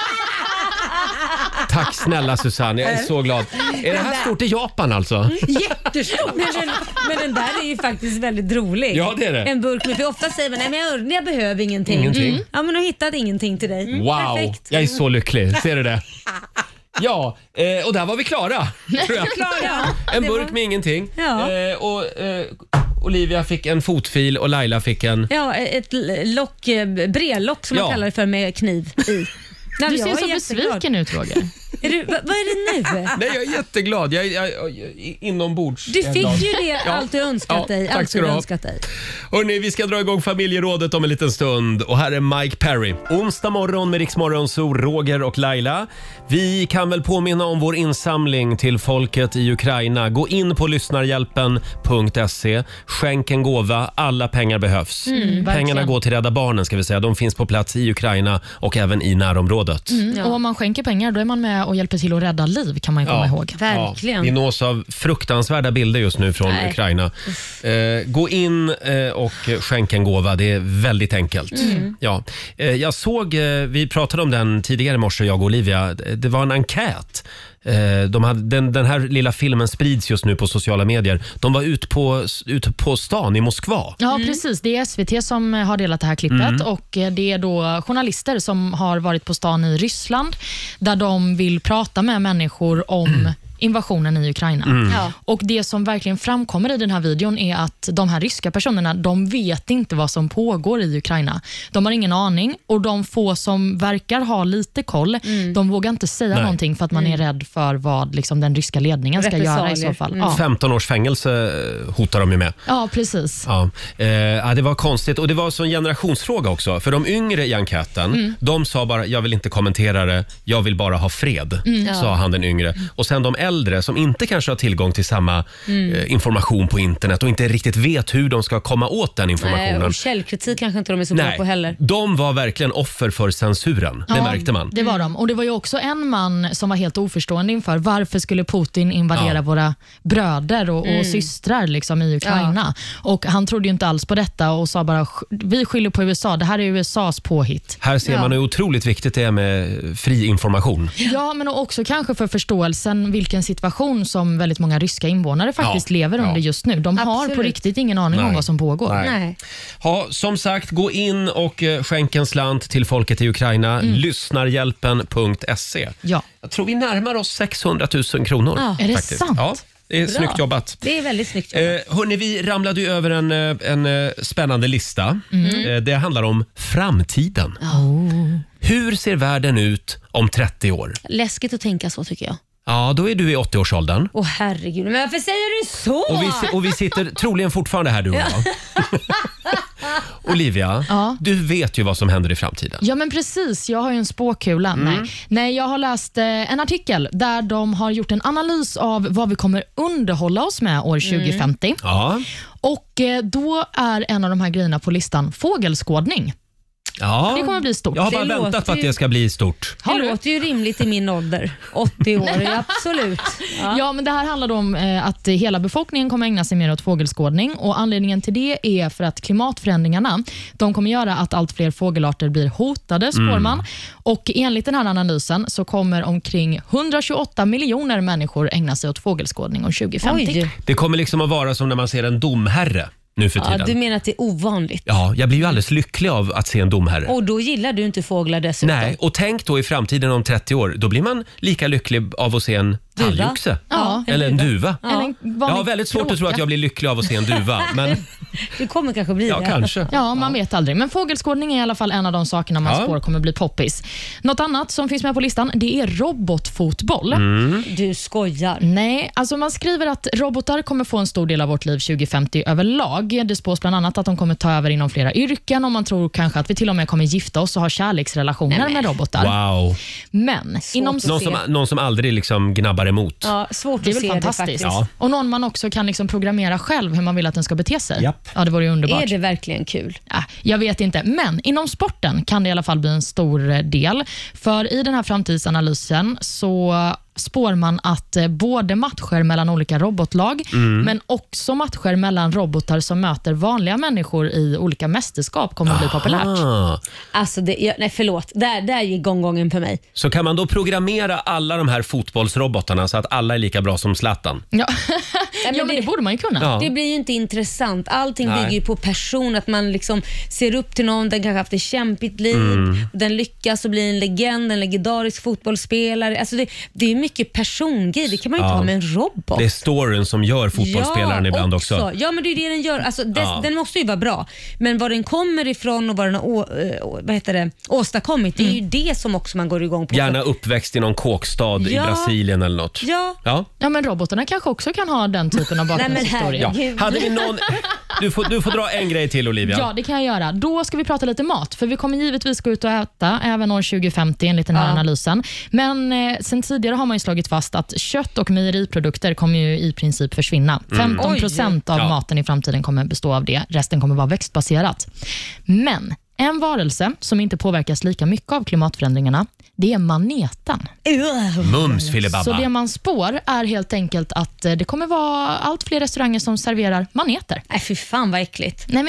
Speaker 1: Tack snälla Susanne, jag är så glad. Är det här stort i Japan alltså?
Speaker 8: Jättestort.
Speaker 2: Men den, men den där är ju faktiskt väldigt rolig.
Speaker 1: Ja, det är det.
Speaker 2: En burk med, för ofta säger man nej men jag, jag behöver ingenting.
Speaker 1: Ingenting.
Speaker 2: Mm. Ja men du har hittat ingenting till dig.
Speaker 1: Wow,
Speaker 2: Perfekt.
Speaker 1: jag är så lycklig. Ser du det? Ja, eh, och där var vi klara. Tror jag.
Speaker 2: Klara.
Speaker 1: En
Speaker 2: Det
Speaker 1: burk
Speaker 2: var-
Speaker 1: med ingenting.
Speaker 2: Ja.
Speaker 1: Eh, och eh, Olivia fick en fotfil och Laila fick en...
Speaker 2: Ja, ett l- lock, eh, brevlock som
Speaker 1: Ja.
Speaker 2: man kallar det för med kniv i. Nej,
Speaker 3: Du
Speaker 2: jag
Speaker 3: ser
Speaker 2: är
Speaker 3: så
Speaker 2: jätteglad.
Speaker 3: besviken ut, Roger.
Speaker 2: Är du, vad, vad är det nu?
Speaker 1: Nej, jag är jätteglad. Jag, jag, jag, jag inombords.
Speaker 2: Du
Speaker 1: är jag
Speaker 2: fick
Speaker 1: glad.
Speaker 2: ju det
Speaker 1: Ja.
Speaker 2: allt du önskat
Speaker 1: Ja,
Speaker 2: dig.
Speaker 1: tack
Speaker 2: Allt
Speaker 1: ska
Speaker 2: du
Speaker 1: du ha.
Speaker 2: önskat dig.
Speaker 1: Hörrni, vi ska dra igång familjerådet om en liten stund. Och här är Mike Perry. Onsdag morgon med Rix Morgon, så Roger och Laila. Vi kan väl påminna om vår insamling till folket i Ukraina. Gå in på lyssnarhjälpen punkt se. Skänk en gåva. Alla pengar behövs.
Speaker 3: verkligen.
Speaker 1: Pengarna går till Rädda Barnen ska vi säga. De finns på plats i Ukraina och även i närområdet.
Speaker 3: Mm. Och om man skänker pengar, då är man med och hjälper till att rädda liv, kan man ju komma ihåg.
Speaker 2: Verkligen.
Speaker 1: Ja, vi nås av fruktansvärda bilder just nu från
Speaker 2: Nej.
Speaker 1: Ukraina. Eh, gå in eh, och skänk en gåva. Det är väldigt enkelt. Ja. Eh, jag såg, eh, vi pratade om den tidigare i morse, jag och Olivia. Det var en enkät. Eh, de hade, den, den här lilla filmen sprids just nu på sociala medier. De var ute på, ut på stan i Moskva.
Speaker 3: Ja, precis. Det är S V T som har delat det här klippet och det är då journalister som har varit på stan i Ryssland där de vill prata med människor om invasionen i Ukraina.
Speaker 1: Mm.
Speaker 2: Ja.
Speaker 3: Och det som verkligen framkommer i den här videon är att de här ryska personerna, de vet inte vad som pågår i Ukraina. De har ingen aning och de få som verkar ha lite koll,
Speaker 2: Mm.
Speaker 3: de vågar inte säga
Speaker 1: Nej.
Speaker 3: någonting för att man är rädd för vad liksom, den ryska ledningen ska göra i så fall.
Speaker 2: Mm.
Speaker 3: Ja.
Speaker 1: femton års fängelse hotar de ju med.
Speaker 3: ja, precis.
Speaker 1: Ja, eh, ja, det var konstigt och det var så en generationsfråga också. För de yngre i enkäten,
Speaker 3: Mm.
Speaker 1: de sa bara jag vill inte kommentera det, jag vill bara ha fred,
Speaker 3: Mm.
Speaker 1: sa han den yngre. Och sen de äldre som inte kanske har tillgång till samma
Speaker 2: Mm.
Speaker 1: eh, information på internet och inte riktigt vet hur de ska komma åt den informationen.
Speaker 2: Nej, och källkritik kanske inte de är så bra på heller.
Speaker 1: de var verkligen offer för censuren. Det
Speaker 3: Ja,
Speaker 1: märkte man.
Speaker 3: Det var de. Och det var ju också en man som var helt oförstående inför varför skulle Putin invadera
Speaker 1: Ja.
Speaker 3: våra bröder och, och
Speaker 2: Mm.
Speaker 3: systrar liksom i Ukraina. Och han trodde ju inte alls på detta och sa bara vi skyller på U S A, det här är U S As påhitt.
Speaker 1: Här ser
Speaker 2: Ja.
Speaker 1: man hur otroligt viktigt det är med fri information.
Speaker 3: Ja, men också kanske för förståelsen vilken situation som väldigt många ryska invånare faktiskt
Speaker 1: Ja,
Speaker 3: lever under
Speaker 1: ja.
Speaker 3: just nu. De har
Speaker 2: Absolut.
Speaker 3: på riktigt ingen aning om
Speaker 1: Nej.
Speaker 3: vad som pågår.
Speaker 1: Nej.
Speaker 2: Nej.
Speaker 1: Ja, som sagt, gå in och eh, skänk en slant till folket i Ukraina. Lyssnarhjälpen punkt se.
Speaker 3: Ja.
Speaker 1: Jag tror vi närmar oss sexhundratusen kronor.
Speaker 2: Ja.
Speaker 3: Är det
Speaker 1: faktiskt.
Speaker 3: sant?
Speaker 1: Ja, det är
Speaker 2: Bra.
Speaker 1: snyggt jobbat.
Speaker 2: Det är väldigt snyggt.
Speaker 1: Eh, hörni, vi ramlade ju över en, eh, en eh, spännande lista. Eh, det handlar om framtiden. Hur ser världen ut om trettio år?
Speaker 2: Läskigt att tänka så tycker jag.
Speaker 1: Ja, då är du i åttio-årsåldern.
Speaker 2: Åh herregud, men varför säger du så?
Speaker 1: Och vi, si- och vi sitter troligen fortfarande här, du och jag. Olivia,
Speaker 3: Ja.
Speaker 1: du vet ju vad som händer i framtiden.
Speaker 3: Ja, men precis. Jag har ju en spåkula.
Speaker 1: Mm.
Speaker 3: Nej. Nej, jag har läst eh, en artikel där de har gjort en analys av vad vi kommer underhålla oss med år tjugo femtio.
Speaker 1: Ja,
Speaker 3: Och eh, då är en av de här grejerna på listan fågelskådning.
Speaker 1: ja.
Speaker 3: Det kommer bli stort.
Speaker 1: Jag har bara
Speaker 2: Det
Speaker 1: väntat
Speaker 2: låter
Speaker 1: på att
Speaker 2: ju-
Speaker 1: det ska bli stort.
Speaker 2: Det
Speaker 3: Har du?
Speaker 2: låter ju rimligt i min ålder. åttio år, ja, absolut. Ja.
Speaker 3: Ja, men det här handlar då om eh, att hela befolkningen kommer ägna sig mer åt fågelskådning och anledningen till det är för att klimatförändringarna, de kommer göra att allt fler fågelarter blir hotade, spår man. Och enligt den här analysen så kommer omkring hundratjugoåtta miljoner människor ägna sig åt fågelskådning år tjugo femtio.
Speaker 2: Oj.
Speaker 1: Det kommer liksom att vara som när man ser en domherre nu för
Speaker 2: Ja,
Speaker 1: tiden.
Speaker 2: du menar att det är ovanligt?
Speaker 1: Ja, jag blir ju alldeles lycklig av att se en domherre.
Speaker 2: Och då gillar du inte fåglar dessutom?
Speaker 1: Nej, och tänk då i framtiden om trettio år, då blir man lika lycklig av att se en
Speaker 2: Duva.
Speaker 1: talgoxe.
Speaker 3: Ja.
Speaker 1: Eller en duva.
Speaker 3: Eller en
Speaker 1: Jag
Speaker 3: vanlig
Speaker 1: har väldigt svårt att tro
Speaker 3: kråka.
Speaker 1: att jag blir lycklig av att se en duva, men
Speaker 2: Det kommer kanske bli
Speaker 1: ja,
Speaker 2: det.
Speaker 1: kanske.
Speaker 3: Ja, man vet aldrig. Men fågelskådning är i alla fall en av de sakerna man
Speaker 1: Ja.
Speaker 3: spår kommer bli poppis. Något annat som finns med på listan, det är robotfotboll.
Speaker 1: Mm.
Speaker 2: Du skojar.
Speaker 3: Nej, alltså man skriver att robotar kommer få en stor del av vårt liv tjugo femtio överlag. Det spås bland annat att de kommer ta över inom flera yrken och man tror kanske att vi till och med kommer gifta oss och ha kärleksrelationer
Speaker 2: Nej, men.
Speaker 3: med robotar.
Speaker 1: Wow.
Speaker 3: Men inom
Speaker 2: att
Speaker 1: Någon
Speaker 2: se.
Speaker 1: som, någon som aldrig liksom gnabbar emot.
Speaker 2: Ja, svårt
Speaker 3: det är
Speaker 2: att
Speaker 3: väl
Speaker 2: se det
Speaker 3: fantastiskt.
Speaker 2: faktiskt.
Speaker 1: Ja.
Speaker 3: Och någon man också kan liksom programmera själv hur man vill att den ska bete sig.
Speaker 1: Japp.
Speaker 3: Ja, det vore ju underbart.
Speaker 2: Är det verkligen kul?
Speaker 3: Ja, jag vet inte, men inom sporten kan det i alla fall bli en stor del. För i den här framtidsanalysen så spår man att eh, både matcher mellan olika robotlag men också matcher mellan robotar som möter vanliga människor i olika mästerskap kommer att bli populärt.
Speaker 1: Ah.
Speaker 2: Alltså, det, ja, nej förlåt. Där, där gick gånggången för mig.
Speaker 1: Så kan man då programmera alla de här fotbollsrobotarna så att alla är lika bra som Zlatan?
Speaker 3: Ja,
Speaker 2: men
Speaker 3: ja men det
Speaker 2: det-
Speaker 3: borde man ju kunna.
Speaker 1: Ja.
Speaker 2: Det blir ju inte intressant. Allting
Speaker 1: Nej.
Speaker 2: bygger ju på person, att man liksom ser upp till någon, den kanske haft ett kämpigt liv, och den lyckas och blir en legend, en legendarisk fotbollsspelare. Alltså det, det är mycket persongrej, det kan man ju inte
Speaker 1: Ja.
Speaker 2: ha med en robot.
Speaker 1: Det är storyn som gör fotbollsspelaren
Speaker 2: ja,
Speaker 1: ibland också.
Speaker 2: Ja, men det är det den gör. Alltså, dess,
Speaker 1: Ja.
Speaker 2: Den måste ju vara bra. Men var den kommer ifrån och vad den har å, äh, vad heter det, åstadkommit, det är ju det som också man går igång på.
Speaker 1: Gärna uppväxt i någon kåkstad i
Speaker 2: Ja.
Speaker 1: Brasilien eller något.
Speaker 2: Ja.
Speaker 1: Ja.
Speaker 3: Ja, men robotarna kanske också kan ha den typen av
Speaker 2: Nej, men
Speaker 3: bakgrundshistoria.
Speaker 1: Ja.
Speaker 2: herregud.
Speaker 1: Hade vi någon... du, får, du får dra en grej till, Olivia.
Speaker 3: Ja, det kan jag göra. Då ska vi prata lite mat, för vi kommer givetvis gå ut och äta även år tjugo femtio enligt den här
Speaker 2: Ja.
Speaker 3: analysen. Men eh, sen tidigare har man ju slagit fast att kött och mejeriprodukter kommer ju i princip försvinna. femton procent av
Speaker 1: Ja.
Speaker 3: maten i framtiden kommer bestå av det. Resten kommer vara växtbaserat. Men en varelse som inte påverkas lika mycket av klimatförändringarna, det är maneten.
Speaker 1: Mums
Speaker 3: Så
Speaker 1: filibabba.
Speaker 3: det man spår är helt enkelt att eh, det kommer vara allt fler restauranger som serverar maneter.
Speaker 2: Nej, fy fan vad äckligt.
Speaker 3: Nej, men jag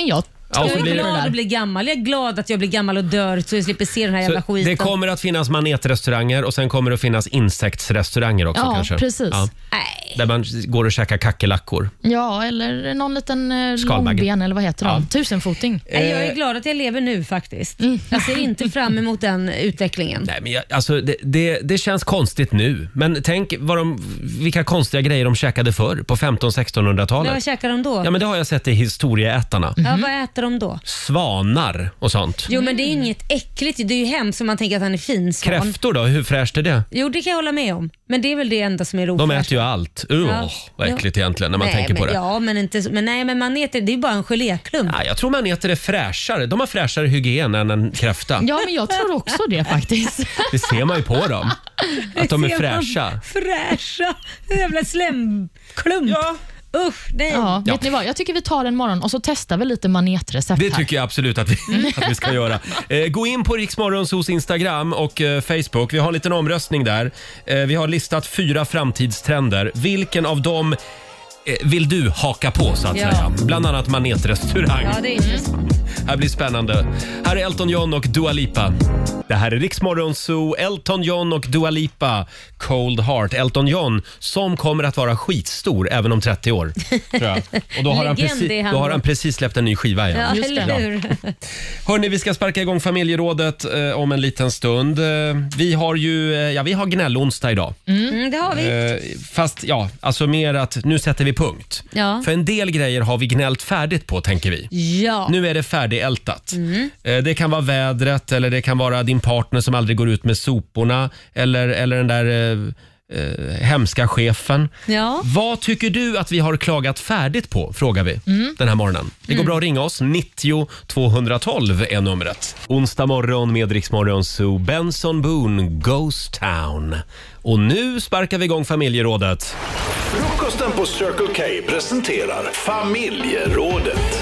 Speaker 1: Ja, och så
Speaker 2: Jag är
Speaker 1: blir det-
Speaker 2: glad att bli gammal. Jag är glad att jag blir gammal och dör så jag slipper se den här jävla
Speaker 1: Så
Speaker 2: skiten.
Speaker 1: det kommer att finnas manetrestauranger och sen kommer det att finnas insektsrestauranger också
Speaker 3: Ja,
Speaker 1: kanske.
Speaker 3: precis.
Speaker 2: Nej.
Speaker 1: Där man går och käkar kackerlackor.
Speaker 3: Ja, eller någon liten eh,
Speaker 1: Skalbagge.
Speaker 3: långben eller vad heter de? Tusenfoting.
Speaker 2: Nej, jag är glad att jag lever nu faktiskt. Jag ser inte fram emot den utvecklingen.
Speaker 1: Nej, men jag, alltså, det, det, det känns konstigt nu. Men tänk vad de, vilka konstiga grejer de käkade förr på femtonhundra-sextonhundratalet.
Speaker 2: Men vad käkar de då?
Speaker 1: Ja, men det har jag sett i Historieätarna.
Speaker 2: Ja, vad äter de då?
Speaker 1: Svanar och sånt.
Speaker 2: Jo, men det är ju inget äckligt. Det är ju hemskt som man tänker att han är fin svan.
Speaker 1: Kräftor då, hur fräscht är det?
Speaker 2: Jo, det kan jag hålla med om. Men det är väl det enda som är
Speaker 1: De
Speaker 2: ofräscht.
Speaker 1: äter ju allt. Uh,
Speaker 2: Ja.
Speaker 1: Vad äckligt egentligen när man
Speaker 2: nej,
Speaker 1: tänker på
Speaker 2: men,
Speaker 1: det.
Speaker 2: Ja, men, inte, så- men nej, men maneter, det är ju bara en geléklump.
Speaker 1: Ja, jag tror maneter är fräschare. De har fräschare hygien än en kräfta.
Speaker 3: Ja, men jag tror också det faktiskt.
Speaker 1: Det ser man ju på dem. Att de är
Speaker 2: Ser man
Speaker 1: fräscha.
Speaker 2: Fräscha. En jävla slemklump.
Speaker 1: Ja.
Speaker 2: Usch, nej.
Speaker 3: Ja,
Speaker 1: Ja.
Speaker 3: vet ni vad? Jag tycker vi tar en morgon och så testar vi lite manetrecept
Speaker 1: Det
Speaker 3: här.
Speaker 1: tycker jag absolut att vi, att vi ska göra. Eh, gå in på Riksmorgonsos Instagram och eh, Facebook. Vi har en liten omröstning där. Eh, vi har listat fyra framtidstrender. Vilken av dem eh, vill du haka på så att
Speaker 2: Ja.
Speaker 1: säga? Bland annat manetrestaurang.
Speaker 2: Ja, det är intressant.
Speaker 1: Här blir spännande. Här är Elton John och Dua Lipa. Det här är Riksmorgonso, Elton John och Dua Lipa, Cold Heart. Elton John som kommer att vara skitstor även om trettio år. Tror jag. Och då har, han
Speaker 2: Legend
Speaker 1: precis,
Speaker 2: är han
Speaker 1: då har
Speaker 2: då.
Speaker 1: han precis släppt en ny skiva igen.
Speaker 2: Ja,
Speaker 3: Just det.
Speaker 2: eller hur?
Speaker 1: Hörni, vi ska sparka igång familjerådet eh, om en liten stund. Eh, vi har ju, eh, ja vi har gnällonsdag idag.
Speaker 2: Mm, det har vi.
Speaker 1: Eh, fast ja, alltså mer att nu sätter vi punkt.
Speaker 2: Ja.
Speaker 1: För en del grejer har vi gnällt färdigt på, tänker vi.
Speaker 2: Ja.
Speaker 1: Nu är det färdigältat. Eh, Det kan vara vädret eller det kan vara din partner som aldrig går ut med soporna eller, eller den där eh, eh, hemska chefen.
Speaker 2: Ja.
Speaker 1: Vad tycker du att vi har klagat färdigt på, frågar vi den här morgonen. Det går bra att ringa oss. nittio tvåhundratolv är numret. Onsdag morgon med Rix Morgon Zoo. Benson Boone, Ghost Town. Och nu sparkar vi igång familjerådet.
Speaker 9: Frukosten på Circle K presenterar familjerådet.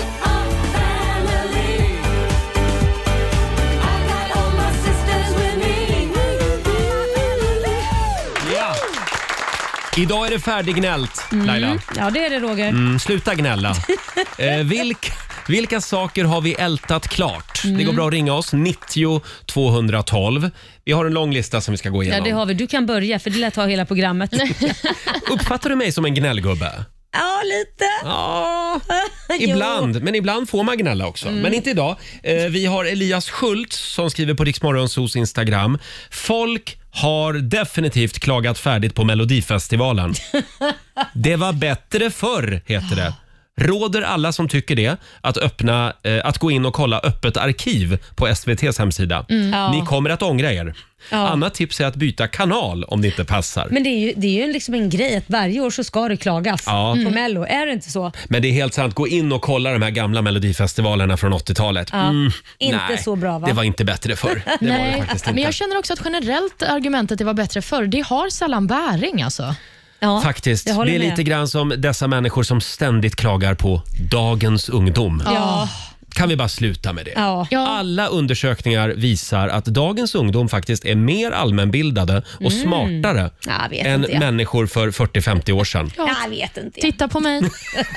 Speaker 1: Ja. Idag är det färdiggnällt, Laila.
Speaker 2: Ja, det är det Roger.
Speaker 1: Mm, sluta gnälla. Eh, vilka, vilka saker har vi ältat klart? Det går bra att ringa oss, nittio tvåhundratolv. Vi har en lång lista som vi ska gå
Speaker 2: Ja,
Speaker 1: igenom.
Speaker 2: det har vi. Du kan börja för det lät ha hela programmet.
Speaker 1: Uppfattar du mig som en gnällgubbe?
Speaker 2: Ja, lite.
Speaker 1: Ja,
Speaker 2: Jo.
Speaker 1: ibland. Men ibland får man gnälla också. Men inte idag. Eh, vi har Elias Schultz som skriver på Riksmorgonsos Instagram. Folk har definitivt klagat färdigt på Melodifestivalen. Det var bättre förr, heter det. Råder alla som tycker det att, öppna, eh, att gå in och kolla öppet arkiv på S V T:s hemsida.
Speaker 2: Ja.
Speaker 1: Ni kommer att ångra er.
Speaker 2: Ja.
Speaker 1: Annat tips är att byta kanal om det inte passar.
Speaker 2: Men det är ju, det är ju liksom en grej att varje år så ska det klagas
Speaker 1: Ja.
Speaker 2: på Mello. Är det inte så?
Speaker 1: Men det är helt sant. Gå in och kolla de här gamla melodifestivalerna från åttiotalet.
Speaker 2: Ja. Inte
Speaker 1: nej,
Speaker 2: så bra, va?
Speaker 1: Det var inte bättre förr. Det var det
Speaker 3: Nej,
Speaker 1: faktiskt
Speaker 3: men
Speaker 1: inte.
Speaker 3: jag känner också att generellt argumentet det var bättre förr, det har sällan bäring alltså.
Speaker 2: Ja,
Speaker 1: Faktiskt.
Speaker 2: jag
Speaker 1: Det
Speaker 2: håller
Speaker 1: är
Speaker 2: med.
Speaker 1: lite grann som dessa människor som ständigt klagar på dagens ungdom.
Speaker 2: Ja.
Speaker 1: Kan vi bara sluta med det?
Speaker 2: Ja.
Speaker 3: Ja.
Speaker 1: Alla undersökningar visar att dagens ungdom faktiskt är mer allmänbildade och smartare
Speaker 2: Jag vet
Speaker 1: än
Speaker 2: inte, ja.
Speaker 1: människor för fyrtio femtio år sedan.
Speaker 2: Jag vet inte.
Speaker 3: Titta på mig.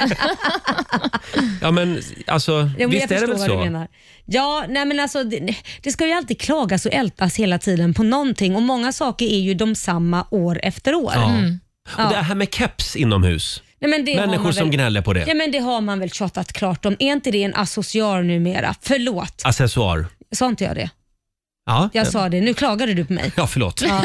Speaker 1: Ja, men alltså,
Speaker 2: Ja, men
Speaker 1: visst
Speaker 2: jag
Speaker 1: är det
Speaker 2: förstår
Speaker 1: väl
Speaker 2: vad du
Speaker 1: så?
Speaker 2: menar. Ja, nej men alltså det, det ska ju alltid klagas och ältas hela tiden på någonting och många saker är ju de samma år efter år.
Speaker 1: Ja.
Speaker 3: Mm.
Speaker 1: Och det här med keps inomhus.
Speaker 2: Nej, men det har
Speaker 1: Människor
Speaker 2: man
Speaker 1: som
Speaker 2: väl,
Speaker 1: gnäller på det.
Speaker 2: Ja, men det har man väl tjatat klart om. Är inte det en accessoar numera? Förlåt,
Speaker 1: Accessoar.
Speaker 2: sa inte jag det?
Speaker 1: Ja,
Speaker 2: Jag sa det, nu klagade du på mig.
Speaker 1: ja förlåt.
Speaker 2: Ja.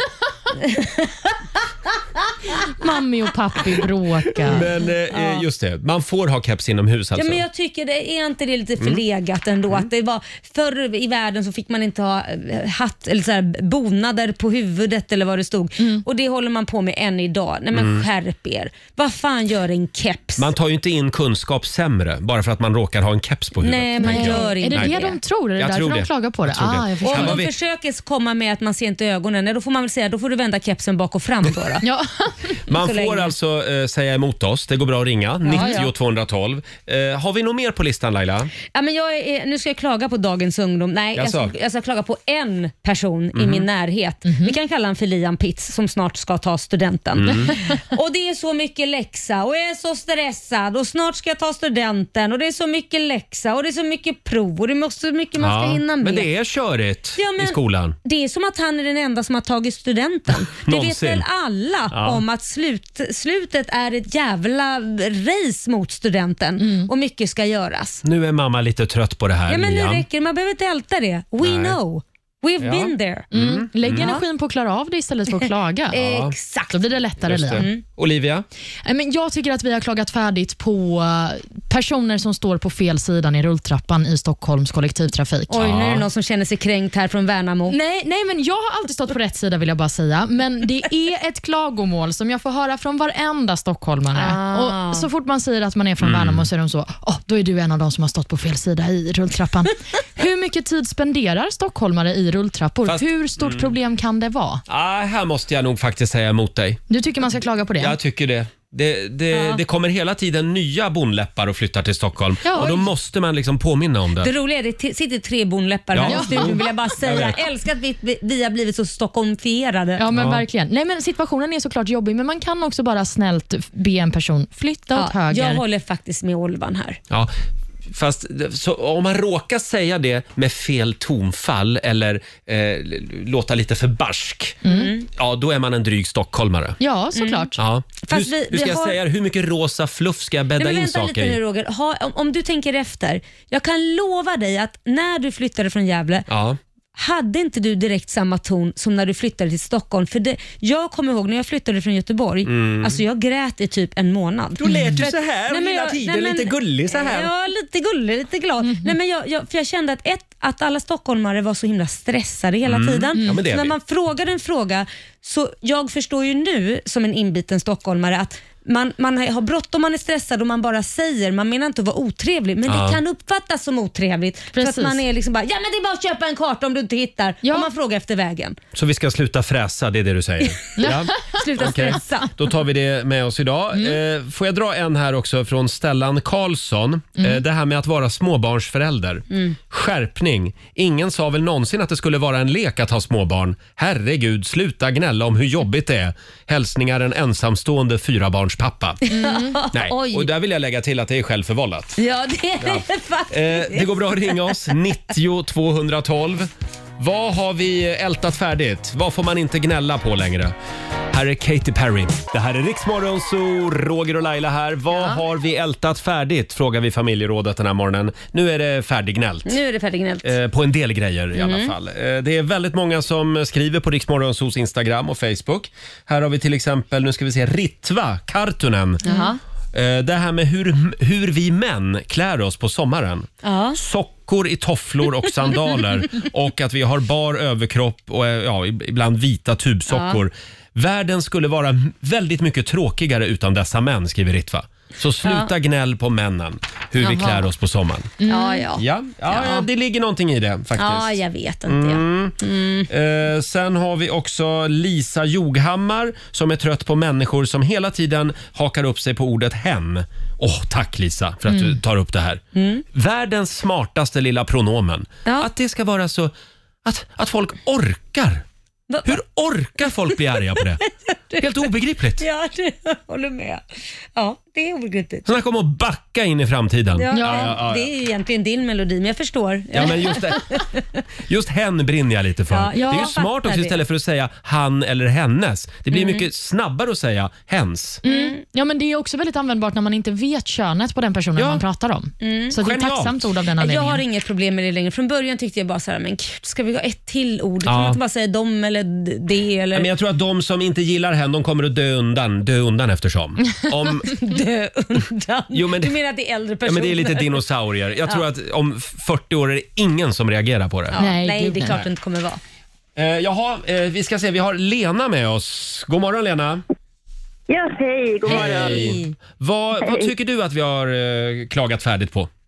Speaker 3: Mammi och pappi bråkar.
Speaker 1: Men eh, just det, man får ha keps inomhus
Speaker 2: Ja,
Speaker 1: alltså.
Speaker 2: men jag tycker det är inte det lite förlegat ändå att det var förr i världen så fick man inte ha eh, hatt eller så här, bonader på huvudet eller vad det stod och det håller man på med än idag. Nej men skärp er. Vad fan gör en keps?
Speaker 1: Man tar ju inte in kunskap sämre bara för att man råkar ha en keps på huvudet.
Speaker 2: Nej, man
Speaker 1: tänker jag.
Speaker 2: gör
Speaker 3: Är
Speaker 2: inte
Speaker 3: det det
Speaker 2: det.
Speaker 3: de tror? Är det
Speaker 1: Jag
Speaker 3: därför
Speaker 1: tror
Speaker 3: de
Speaker 1: det.
Speaker 3: klagar på det?
Speaker 1: Jag tror det.
Speaker 3: Ah, jag
Speaker 2: Och
Speaker 3: förstår.
Speaker 1: Här
Speaker 2: om
Speaker 1: var
Speaker 2: de
Speaker 1: vi-
Speaker 2: försöker komma med att man ser inte ögonen, nej, då får man väl säga då får du vända kepsen bak och fram då. då.
Speaker 3: Ja.
Speaker 1: Man
Speaker 2: Så
Speaker 1: får
Speaker 2: länge.
Speaker 1: alltså eh, säga emot oss. Det går bra att ringa. nittio
Speaker 2: ja.
Speaker 1: tvåhundratolv. Eh, har vi något mer på listan, Laila?
Speaker 2: Ja, men jag är, nu ska jag klaga på dagens ungdom. Nej, jag
Speaker 1: Jaså?
Speaker 2: ska, jag ska klaga på en person i min närhet. Vi kan kalla honom för Liam Pitts som snart ska ta studenten. Och det är så mycket läxa och jag är så stressad och snart ska jag ta studenten och det är så mycket läxa och det är så mycket prov och det är så mycket man ska hinna med.
Speaker 1: men det är körigt
Speaker 2: Ja, men
Speaker 1: i skolan.
Speaker 2: Det är som att han är den enda som har tagit studenten. Det vet
Speaker 1: Någonsin.
Speaker 2: väl alla
Speaker 1: Ja.
Speaker 2: om att slut, slutet är ett jävla race mot studenten och mycket ska göras.
Speaker 1: Nu är mamma lite trött på det här,
Speaker 2: Ja, men
Speaker 1: Liam.
Speaker 2: nu räcker det. Man behöver inte älta det. We
Speaker 1: Nej.
Speaker 2: know. We've
Speaker 1: Ja.
Speaker 2: been there.
Speaker 3: Mm. Lägg energin på att klara av det istället för att klaga.
Speaker 1: Ja.
Speaker 2: Exakt.
Speaker 3: Då blir det lättare,
Speaker 1: Just det.
Speaker 3: Liam.
Speaker 1: Olivia?
Speaker 3: Nej, men jag tycker att vi har klagat färdigt på eh, personer som står på fel sidan i rulltrappan i Stockholms kollektivtrafik.
Speaker 2: Oj, nu är det någon som känner sig kränkt här från Värnamo.
Speaker 3: Nej, nej, men jag har alltid stått på rätt sida vill jag bara säga. Men det är ett klagomål som jag får höra från varenda stockholmare.
Speaker 2: Ah.
Speaker 3: Och så fort man säger att man är från
Speaker 1: Mm.
Speaker 3: Värnamo så är de så, oh, då är du en av de som har stått på fel sida i rulltrappan. Hur mycket tid spenderar stockholmare i rulltrappor?
Speaker 1: Fast-
Speaker 3: Hur stort problem kan det vara?
Speaker 1: Ah, här måste jag nog faktiskt säga emot dig.
Speaker 3: Du tycker man ska klaga på det?
Speaker 1: Jag tycker det. Det, det,
Speaker 2: Ja.
Speaker 1: det kommer hela tiden nya bonläppar och flyttar till Stockholm.
Speaker 3: Ja,
Speaker 1: och då
Speaker 3: oj.
Speaker 1: måste man liksom påminna om
Speaker 2: Det
Speaker 1: det.
Speaker 2: roliga är att det t- sitter tre bonläppar
Speaker 1: Ja.
Speaker 2: här i studion vill jag bara säga.
Speaker 1: Jag
Speaker 2: Jag
Speaker 1: vet.
Speaker 2: älskar att vi, vi har blivit så stockholmfierade.
Speaker 3: Ja, men
Speaker 1: Ja.
Speaker 3: verkligen. Nej, men situationen är såklart jobbig, men man kan också bara snällt be en person flytta åt
Speaker 2: Ja,
Speaker 3: höger.
Speaker 2: jag håller faktiskt med Olvan här.
Speaker 1: Ja. Fast så, om man råkar säga det med fel tonfall eller eh, l- låta lite för barsk, ja, då är man en dryg stockholmare.
Speaker 3: Ja, såklart.
Speaker 1: Ja.
Speaker 2: Fast
Speaker 1: hur,
Speaker 2: vi-
Speaker 1: hur ska
Speaker 2: vi
Speaker 1: jag
Speaker 2: har-
Speaker 1: säga det? Hur mycket rosa fluff ska jag bädda
Speaker 2: Nej, men
Speaker 1: in
Speaker 2: vänta
Speaker 1: saker
Speaker 2: lite nu
Speaker 1: i?
Speaker 2: Roger. Ha, om, om du tänker efter. Jag kan lova dig att när du flyttade från Gävle
Speaker 1: Ja.
Speaker 2: hade inte du direkt samma ton som när du flyttade till Stockholm. För det, jag kommer ihåg när jag flyttade från Göteborg, alltså jag grät i typ en månad.
Speaker 1: Då lät du
Speaker 2: För
Speaker 1: så
Speaker 2: att-
Speaker 1: här
Speaker 2: Nej, men
Speaker 1: hela
Speaker 2: jag-
Speaker 1: tiden,
Speaker 2: nej, men-
Speaker 1: lite gullig så här.
Speaker 2: Ja, lite gullig, lite glad. Nej, men jag, jag, för jag kände att, ett, att alla stockholmare var så himla stressade hela tiden.
Speaker 1: Ja, men det är
Speaker 2: så när
Speaker 1: vi.
Speaker 2: man frågar en fråga, så jag förstår ju nu som en inbiten stockholmare att man, man har bråttom, man är stressad och man bara säger, man menar inte att vara otrevlig, men
Speaker 1: Ja.
Speaker 2: det kan uppfattas som otrevligt. För
Speaker 3: Precis.
Speaker 2: att man är liksom bara, ja men det är bara att köpa en karta om du inte hittar.
Speaker 3: Ja.
Speaker 2: Om man frågar efter vägen.
Speaker 1: Så vi ska sluta fräsa, det är det du säger? Ja.
Speaker 2: Sluta
Speaker 1: Okej.
Speaker 2: stressa.
Speaker 1: Då tar vi det med oss idag. Eh, får jag dra en här också från Stellan Karlsson. Eh, det här med att vara småbarnsförälder. Skärpning. Ingen sa väl någonsin att det skulle vara en lek att ha småbarn. Herregud, sluta gnälla om hur jobbigt det är. Hälsningar en ensamstående fyrabarnspappa. Nej.
Speaker 2: Oj.
Speaker 1: Och där vill jag lägga till att det är självförvållat.
Speaker 2: Ja, det är det faktiskt.
Speaker 1: Eh, det går bra att ringa oss. nittio tvåhundratolv. Vad har vi ältat färdigt? Vad får man inte gnälla på längre? Här är Katy Perry. Det här är Riksmorgon, så Roger och Laila här. Vad har vi ältat färdigt? Frågar vi familjerådet den här morgonen. Nu är det färdiggnällt.
Speaker 2: Nu är det färdiggnällt.
Speaker 1: Eh, på en del grejer i alla fall. Eh, det är väldigt många som skriver på Riksmorgonsos Instagram och Facebook. Här har vi till exempel, nu ska vi se, Ritva Kartunen.
Speaker 2: Jaha.
Speaker 1: Eh, Det här med hur, hur vi män klär oss på sommaren.
Speaker 2: Ja.
Speaker 1: Sockor i tofflor och sandaler och att vi har bar överkropp och eh, ja, ibland vita tubsockor. Världen skulle vara m- väldigt mycket tråkigare utan dessa män, skriver Ritva. Så sluta
Speaker 2: Ja.
Speaker 1: gnäll på männen, hur vi
Speaker 2: Jaha.
Speaker 1: klär oss på sommaren.
Speaker 2: Ja, ja.
Speaker 1: Ja, ja,
Speaker 2: Ja.
Speaker 1: det ligger någonting i det faktiskt.
Speaker 2: Ja, jag vet inte.
Speaker 1: Mm. Eh, sen har vi också Lisa Joghammar som är trött på människor som hela tiden hakar upp sig på ordet hen. Åh, tack Lisa för att du tar upp det här. Världens smartaste lilla pronomen.
Speaker 2: Ja.
Speaker 1: Att det ska vara så... Att, att folk orkar.
Speaker 2: Va-
Speaker 1: Hur orkar folk bli arga på det? Helt obegripligt.
Speaker 2: Ja, det, jag håller med. Ja, det är obegripligt.
Speaker 1: Snacka om att backa in i framtiden.
Speaker 2: Ja,
Speaker 1: ja, ja.
Speaker 2: Det är ju egentligen din melodi, men jag förstår.
Speaker 1: Ja, men just, det, just hen brinner jag lite för.
Speaker 2: Ja, jag
Speaker 1: det är ju smart
Speaker 2: fattar
Speaker 1: också
Speaker 2: det.
Speaker 1: istället för att säga han eller hennes. Det blir mycket snabbare att säga hens.
Speaker 3: Mm. Ja, men det är också väldigt användbart när man inte vet könet på den personen
Speaker 1: Ja.
Speaker 3: man pratar om. Så det är ett
Speaker 1: Genialt.
Speaker 3: tacksamt ord av den
Speaker 2: Jag
Speaker 3: anledningen.
Speaker 2: har inget problem med det längre. Från början tyckte jag bara så här, men gud, ska vi ha ett till ord? Kan
Speaker 1: Ja.
Speaker 2: man inte bara säga dem eller d- det eller
Speaker 1: Ja, men jag tror att de som inte gillar hen, de kommer att dö undan, dö undan eftersom. Om,
Speaker 2: dö undan?
Speaker 1: Jo, men det-
Speaker 2: du menar att det är äldre
Speaker 1: ja,
Speaker 2: personer?
Speaker 1: men det är lite dinosaurier. Jag tror att om fyrtio år är det ingen som reagerar på det.
Speaker 2: Ja,
Speaker 3: Nej,
Speaker 2: nej,
Speaker 3: gud,
Speaker 2: det är
Speaker 3: nej.
Speaker 2: klart det inte kommer vara.
Speaker 1: Eh, jaha, eh, vi ska se, vi har Lena med oss. God morgon Lena.
Speaker 7: Ja, hej, god morgon.
Speaker 1: Hej. Vad, vad tycker du att vi har eh, klagat färdigt på?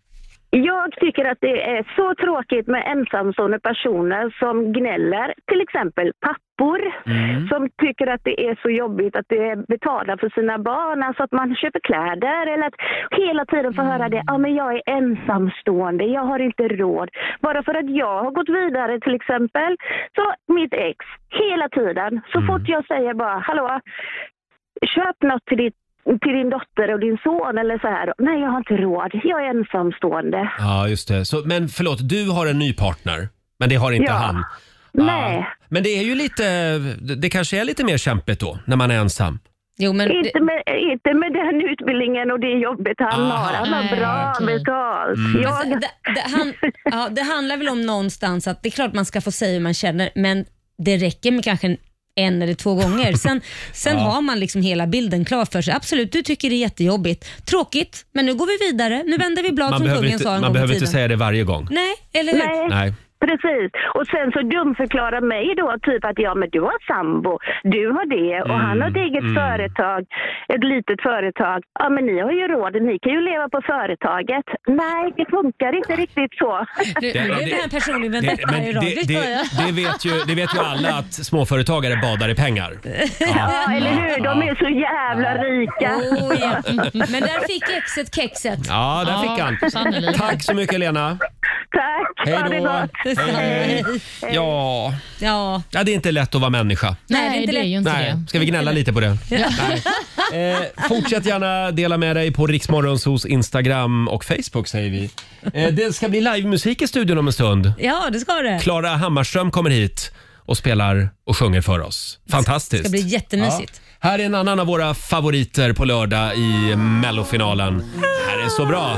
Speaker 10: Jag tycker att det är så tråkigt med ensamstående personer som gnäller. Till exempel pappor mm. som tycker att det är så jobbigt att det betalar för sina barn. Alltså att man köper kläder eller att hela tiden får höra det. Ja, men jag är ensamstående, jag har inte råd. Bara för att jag har gått vidare till exempel. Så mitt ex, hela tiden. Så mm. fort jag säger bara, hallå, köp något till ditt till din dotter och din son eller så här. Nej, jag har inte råd. Jag är ensamstående.
Speaker 1: Ja, just det. Så, men förlåt, du har en ny partner, men det har inte
Speaker 10: ja.
Speaker 1: han.
Speaker 10: Nej.
Speaker 1: Ja. Men det är ju lite, det kanske är lite mer kämpigt då, när man är ensam.
Speaker 2: Jo, men
Speaker 10: inte, med, inte med den utbildningen och det jobbet han Aha. har. Han har bra
Speaker 2: Nej,
Speaker 10: betalt.
Speaker 2: Mm.
Speaker 10: Jag...
Speaker 2: Alltså, det, det, han, ja, det handlar väl om någonstans att det är klart man ska få säga hur man känner, men det räcker med kanske en en eller två gånger. Sen, sen ja. har man liksom hela bilden klar för sig. Absolut, du tycker det är jättejobbigt. Tråkigt, men nu går vi vidare. Nu vänder vi blad
Speaker 1: man
Speaker 2: som kungen
Speaker 1: inte,
Speaker 2: sa en
Speaker 1: Man
Speaker 2: gång
Speaker 1: behöver
Speaker 2: tiden.
Speaker 1: inte säga det varje gång.
Speaker 2: Nej, eller hur?
Speaker 10: Nej.
Speaker 1: Nej.
Speaker 10: Precis. Och sen så dumförklara mig då typ att ja, men du har sambo, du har det och mm, han har ett eget mm. företag, ett litet företag. Ja, men ni har ju råd, ni kan ju leva på företaget. Nej, det funkar inte riktigt så.
Speaker 2: Det, det, det är den här personen med detta här idag.
Speaker 1: Det, det, det, det, vet ju, det vet ju alla att småföretagare badar i pengar.
Speaker 10: Ja, ja eller hur? De är så jävla rika.
Speaker 2: Oh, ja. Men där fick exet kexet.
Speaker 1: Ja, där fick han.
Speaker 3: Sannolikt.
Speaker 1: Tack så mycket, Lena.
Speaker 10: Tack.
Speaker 1: Hej
Speaker 10: Ha det
Speaker 1: då.
Speaker 10: gott.
Speaker 1: Hej. Ja.
Speaker 2: Ja.
Speaker 1: ja, det är inte lätt att vara människa.
Speaker 2: Nej, det är, inte
Speaker 3: det är ju inte
Speaker 1: Nej.
Speaker 3: det.
Speaker 1: Ska vi gnälla lite på det?
Speaker 2: Ja.
Speaker 1: Nej. Eh, fortsätt gärna dela med dig på Riksmorgonsos Instagram och Facebook, säger vi. Eh, det ska bli livemusik i studion om en stund.
Speaker 2: Ja, det ska det.
Speaker 1: Klara Hammarström kommer hit och spelar och sjunger för oss. Fantastiskt.
Speaker 2: Det ska bli jättemysigt.
Speaker 1: Ja. Här är en annan av våra favoriter på lördag i Mellofinalen. Det här är så bra.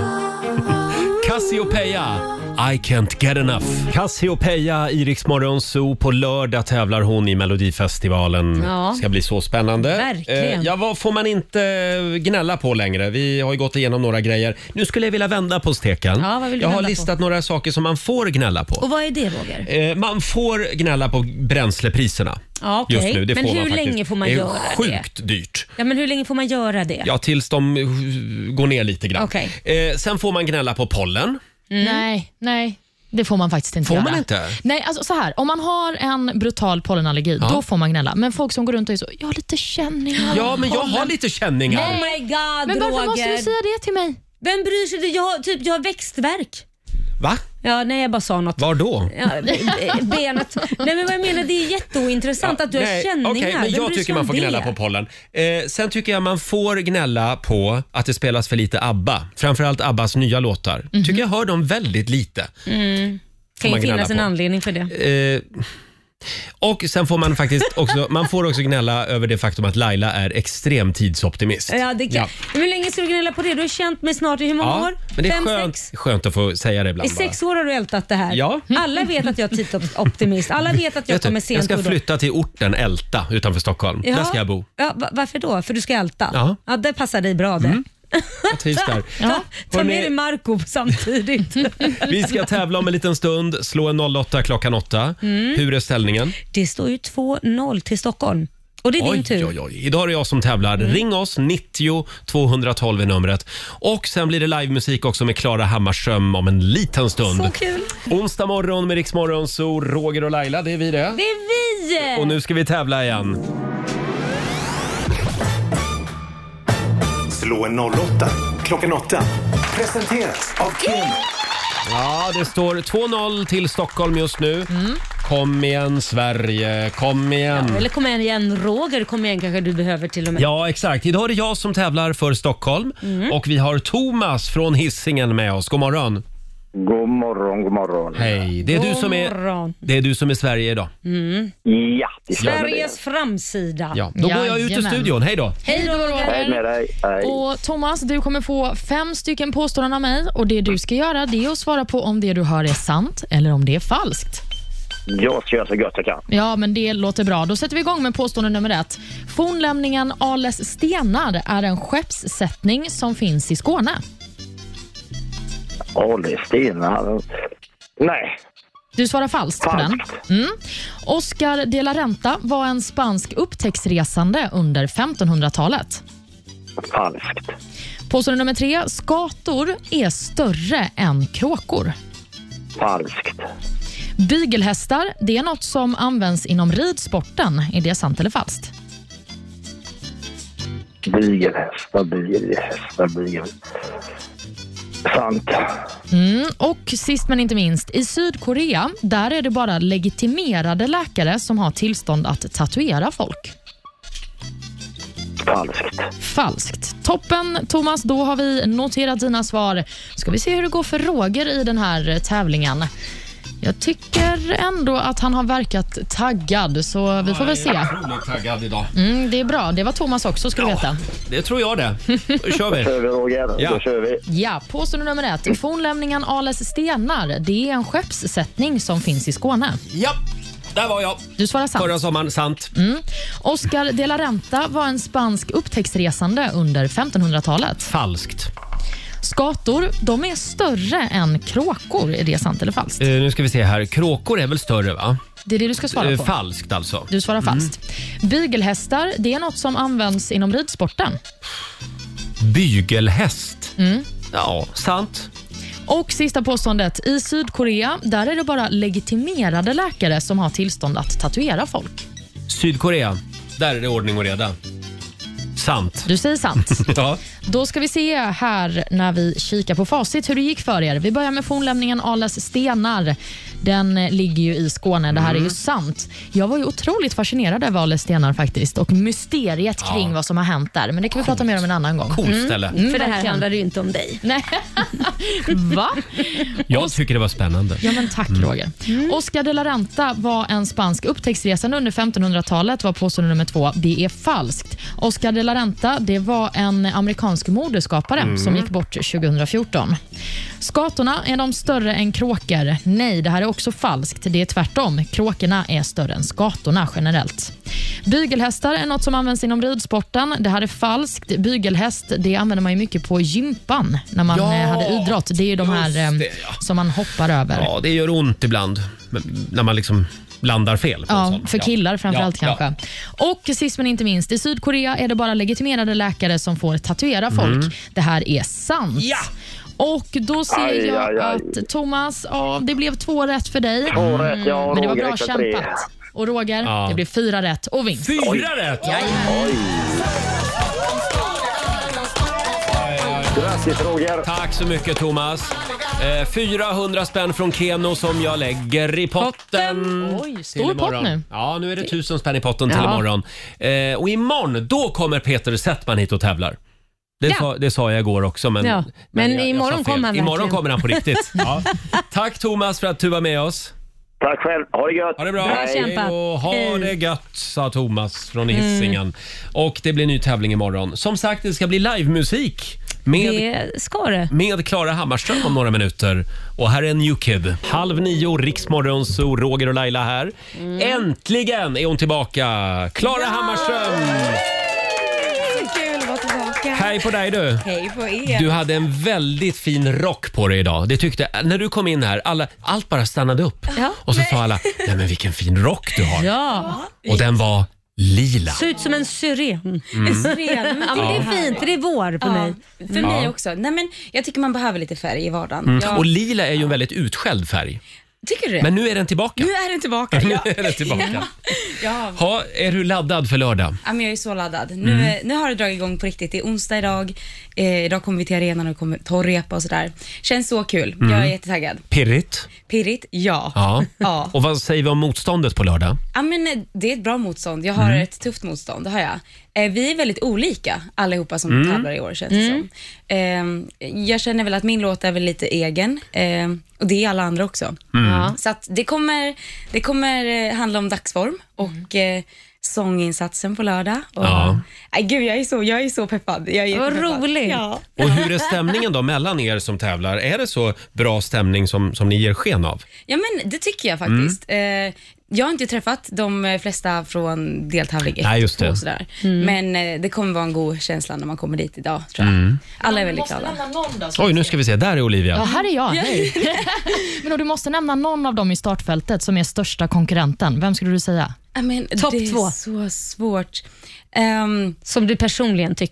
Speaker 1: Cassiopeia, I can't get enough. Cassiopeia i Rix Morgon Zoo. På lördag tävlar hon i Melodifestivalen.
Speaker 2: Ja.
Speaker 1: Ska bli så spännande.
Speaker 2: Verkligen.
Speaker 1: Eh, ja, vad får man inte gnälla på längre? Vi har ju gått igenom några grejer. Nu skulle jag vilja vända på steken.
Speaker 2: Ja, vad vill du
Speaker 1: jag har
Speaker 2: vända
Speaker 1: listat
Speaker 2: på?
Speaker 1: några saker som man får gnälla på.
Speaker 2: Och vad är det, Roger?
Speaker 1: Eh, man får gnälla på bränslepriserna.
Speaker 2: Ja, okej.
Speaker 1: Just nu. Det
Speaker 2: Men
Speaker 1: får
Speaker 2: hur
Speaker 1: man
Speaker 2: länge får man
Speaker 1: det?
Speaker 2: göra det?
Speaker 1: Det är sjukt dyrt.
Speaker 2: Ja, men hur länge får man göra det?
Speaker 1: Ja, tills de uh, går ner lite grann.
Speaker 2: Okej.
Speaker 1: Eh, sen får man gnälla på pollen.
Speaker 3: Mm. Nej, nej. Det får man faktiskt inte
Speaker 1: Får
Speaker 3: göra.
Speaker 1: man inte?
Speaker 3: Nej, alltså så här. Om man har en brutal pollenallergi,
Speaker 1: Ja.
Speaker 3: då får man gnälla. Men folk som går runt och är så, jag har lite känningar.
Speaker 1: Ja, men jag
Speaker 3: pollen.
Speaker 1: har lite känningar.
Speaker 2: Oh my god,
Speaker 3: Men varför
Speaker 2: Roger.
Speaker 3: måste du säga det till mig?
Speaker 2: Vem bryr sig? Jag har, typ, jag har växtverk.
Speaker 1: Va?
Speaker 2: Ja, nej, jag bara sa något.
Speaker 1: Var då?
Speaker 2: Ja, benet. Nej, men vad jag menar, det är jätteointressant
Speaker 1: Ja,
Speaker 2: att du har
Speaker 1: nej,
Speaker 2: känningar.
Speaker 1: okej, men
Speaker 2: Vem
Speaker 1: jag
Speaker 2: bryr sig
Speaker 1: tycker man
Speaker 2: om
Speaker 1: får gnälla
Speaker 2: det?
Speaker 1: på pollen. Eh, sen tycker jag man får gnälla på att det spelas för lite ABBA. Framförallt ABBAs nya låtar.
Speaker 2: Mm-hmm.
Speaker 1: Tycker jag hör dem väldigt lite.
Speaker 2: Mm. Kan
Speaker 1: man
Speaker 2: ju
Speaker 1: gnälla
Speaker 2: finnas en
Speaker 1: på.
Speaker 2: anledning för det.
Speaker 1: Eh, och sen får man faktiskt också, man får också gnälla över det faktum att Laila är extrem tidsoptimist.
Speaker 2: Ja, det kan.
Speaker 1: Ja.
Speaker 2: Men hur länge ska du gnälla på det? Du har känt mig snart i hur många
Speaker 1: Ja,
Speaker 2: år?
Speaker 1: men det är
Speaker 2: Fem,
Speaker 1: skönt,
Speaker 2: sex?
Speaker 1: skönt att få säga det
Speaker 2: I
Speaker 1: ibland.
Speaker 2: sex år har du ältat det här.
Speaker 1: Ja.
Speaker 2: Alla vet att jag är tidsoptimist. Alla vet att jag
Speaker 1: Vet du,
Speaker 2: kommer sent.
Speaker 1: jag ska
Speaker 2: och då.
Speaker 1: flytta till orten Älta utanför Stockholm.
Speaker 2: Ja.
Speaker 1: Där ska jag bo.
Speaker 2: Ja, va- varför då? För du ska älta?
Speaker 1: Ja.
Speaker 2: Ja, det passar dig bra det.
Speaker 1: Mm. Jag trivs där.
Speaker 2: Ta, ta
Speaker 1: Hörrni-
Speaker 2: med dig Marco samtidigt.
Speaker 1: Vi ska tävla om en liten stund. Slå en noll åtta klockan åtta.
Speaker 2: Mm.
Speaker 1: Hur är ställningen?
Speaker 2: Det står ju två noll till Stockholm. Och det är din
Speaker 1: Oj,
Speaker 2: tur.
Speaker 1: oj, oj. Idag är det jag som tävlar.
Speaker 2: Mm.
Speaker 1: Ring oss, nittio tvåhundratolv är numret. Och sen blir det livemusik också med Klara Hammarström om en liten stund.
Speaker 2: Så kul.
Speaker 1: Onsdag morgon med Rix Morgon, så Roger och Laila, det är vi det.
Speaker 2: Det är vi!
Speaker 1: Och nu ska vi tävla igen.
Speaker 5: Slå en noll åtta klockan åtta. Presenteras av Keno.
Speaker 1: Ja, det står två noll till Stockholm just nu.
Speaker 2: Mm.
Speaker 1: Kom igen Sverige, kom igen.
Speaker 2: Ja, eller kom igen Roger, kom igen kanske du behöver till och med.
Speaker 1: Ja, exakt. Idag är det jag som tävlar för Stockholm.
Speaker 2: Mm.
Speaker 1: Och vi har Thomas från Hisingen med oss. God morgon.
Speaker 11: God morgon, god morgon.
Speaker 1: Hej, det är, du
Speaker 2: God
Speaker 1: som är,
Speaker 2: morgon.
Speaker 1: det är du som är Sverige idag.
Speaker 2: Mm.
Speaker 11: Ja, det stämmer
Speaker 2: Sveriges framsida.
Speaker 1: Ja, då går jag ut ur
Speaker 3: Jajamän.
Speaker 1: studion. Hej då.
Speaker 2: Hej då
Speaker 11: det. Hej
Speaker 2: Roger.
Speaker 11: med dig. Hej.
Speaker 3: Och Thomas, du kommer få fem stycken påståenden av mig och det du ska göra det är att svara på om det du hör är sant eller om det är falskt.
Speaker 11: Jag ska göra så gott jag kan.
Speaker 3: Ja, men det låter bra. Då sätter vi igång med påstående nummer ett. Fornlämningen Ales stenar är en skeppssättning som finns i Skåne.
Speaker 11: Alestenar. Nej,
Speaker 3: Du svarar falskt på den.
Speaker 11: falskt.
Speaker 3: Mm. Oscar de la Renta var en spansk upptäcktsresande under femtonhundratalet.
Speaker 11: Falskt.
Speaker 3: Påstående nummer tre. Skator är större än kråkor.
Speaker 11: Falskt.
Speaker 3: Bygelhästar, det är något som används inom ridsporten. Är det sant eller falskt?
Speaker 11: Bygelhästar, bygelhästar, bygel. Sant.
Speaker 3: Mm, och sist men inte minst, i Sydkorea, där är det bara legitimerade läkare som har tillstånd att tatuera folk.
Speaker 11: Falskt.
Speaker 3: Falskt. Toppen, Thomas. Då har vi noterat dina svar. Ska vi se hur det går för Roger i den här tävlingen. Jag tycker ändå att han har verkat taggad, så vi får väl se.
Speaker 1: Jag är otroligt taggad idag.
Speaker 3: Mm, det är bra. Det var Thomas också, ska du veta.
Speaker 1: Det tror jag det. Då kör vi.
Speaker 11: Då kör vi, Roger.
Speaker 1: Ja.
Speaker 11: Då kör vi.
Speaker 3: Ja, påstående nummer ett. Fornlämningen Ales stenar, det är en skeppssättning som finns i Skåne.
Speaker 1: Ja, där var jag.
Speaker 3: Du svarar sant.
Speaker 1: Förra sommaren, sant.
Speaker 3: Mm. Oscar de la Renta var en spansk upptäcktsresande under femtonhundratalet.
Speaker 1: Falskt.
Speaker 3: Skator, de är större än kråkor. Är det sant eller falskt?
Speaker 1: Uh, nu ska vi se här. Kråkor är väl större, va?
Speaker 3: Det är det du ska svara på.
Speaker 1: Uh, falskt alltså.
Speaker 3: Du svarar falskt. Mm. Bygelhästar, det är något som används inom ridsporten.
Speaker 1: Bygelhäst?
Speaker 3: Mm.
Speaker 1: Ja, sant.
Speaker 3: Och sista påståendet. I Sydkorea, där är det bara legitimerade läkare som har tillstånd att tatuera folk.
Speaker 1: Sydkorea, där är det ordning och reda. Sant.
Speaker 3: Du säger sant.
Speaker 1: Ja.
Speaker 3: Då ska vi se här när vi kikar på facit hur det gick för er. Vi börjar med fornlämningen Ales stenar. Den ligger ju i Skåne. Det här
Speaker 1: Mm.
Speaker 3: är ju sant. Jag var ju otroligt fascinerad över Ales stenar faktiskt. Och mysteriet kring
Speaker 1: Ja.
Speaker 3: vad som har hänt där. Men det kan vi prata mer om en annan gång.
Speaker 1: Coolt ställe.
Speaker 3: Mm,
Speaker 2: För det här
Speaker 3: verkligen.
Speaker 2: handlar ju inte om dig.
Speaker 3: Nej. Va?
Speaker 1: Jag tycker det var spännande.
Speaker 3: Ja, men tack Roger. Oscar de la Renta var en spansk upptäcktsresande under femtonhundratalet, var påstående nummer två. Det är falskt. Oscar de la Renta, det var en amerikansk modeskapare
Speaker 1: Mm.
Speaker 3: som gick bort tjugohundrafjorton. Skatorna, är de större än kråkor? Nej, det här är också falskt. Det är tvärtom. Kråkorna är större än skatorna generellt. Bygelhästar är något som används inom ridsporten. Det här är falskt. Bygelhäst, det använder man ju mycket på gympan när man
Speaker 1: Ja,
Speaker 3: eh, hade idrott. Det är ju de här
Speaker 1: just
Speaker 3: eh,
Speaker 1: det, ja.
Speaker 3: som man hoppar över.
Speaker 1: Ja, det gör ont ibland men- när man liksom landar fel. På en
Speaker 3: Ja,
Speaker 1: sån.
Speaker 3: för killar framförallt
Speaker 1: Ja,
Speaker 3: kanske. Och sist men inte minst, i Sydkorea är det bara legitimerade läkare som får tatuera folk.
Speaker 1: Mm.
Speaker 3: Det här är sant.
Speaker 1: Ja.
Speaker 3: Och då ser
Speaker 11: Aj,
Speaker 3: jag
Speaker 11: aj, aj.
Speaker 3: att Thomas, ja, det blev två rätt för dig. Mm,
Speaker 11: Två rätt, ja, och
Speaker 3: men det var
Speaker 11: Roger
Speaker 3: bra
Speaker 11: räknar tre.
Speaker 3: kämpat. Och Roger,
Speaker 1: Ja.
Speaker 3: det blev fyra rätt och vinst.
Speaker 1: Fyra rätt!
Speaker 3: Jajamän.
Speaker 11: Grattis, Roger.
Speaker 1: Tack så mycket, Thomas. Eh, fyrahundra spänn från Keno som jag lägger i potten.
Speaker 3: Oj,
Speaker 1: till
Speaker 3: stor
Speaker 1: imorgon.
Speaker 3: pott nu.
Speaker 1: Ja, nu är det tusen spänn i potten till
Speaker 2: Ja.
Speaker 1: imorgon. Eh, och imorgon, då kommer Peter Settman hit och tävlar. Det,
Speaker 2: Ja.
Speaker 1: sa, det sa jag igår också. Men,
Speaker 2: Ja, men
Speaker 1: jag, jag
Speaker 2: imorgon
Speaker 1: sa fel.
Speaker 2: kommer han
Speaker 1: Imorgon
Speaker 2: verkligen.
Speaker 1: kommer han på riktigt. Ja. Tack Thomas för att du var med oss.
Speaker 11: Tack själv. Ha det gött.
Speaker 1: Ha det bra.
Speaker 2: Bra kämpat.
Speaker 1: Och ha
Speaker 2: Hej.
Speaker 1: det gött, sa Thomas från Hisingen. Och det blir ny tävling imorgon. Som sagt, det ska bli livemusik med
Speaker 2: Det ska det.
Speaker 1: med Klara Hammarström om några minuter. Och här är en New Kid. Halv nio, Riksmorgon, så Roger och Laila här. Äntligen är hon tillbaka. Klara Hammarström!
Speaker 12: Kul att vara tillbaka.
Speaker 1: Hej på dig du.
Speaker 12: Hej på er.
Speaker 1: Du hade en väldigt fin rock på dig idag. Det tyckte, när du kom in här, alla, allt bara stannade upp.
Speaker 2: Ja.
Speaker 1: Och så sa alla, nej men vilken fin rock du har.
Speaker 2: Ja.
Speaker 1: Och den var lila.
Speaker 2: Ser ut som en syren.
Speaker 1: Mm.
Speaker 12: En syren.
Speaker 2: Ja, men det är fint. Det är vår på
Speaker 12: Ja,
Speaker 2: mig.
Speaker 12: för mig också. Nej, men jag tycker man behöver lite färg i vardagen.
Speaker 1: Mm.
Speaker 12: Jag,
Speaker 1: Och lila är ju en väldigt utskälld färg.
Speaker 12: tycker du det?
Speaker 1: Men nu är den tillbaka.
Speaker 12: Nu är den tillbaka.
Speaker 1: Nu
Speaker 12: Ja.
Speaker 1: är den tillbaka.
Speaker 12: Ja.
Speaker 1: Ha, är du laddad för lördag?
Speaker 12: Ja, men jag är så laddad. Nu,
Speaker 1: Mm.
Speaker 12: nu har det dragit igång på riktigt. Det är onsdag idag. Eh, idag kommer vi till arenan och kommer torrrepa och sådär. Känns så kul.
Speaker 1: Mm.
Speaker 12: Jag är jättetaggad.
Speaker 1: Pirrigt?
Speaker 12: Pirrigt? Ja.
Speaker 1: Ja.
Speaker 12: Ja.
Speaker 1: Och vad säger vi om motståndet på lördag?
Speaker 12: Ja, men eh, det är ett bra motstånd. Jag har
Speaker 1: Mm.
Speaker 12: ett tufft motstånd, det har jag. Eh, vi är väldigt olika allihopa som
Speaker 1: Mm.
Speaker 12: tävlar i år, känns det som. Eh, jag känner väl att min låt är väl lite egen eh, och det är alla andra också.
Speaker 1: Mm.
Speaker 2: Ja.
Speaker 12: Så att det kommer, det kommer eh, handla om dagsform och eh, sånginsatsen på lördag. Och,
Speaker 1: Ja.
Speaker 12: Nej, gud, jag är så, jag är så peppad. Jag är
Speaker 2: Vad
Speaker 12: jättepeppad.
Speaker 2: roligt.
Speaker 12: Ja.
Speaker 1: Och hur är stämningen då mellan er som tävlar? Är det så bra stämning som, som ni ger sken av?
Speaker 12: Ja, men det tycker jag faktiskt.
Speaker 1: Mm.
Speaker 12: Eh, jag har inte träffat de flesta från deltävling ett
Speaker 1: Nej, just det.
Speaker 12: och sådär.
Speaker 2: Mm.
Speaker 12: Men eh, det kommer vara en god känsla när man kommer dit idag, tror jag.
Speaker 1: Mm.
Speaker 12: Alla är väldigt glada.
Speaker 1: Oj, nu ska vi se. Där är Olivia.
Speaker 3: Ja, här är jag. Hej. Men då, du måste nämna någon av dem i startfältet som är största konkurrenten. Vem skulle du säga?
Speaker 12: Ja, men
Speaker 2: Topp
Speaker 12: det är
Speaker 2: två.
Speaker 12: så svårt. Ehm,
Speaker 2: Som du personligen tycker.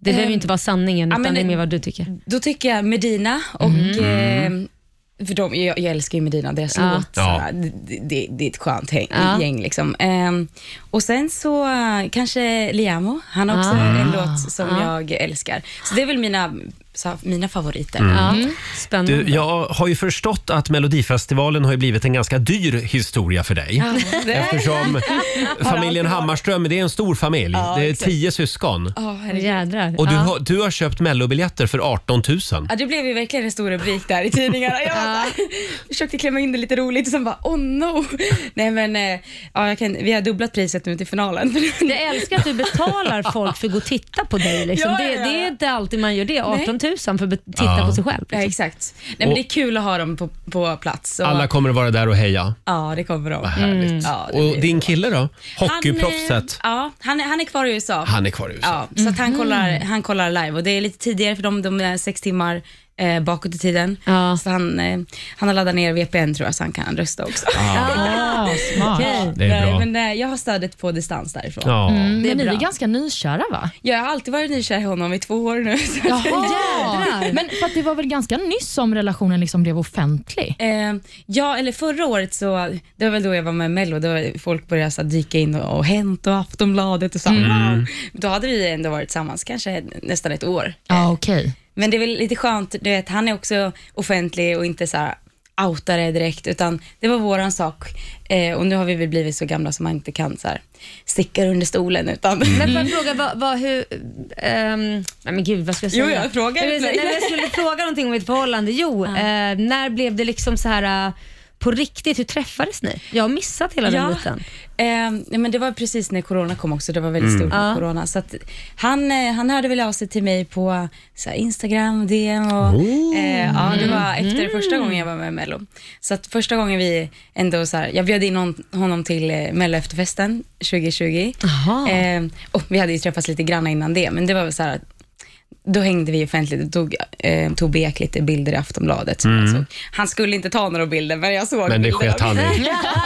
Speaker 13: Det behöver ju inte vara sanningen,
Speaker 12: ja,
Speaker 13: utan
Speaker 12: men
Speaker 13: det är
Speaker 12: det-
Speaker 13: mer vad du tycker.
Speaker 12: Då tycker jag Medina och
Speaker 13: Mm.
Speaker 12: eh, för de, jag, jag älskar ju Medina, deras
Speaker 13: Ja.
Speaker 12: låt.
Speaker 1: Ja.
Speaker 12: såhär, Det, det, det är ett skönt häng,
Speaker 13: Ja.
Speaker 12: gäng liksom. Ehm, och sen så eh, kanske Liamo, han har också
Speaker 13: Ah.
Speaker 12: en låt som
Speaker 13: Ah.
Speaker 12: jag älskar. Så det är väl mina, så, mina favoriter.
Speaker 13: Ja. Spännande.
Speaker 1: Du, jag har ju förstått att Melodifestivalen har ju blivit en ganska dyr historia för dig.
Speaker 12: Ja, det-
Speaker 1: Eftersom familjen Hammarström, det är en stor familj.
Speaker 12: Ja,
Speaker 1: det är
Speaker 12: exakt.
Speaker 1: tio syskon.
Speaker 12: Ja, herregud.
Speaker 13: Jädrar.
Speaker 1: Och du,
Speaker 13: Ja.
Speaker 1: har, du har köpt mellobiljetter för arton tusen.
Speaker 12: Ja, det blev ju verkligen en stor rubrik där i tidningarna. Jag bara, försökte klämma in det lite roligt och sen bara, oh no. Nej men, eh, ja, jag kan, vi har dubblat priset nu till finalen.
Speaker 13: Jag älskar att du betalar folk för att gå och titta på dig. Liksom.
Speaker 12: Ja, ja,
Speaker 13: Det,
Speaker 12: ja.
Speaker 13: det är inte alltid man gör det. arton tusen för att be- titta
Speaker 1: Ja.
Speaker 13: på sig själv.
Speaker 12: Ja,
Speaker 13: Liksom.
Speaker 12: exakt. Nej, men
Speaker 1: Och-
Speaker 12: det är kul att ha dem på, på plats. Och,
Speaker 1: Alla kommer att vara där och heja.
Speaker 12: Ja, det kommer de.
Speaker 1: Vad härligt.
Speaker 12: Ja, det
Speaker 1: Och
Speaker 12: blir
Speaker 1: din
Speaker 12: bra.
Speaker 1: kille då?
Speaker 12: Han,
Speaker 1: Hockeyproffset.
Speaker 12: eh, Ja, han, är- han är kvar i U S A.
Speaker 1: Han är kvar i U S A.
Speaker 12: Ja, så att han, kollar, han kollar live och det är lite tidigare för dem, de är sex timmar eh, bakåt i tiden.
Speaker 13: Ja.
Speaker 12: Så han, eh, han har laddat ner V P N tror jag så han kan rösta också.
Speaker 3: Ah, smart.
Speaker 13: Okej.
Speaker 1: Det är bra.
Speaker 12: Men eh, jag har stödet på distans därifrån.
Speaker 1: Ja.
Speaker 3: Mm,
Speaker 12: Det är
Speaker 3: men ni
Speaker 12: bra.
Speaker 3: är ganska nykära va?
Speaker 12: Jag har alltid varit nykär i honom i två år nu. så-
Speaker 3: Jaha.
Speaker 13: Jädrar.
Speaker 3: Men för att det var väl ganska nyss som relationen liksom blev offentlig?
Speaker 12: Eh, ja, eller förra året så, det var väl då jag var med i Mello, då var folk började så här dyka in och, och Hänt och Aftonbladet och så. Wow. Då hade vi ändå varit tillsammans kanske nästan ett år.
Speaker 3: Ja, okej.
Speaker 12: Men det är väl lite skönt, du vet, han är också offentlig och inte så här outare direkt, utan det var våran sak. Eh, och nu har vi väl blivit så gamla som man inte kan så här sticka under stolen utan...
Speaker 13: Men får jag fråga, vad, vad, hur... ehm, nej men gud, vad ska jag säga?
Speaker 12: Jo, jag frågar.
Speaker 13: Jag, vill säga- nej, men jag skulle fråga någonting om ett förhållande. Jo, eh, när blev det liksom så här... eh, på riktigt, hur träffades ni? Jag har missat hela den
Speaker 12: Ja.
Speaker 13: biten.
Speaker 12: Eh, ja, men det var precis när corona kom också, det var väldigt
Speaker 1: Mm.
Speaker 12: stort med
Speaker 13: Ja.
Speaker 12: corona. Så att han, eh, han hörde väl av sig till mig på så här, Instagram, D M och eh, ja, det var efter första gången jag var med i Mello. Så att första gången vi ändå så här, jag bjöd in hon, honom till eh, Mello efterfesten tjugo tjugo.
Speaker 13: Jaha.
Speaker 12: Eh, och vi hade ju träffats lite grann innan det, men det var väl så här att då hängde vi offentligt och tog, eh, tog Beck lite bilder i Aftonbladet. Som jag såg. Han skulle inte ta några bilder, men jag såg
Speaker 1: Men det
Speaker 12: bilder.
Speaker 1: sket han i.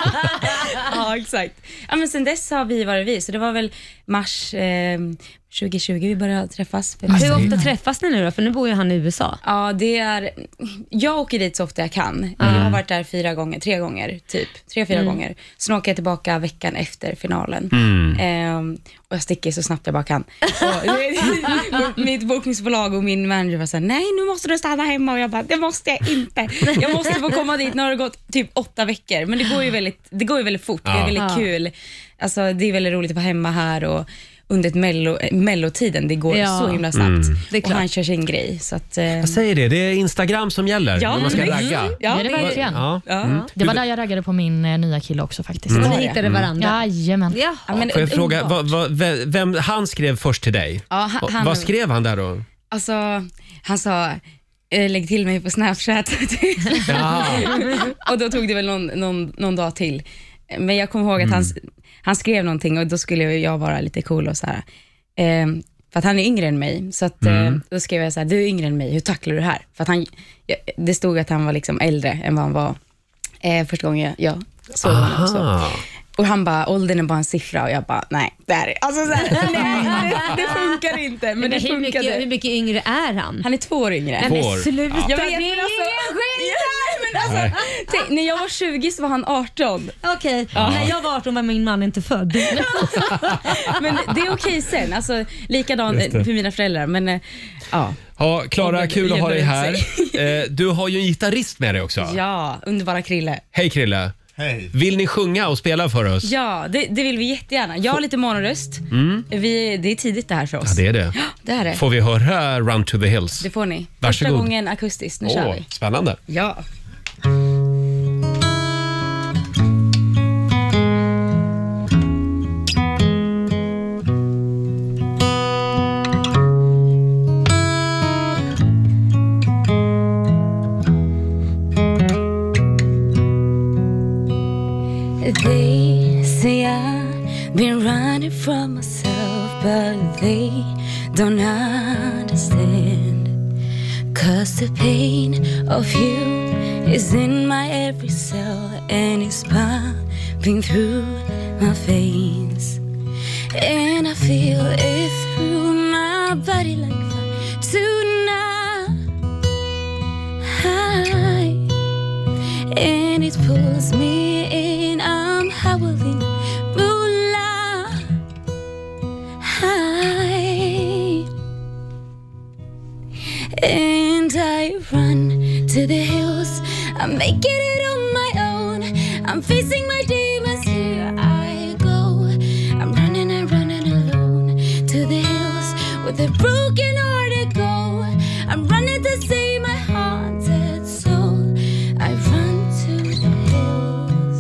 Speaker 12: Ja, exakt. Ja, men sen dess har vi varit vi, så det var väl mars eh, tjugo tjugo vi började träffas.
Speaker 13: Hur ofta träffas ni nu då? För nu bor ju han i U S A.
Speaker 12: Ja, det är... Jag åker dit så ofta jag kan. Jag har varit där fyra gånger, tre gånger, typ. Tre, fyra gånger. Sen åker jag tillbaka veckan efter finalen. Ehm, och jag sticker så snabbt jag bara kan. Och, mitt bokningsbolag och min manager var så här: nej, nu måste du stanna hemma. Och jag bara, det måste jag inte. Jag måste få komma dit. Nu har det gått typ åtta veckor. Men det går ju väldigt, det går ju väldigt fort. Det är
Speaker 1: Ja.
Speaker 12: väldigt
Speaker 13: Ja.
Speaker 12: kul. Alltså, det är väldigt roligt att vara hemma här och under ett mello, eh, mellotiden, det går
Speaker 13: Ja.
Speaker 12: så himla snabbt.
Speaker 13: Det är
Speaker 12: Och
Speaker 13: klart.
Speaker 12: han kör sin grej. Så att, eh,
Speaker 1: Jag säger det, det är Instagram som gäller
Speaker 12: Ja,
Speaker 1: när man ska
Speaker 12: visst.
Speaker 1: ragga.
Speaker 12: Ja,
Speaker 3: Det är det verkligen.
Speaker 1: Ja.
Speaker 12: Ja.
Speaker 1: Mm.
Speaker 3: Det var där jag raggade på min eh, nya kille också faktiskt.
Speaker 13: Så
Speaker 12: Mm.
Speaker 13: ni hittade varandra?
Speaker 3: Jajamän.
Speaker 13: Jaha.
Speaker 12: Ja, men
Speaker 1: Får jag fråga,
Speaker 12: underbart.
Speaker 1: vad, vad, vem, han skrev först till dig?
Speaker 12: Ja, han-
Speaker 1: Va-
Speaker 12: han-
Speaker 1: vad skrev han där då?
Speaker 12: Alltså, han sa, eh, lägg till mig på Snapchat.
Speaker 1: Ja.
Speaker 12: Och då tog det väl någon, någon, någon dag till. Men jag kommer ihåg att han, han skrev någonting och då skulle jag vara lite cool och så här. Eh, för att han är yngre än mig. Så att, eh, då skrev jag så här: du är yngre än mig, hur tacklar du det här? För att han, jag, det stod att han var liksom äldre än vad han var eh, första gången jag, jag såg honom. Så.
Speaker 1: Aha.
Speaker 12: Och han bara, åldern är bara en siffra. Och jag bara, nej, det är alltså så här, nej, det, det funkar inte. Men,
Speaker 13: Men
Speaker 12: det
Speaker 13: hur,
Speaker 12: funkade.
Speaker 13: mycket, hur mycket yngre är han?
Speaker 12: Han är två år yngre.
Speaker 13: Nej,
Speaker 1: Två
Speaker 13: men
Speaker 1: år.
Speaker 13: sluta,
Speaker 12: Jag vet,
Speaker 13: det är
Speaker 12: men alltså,
Speaker 13: ingen skillnad!
Speaker 12: men alltså, tänk, när jag var tjugo så var han arton.
Speaker 13: Okej, när jag var arton var min man inte född.
Speaker 12: Men det är okej sen. Alltså, likadant
Speaker 1: Just det.
Speaker 12: för mina föräldrar. Men eh, ja.
Speaker 1: Ja, Klara,
Speaker 12: Åldern
Speaker 1: kul att ha dig
Speaker 12: jämnar ut
Speaker 1: här. Eh, Du har ju en gitarrist med dig också.
Speaker 12: Ja, underbara Krille.
Speaker 1: Hej Krille.
Speaker 6: Hej.
Speaker 1: Vill ni sjunga och spela för oss?
Speaker 12: Ja, det, det vill vi jättegärna. Jag har lite morgonröst. Vi, det är tidigt det här för oss.
Speaker 1: Ja, det är det.
Speaker 12: Ja, det är det.
Speaker 1: Får vi höra Run to the Hills?
Speaker 12: Det får ni. Första
Speaker 1: Varsågod.
Speaker 12: gången akustiskt. Nu kör
Speaker 1: Åh,
Speaker 12: vi.
Speaker 1: spännande.
Speaker 12: Ja.
Speaker 14: They say I've been running from myself, but they don't understand. 'Cause the pain of you is in my every cell, and it's pumping through my veins. And I feel it through my my body like fire tonight, and it pulls me in. I'm howling moonlight, and I run to the hills. I'm making it on my own. I'm facing my demons. Here I go. I'm running and running alone to the hills with a broken heart to go. I'm running to save my haunted soul. I run to the hills.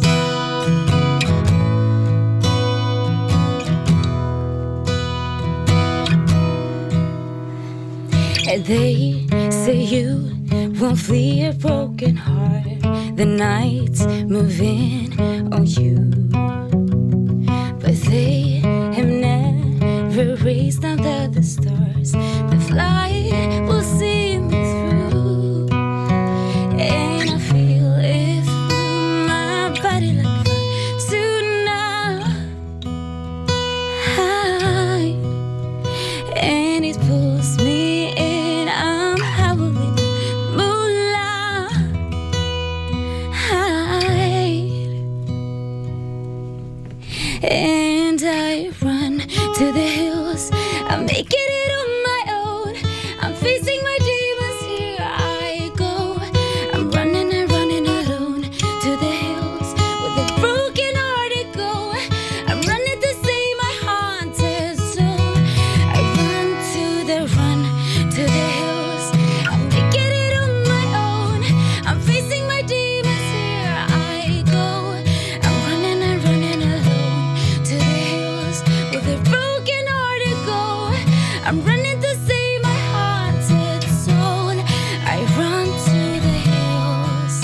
Speaker 14: And they say you won't flee a broken heart. The night's moving on you, but they have never raised under the stars. The flight will see me through, and I feel it through my body like fire tonight, and it pulls me in. I'm howling moonlight, and I run to the hills. I'm making it on my own. I'm facing my demons. Here I go. I'm running and running alone to the hills with a broken heart to go. I'm running to save my haunted soul. I run to the run to the hills. I'm making it on my own. I'm facing my demons. Here I go. I'm running and running alone to the hills with a broken heart to go. I'm running to save my haunted soul. I run to the hills.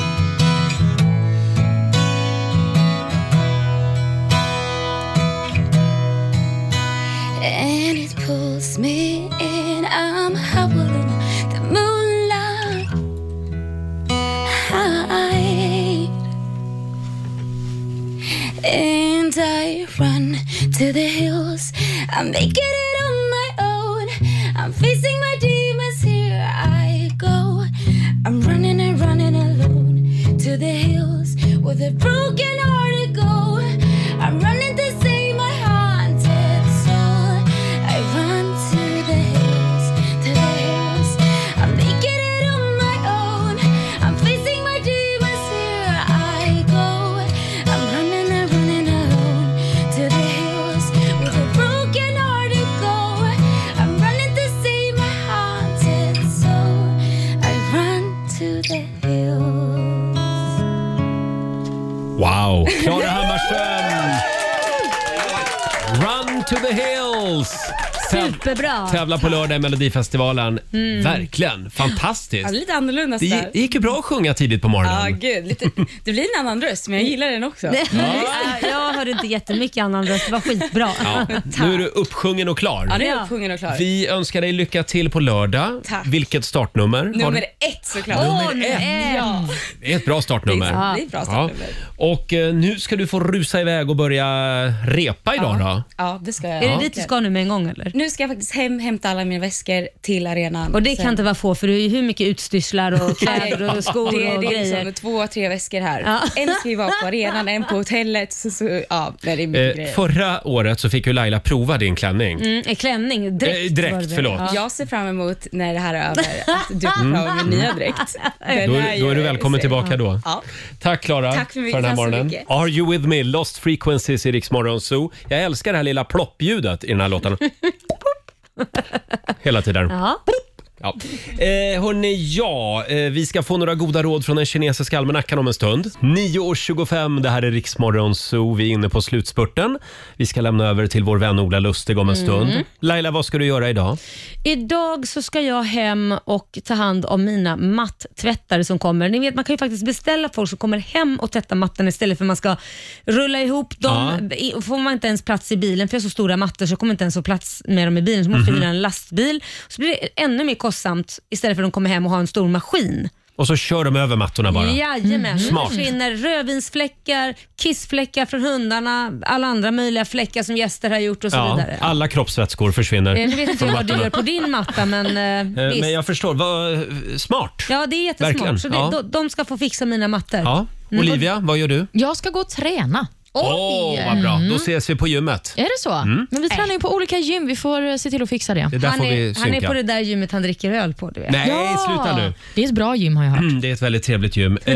Speaker 14: And it pulls me in. I'm howling the moonlight, and I run to the hills. I'm making it on my own. I'm facing my demons. Here I go. I'm running and running alone to the hills with a broken heart to go. I'm running to save my haunted soul. I run to the hills, to the hills. I'm making it on my own. I'm facing my demons. Here I go. I'm running and running alone to the hills with a broken heart to go. I'm running to save my haunted soul. I run to the hills.
Speaker 1: Wow, Klara Hammarström! Run to the hills!
Speaker 2: Superbra.
Speaker 1: Tävla på lördag i Melodifestivalen.
Speaker 12: Mm.
Speaker 1: Verkligen, fantastiskt.
Speaker 12: Ja, lite annorlunda
Speaker 1: Det,
Speaker 12: sådär.
Speaker 1: det gick ju bra att sjunga tidigt på morgonen.
Speaker 12: Ja, gud. Lite, det blir en annan röst, men jag gillar den också.
Speaker 2: Ja. Jag hörde inte jättemycket annan röst. Det var skitbra.
Speaker 1: Ja, nu är du uppsjungen och klar.
Speaker 12: Ja, det är uppsjungen och klar.
Speaker 1: Vi önskar dig lycka till på lördag.
Speaker 12: Tack.
Speaker 1: Vilket startnummer? Har
Speaker 12: Nummer
Speaker 1: du?
Speaker 12: ett såklart.
Speaker 1: Nummer ett.
Speaker 12: Ja.
Speaker 1: Det är ett bra startnummer.
Speaker 12: Det är, det är ett bra startnummer.
Speaker 1: Ja. Och eh, nu ska du få rusa iväg och börja repa idag då.
Speaker 12: Ja, det ska jag.
Speaker 2: Är det dit du ska nu med en gång eller?
Speaker 12: Nu ska jag faktiskt hem, hämta alla mina väskor till arenan.
Speaker 2: Och det
Speaker 12: Sen-
Speaker 2: kan inte vara få för det är ju hur mycket utstyrslar och kläder och skor
Speaker 12: det,
Speaker 2: och
Speaker 12: det är
Speaker 2: grejer.
Speaker 12: liksom två, tre väskor här.
Speaker 2: Ja.
Speaker 12: En ska ju vara på arenan, en på hotellet. Så, så, ja, det är mycket
Speaker 1: Eh,
Speaker 12: grejer.
Speaker 1: förra året så fick ju Laila prova din klänning.
Speaker 2: Mm, en klänning, dräkt.
Speaker 1: Eh, dräkt,
Speaker 2: var det väl?
Speaker 1: förlåt.
Speaker 2: Ja.
Speaker 12: Jag ser fram emot när det här är över att du får
Speaker 1: Mm.
Speaker 12: prova min nya dräkt. Den
Speaker 1: Då,
Speaker 12: är
Speaker 1: då är du
Speaker 12: ju-
Speaker 1: välkommen tillbaka då.
Speaker 12: Ja.
Speaker 1: Tack Klara
Speaker 12: Tack för mycket,
Speaker 1: den här
Speaker 12: tack så
Speaker 1: morgonen.
Speaker 12: mycket.
Speaker 1: Are you with me? Lost Frequencies i Rix Morgon Zoo. Jag älskar det här lilla ploppljudet i den här låten. Hela tiden.
Speaker 2: Ja.
Speaker 1: Ja. Eh, hörni, ja, eh, vi ska få några goda råd från den kinesiska almanackan om en stund. nio och tjugofem, det här är Rix Morgon Zoo. Vi är inne på slutspurten. Vi ska lämna över till vår vän Ola Lustig om en stund.
Speaker 2: Mm.
Speaker 1: Laila, vad ska du göra idag?
Speaker 2: Idag så ska jag hem och ta hand om mina mattvättare som kommer. Ni vet, man kan ju faktiskt beställa folk som kommer hem och tvätta mattan istället för att man ska rulla ihop dem. I- Får man inte ens plats i bilen, för jag har så stora mattor så kommer inte ens få plats med dem i bilen. Så måste
Speaker 1: Mhm.
Speaker 2: vi hyra en lastbil. Så blir det ännu mer kostsamt istället för att de kommer hem och har en stor maskin
Speaker 1: Och så kör de över mattorna bara.
Speaker 13: Jajamän, nu
Speaker 1: Smart.
Speaker 13: försvinner rödvinsfläckar, kissfläckar från hundarna, alla andra möjliga fläckar som gäster har gjort och så
Speaker 1: Ja,
Speaker 13: vidare.
Speaker 1: alla kroppsvätskor försvinner.
Speaker 13: Eh, Nu vet inte
Speaker 1: från
Speaker 13: jag vad du
Speaker 1: mattorna.
Speaker 13: gör på din matta, men eh,
Speaker 1: Eh,
Speaker 13: visst.
Speaker 1: Men jag förstår, vad smart.
Speaker 13: Ja, det är jättesmart.
Speaker 1: Verkligen,
Speaker 13: Så det,
Speaker 1: ja.
Speaker 13: de, de ska få fixa mina mattor.
Speaker 1: Ja. Olivia, vad gör du?
Speaker 3: Jag ska gå och träna.
Speaker 1: Åh, vad bra. Då ses vi på gymmet.
Speaker 3: Är det så?
Speaker 1: Mm.
Speaker 3: Men vi tränar ju på olika gym. Vi får eh, se till att fixa det.
Speaker 1: Det där
Speaker 13: Han
Speaker 1: får
Speaker 13: är,
Speaker 1: vi
Speaker 13: han är
Speaker 1: synka.
Speaker 13: på det där gymmet han dricker öl på, du vet.
Speaker 1: Nej, sluta nu.
Speaker 3: Det är ett bra gym har jag hört.
Speaker 1: Mm, det är ett väldigt trevligt gym. Eh,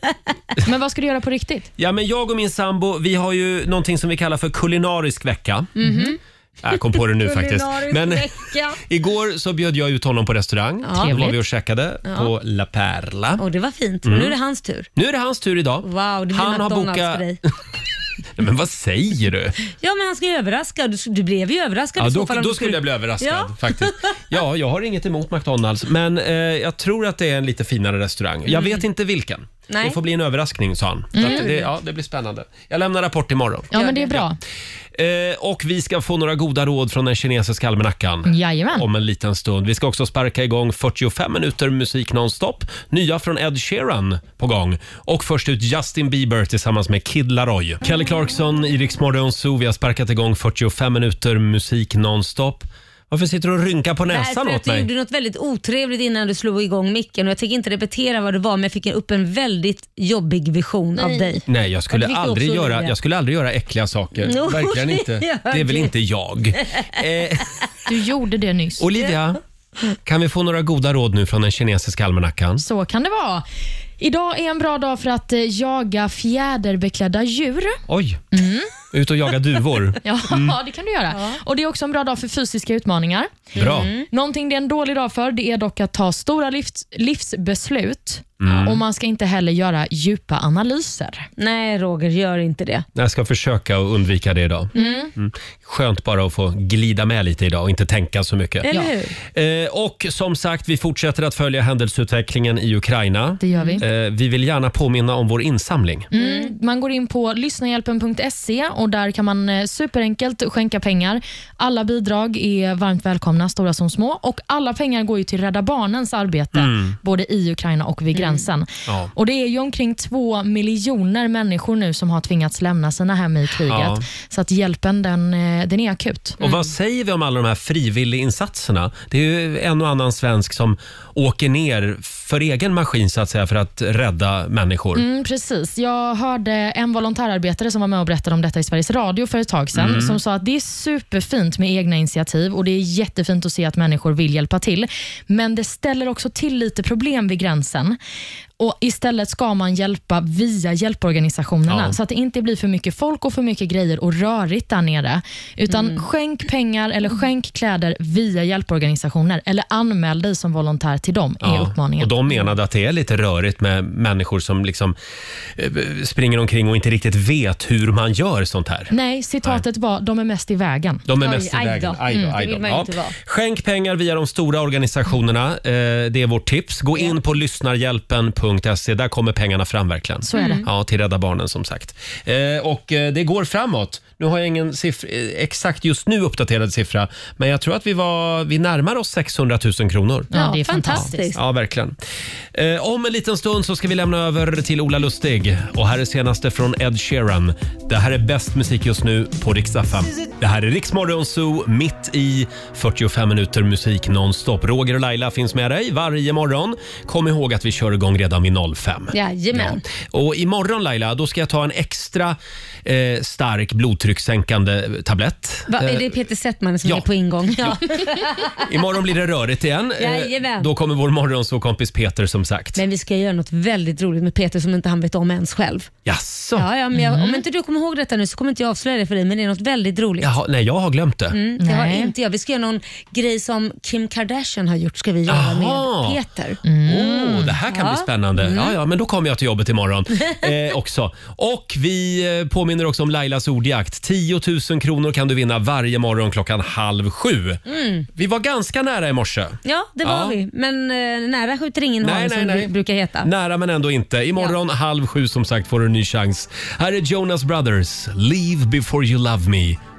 Speaker 3: Men vad ska du göra på riktigt?
Speaker 1: ja, men jag och min sambo, vi har ju någonting som vi kallar för kulinarisk vecka.
Speaker 13: Mhm.
Speaker 1: Jag kom på det nu faktiskt.
Speaker 13: Kulinarisk
Speaker 1: Men
Speaker 13: vecka.
Speaker 1: igår så bjöd jag ut honom på restaurang.
Speaker 13: Ja.
Speaker 1: Då var
Speaker 13: Trevligt.
Speaker 1: vi och käkade
Speaker 13: Ja.
Speaker 1: på La Perla.
Speaker 13: Och det var fint.
Speaker 1: Mm.
Speaker 13: Nu är det hans tur.
Speaker 1: Nu är det hans tur idag.
Speaker 13: Wow, det blir
Speaker 1: Han har
Speaker 13: McDonalds
Speaker 1: bokat-
Speaker 13: för dig.
Speaker 1: Nej, men vad säger du?
Speaker 13: Ja, men han ska ju överraska. Du, du blev ju överraskad
Speaker 1: Ja,
Speaker 13: i så
Speaker 1: då,
Speaker 13: fall. om
Speaker 1: då
Speaker 13: du
Speaker 1: skulle jag bli överraskad
Speaker 13: Ja.
Speaker 1: faktiskt. Ja, jag har inget emot McDonalds, men eh, jag tror att det är en lite finare restaurang. Jag
Speaker 13: Mm.
Speaker 1: vet inte vilken.
Speaker 13: Nej.
Speaker 1: Det får bli en överraskning, sa han. Så
Speaker 3: Mm.
Speaker 1: att det, ja, det blir spännande. Jag lämnar rapport imorgon.
Speaker 3: Ja, men det är bra.
Speaker 1: Eh, och vi ska få några goda råd från den kinesiska almanackan
Speaker 3: Jajamän.
Speaker 1: om en liten stund. Vi ska också sparka igång fyrtiofem minuter musik nonstop. Nya från Ed Sheeran på gång. Och först ut Justin Bieber tillsammans med Kid Laroi. Kelly Clarkson i Rix Morgon Zoo. Vi har sparkat igång fyrtiofem minuter musik nonstop. Varför sitter du och rynkar på näsan
Speaker 13: Därför
Speaker 1: åt
Speaker 13: att du
Speaker 1: mig?
Speaker 13: gjorde något väldigt otrevligt innan du slog igång micken och jag tänker inte repetera vad det var, men jag fick upp en väldigt jobbig vision av dig.
Speaker 1: Nej, jag skulle,
Speaker 13: Jag fick
Speaker 1: aldrig
Speaker 13: också
Speaker 1: göra,
Speaker 13: Olivia.
Speaker 1: jag skulle aldrig göra äckliga saker.
Speaker 13: No,
Speaker 1: Verkligen inte.
Speaker 13: gör
Speaker 1: Det är väl
Speaker 13: det.
Speaker 1: inte jag. Eh,
Speaker 3: Du gjorde det nyss.
Speaker 1: Olivia, kan vi få några goda råd nu från den kinesiska almanackan?
Speaker 3: Så kan det vara. Idag är en bra dag för att eh, jaga fjäderbeklädda djur.
Speaker 1: Oj,
Speaker 3: Mm.
Speaker 1: ut och jaga duvor.
Speaker 3: Ja,
Speaker 1: Mm.
Speaker 3: det kan du göra. Och Det är också en bra dag för fysiska utmaningar.
Speaker 1: Bra.
Speaker 3: Mm. Någonting det är en dålig dag för, det är dock att ta stora livs, livsbeslut.
Speaker 1: Mm.
Speaker 3: Och man ska inte heller göra djupa analyser.
Speaker 13: Nej, Roger, gör inte det.
Speaker 1: Jag ska försöka att undvika det idag.
Speaker 3: Mm.
Speaker 1: Mm. Skönt bara att få glida med lite idag och inte tänka så mycket.
Speaker 13: Eller hur?
Speaker 1: Eh, och som sagt, vi fortsätter att följa händelseutvecklingen i Ukraina.
Speaker 3: Det gör vi.
Speaker 1: Eh, vi vill gärna påminna om vår insamling.
Speaker 3: Mm. Man går in på lyssnahjälpen punkt se och där kan man eh, superenkelt skänka pengar. Alla bidrag är varmt välkomna, stora som små. Och alla pengar går ju till Rädda Barnens arbete,
Speaker 1: Mm.
Speaker 3: både i Ukraina och vid gränsen.
Speaker 1: Ja.
Speaker 3: Och det är ju omkring två miljoner människor nu som har tvingats lämna sina hem i kriget.
Speaker 1: Ja.
Speaker 3: Så att hjälpen, den, eh, den är akut.
Speaker 1: Och vad säger vi om alla de här frivilliginsatserna? Det är ju en och annan svensk som åker ner för egen maskin så att säga för att rädda människor.
Speaker 3: Mm, precis. Jag hörde en volontärarbetare som var med och berättade om detta i Sveriges Radio för ett tag sedan,
Speaker 1: Mm.
Speaker 3: som sa att det är superfint med egna initiativ och det är jättefint att se att människor vill hjälpa till. Men det ställer också till lite problem vid gränsen. Och istället ska man hjälpa via hjälporganisationerna,
Speaker 1: Ja.
Speaker 3: så att det inte blir för mycket folk och för mycket grejer och rörigt där nere. Utan
Speaker 13: Mm.
Speaker 3: skänk pengar eller skänk kläder via hjälporganisationer eller anmäl dig som volontär till dem, är uppmaningen.
Speaker 1: och de menade att det är lite rörigt med människor som liksom eh, springer omkring och inte riktigt vet hur man gör sånt här.
Speaker 3: Nej, citatet var de är mest i vägen.
Speaker 1: De är
Speaker 3: Oj,
Speaker 1: mest i
Speaker 3: aj då.
Speaker 1: vägen. Aj då,
Speaker 3: Mm,
Speaker 1: aj
Speaker 3: det
Speaker 1: då.
Speaker 3: vill man ju
Speaker 1: Ja.
Speaker 3: inte vara.
Speaker 1: Skänk pengar via de stora organisationerna. Eh, det är vårt tips. Gå in på lyssnarhjälpen punkt se. Där kommer pengarna fram verkligen.
Speaker 3: Så är det.
Speaker 1: Ja, till Rädda Barnen som sagt. Eh, och eh, det går framåt. Nu har jag ingen siffra, eh, exakt just nu uppdaterad siffra, men jag tror att vi, var, vi närmar oss sexhundratusen kronor.
Speaker 3: Ja, det är
Speaker 13: fantastiskt.
Speaker 3: fantastiskt.
Speaker 1: Ja, verkligen. Eh, om en liten stund så ska vi lämna över till Ola Lustig. Och här är senaste från Ed Sheeran. Det här är bäst musik just nu på Rix F M. Det här är Rix Morgon Zoo, mitt i fyrtiofem minuter musik nonstop. Roger och Laila finns med dig varje morgon. Kom ihåg att vi kör igång redan vid noll fem.
Speaker 13: Jajamän.
Speaker 1: Och imorgon Laila, då ska jag ta en extra eh, stark blodtryckssänkande tablett.
Speaker 13: Va, är
Speaker 1: Eh,
Speaker 13: det Peter Settman som
Speaker 1: ja.
Speaker 13: är på ingång? Ja.
Speaker 1: Imorgon blir det rörigt igen. Eh,
Speaker 13: Jajamän.
Speaker 1: Då kommer vår morgonsåkompis Peter som sagt.
Speaker 13: Men vi ska göra något väldigt roligt med Peter som inte han vet om ens själv.
Speaker 1: Jaså?
Speaker 13: Ja, ja, men jag, om inte du kommer ihåg detta nu så kommer inte jag avslöja det för dig, men det är något väldigt roligt.
Speaker 1: Jaha, nej, jag har glömt det.
Speaker 13: Mm, det har
Speaker 3: Nej.
Speaker 13: inte jag. Vi ska göra någon grej som Kim Kardashian har gjort, ska vi göra
Speaker 1: Jaha.
Speaker 13: med Peter.
Speaker 1: Åh, det här kan
Speaker 13: Ja.
Speaker 1: bli spännande.
Speaker 13: Mm.
Speaker 1: Ja, ja, men då kommer jag till jobbet imorgon eh, också. Och vi eh, påminner också om Lailas ordjakt. tio tusen kronor kan du vinna varje morgon klockan halv sju.
Speaker 13: Mm.
Speaker 1: Vi var ganska nära i morse.
Speaker 13: Ja, det var
Speaker 1: Ja.
Speaker 13: vi. Men eh, nära skjuter ingen
Speaker 1: Nej,
Speaker 13: hare
Speaker 1: nej,
Speaker 13: som
Speaker 1: nej.
Speaker 13: det brukar heta.
Speaker 1: Nära men ändå inte. Imorgon halv sju som sagt får du en ny chans. Här är Jonas Brothers, Leave before you love me.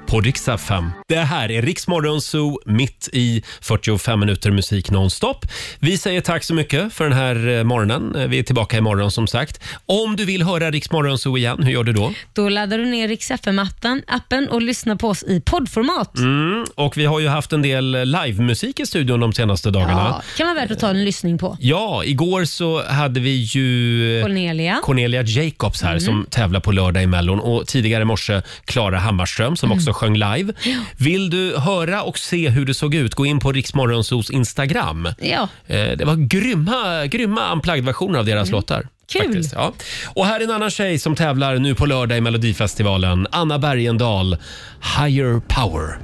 Speaker 1: på Rix F M. Det här är Rix Morgon Zoo, mitt i fyrtiofem minuter musik nonstop. Vi säger tack så mycket för den här morgonen. Vi är tillbaka imorgon som sagt. Om du vill höra Rix Morgon Zoo igen, hur gör du då?
Speaker 13: Då laddar du ner Rix F M-appen appen och lyssnar på oss i poddformat.
Speaker 1: Mm, och vi har ju haft en del livemusik i studion de senaste dagarna.
Speaker 13: Ja, kan vara värt att ta en lyssning på.
Speaker 1: Ja, igår så hade vi ju
Speaker 13: Cornelia,
Speaker 1: Cornelia Jacobs här
Speaker 13: Mm.
Speaker 1: som tävlar på lördag i Mellon, och tidigare i morse Klara Hammarström som
Speaker 13: Mm.
Speaker 1: också sjöng live. Vill du höra och se hur det såg ut, gå in på Rix Morgonzoos Instagram.
Speaker 13: Ja.
Speaker 1: Eh, Det var grymma, grymma unplugged-versioner av deras låtar.
Speaker 13: Kul.
Speaker 1: Faktiskt, ja. Och här är en annan tjej som tävlar nu på lördag i Melodifestivalen. Anna Bergendahl, Higher Power.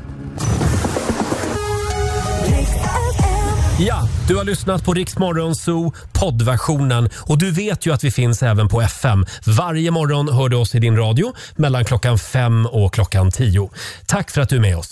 Speaker 1: Ja, du har lyssnat på Rix Morgon Zoo poddversionen, och du vet ju att vi finns även på F M. Varje morgon hör du oss i din radio mellan klockan fem och klockan tio. Tack för att du är med oss.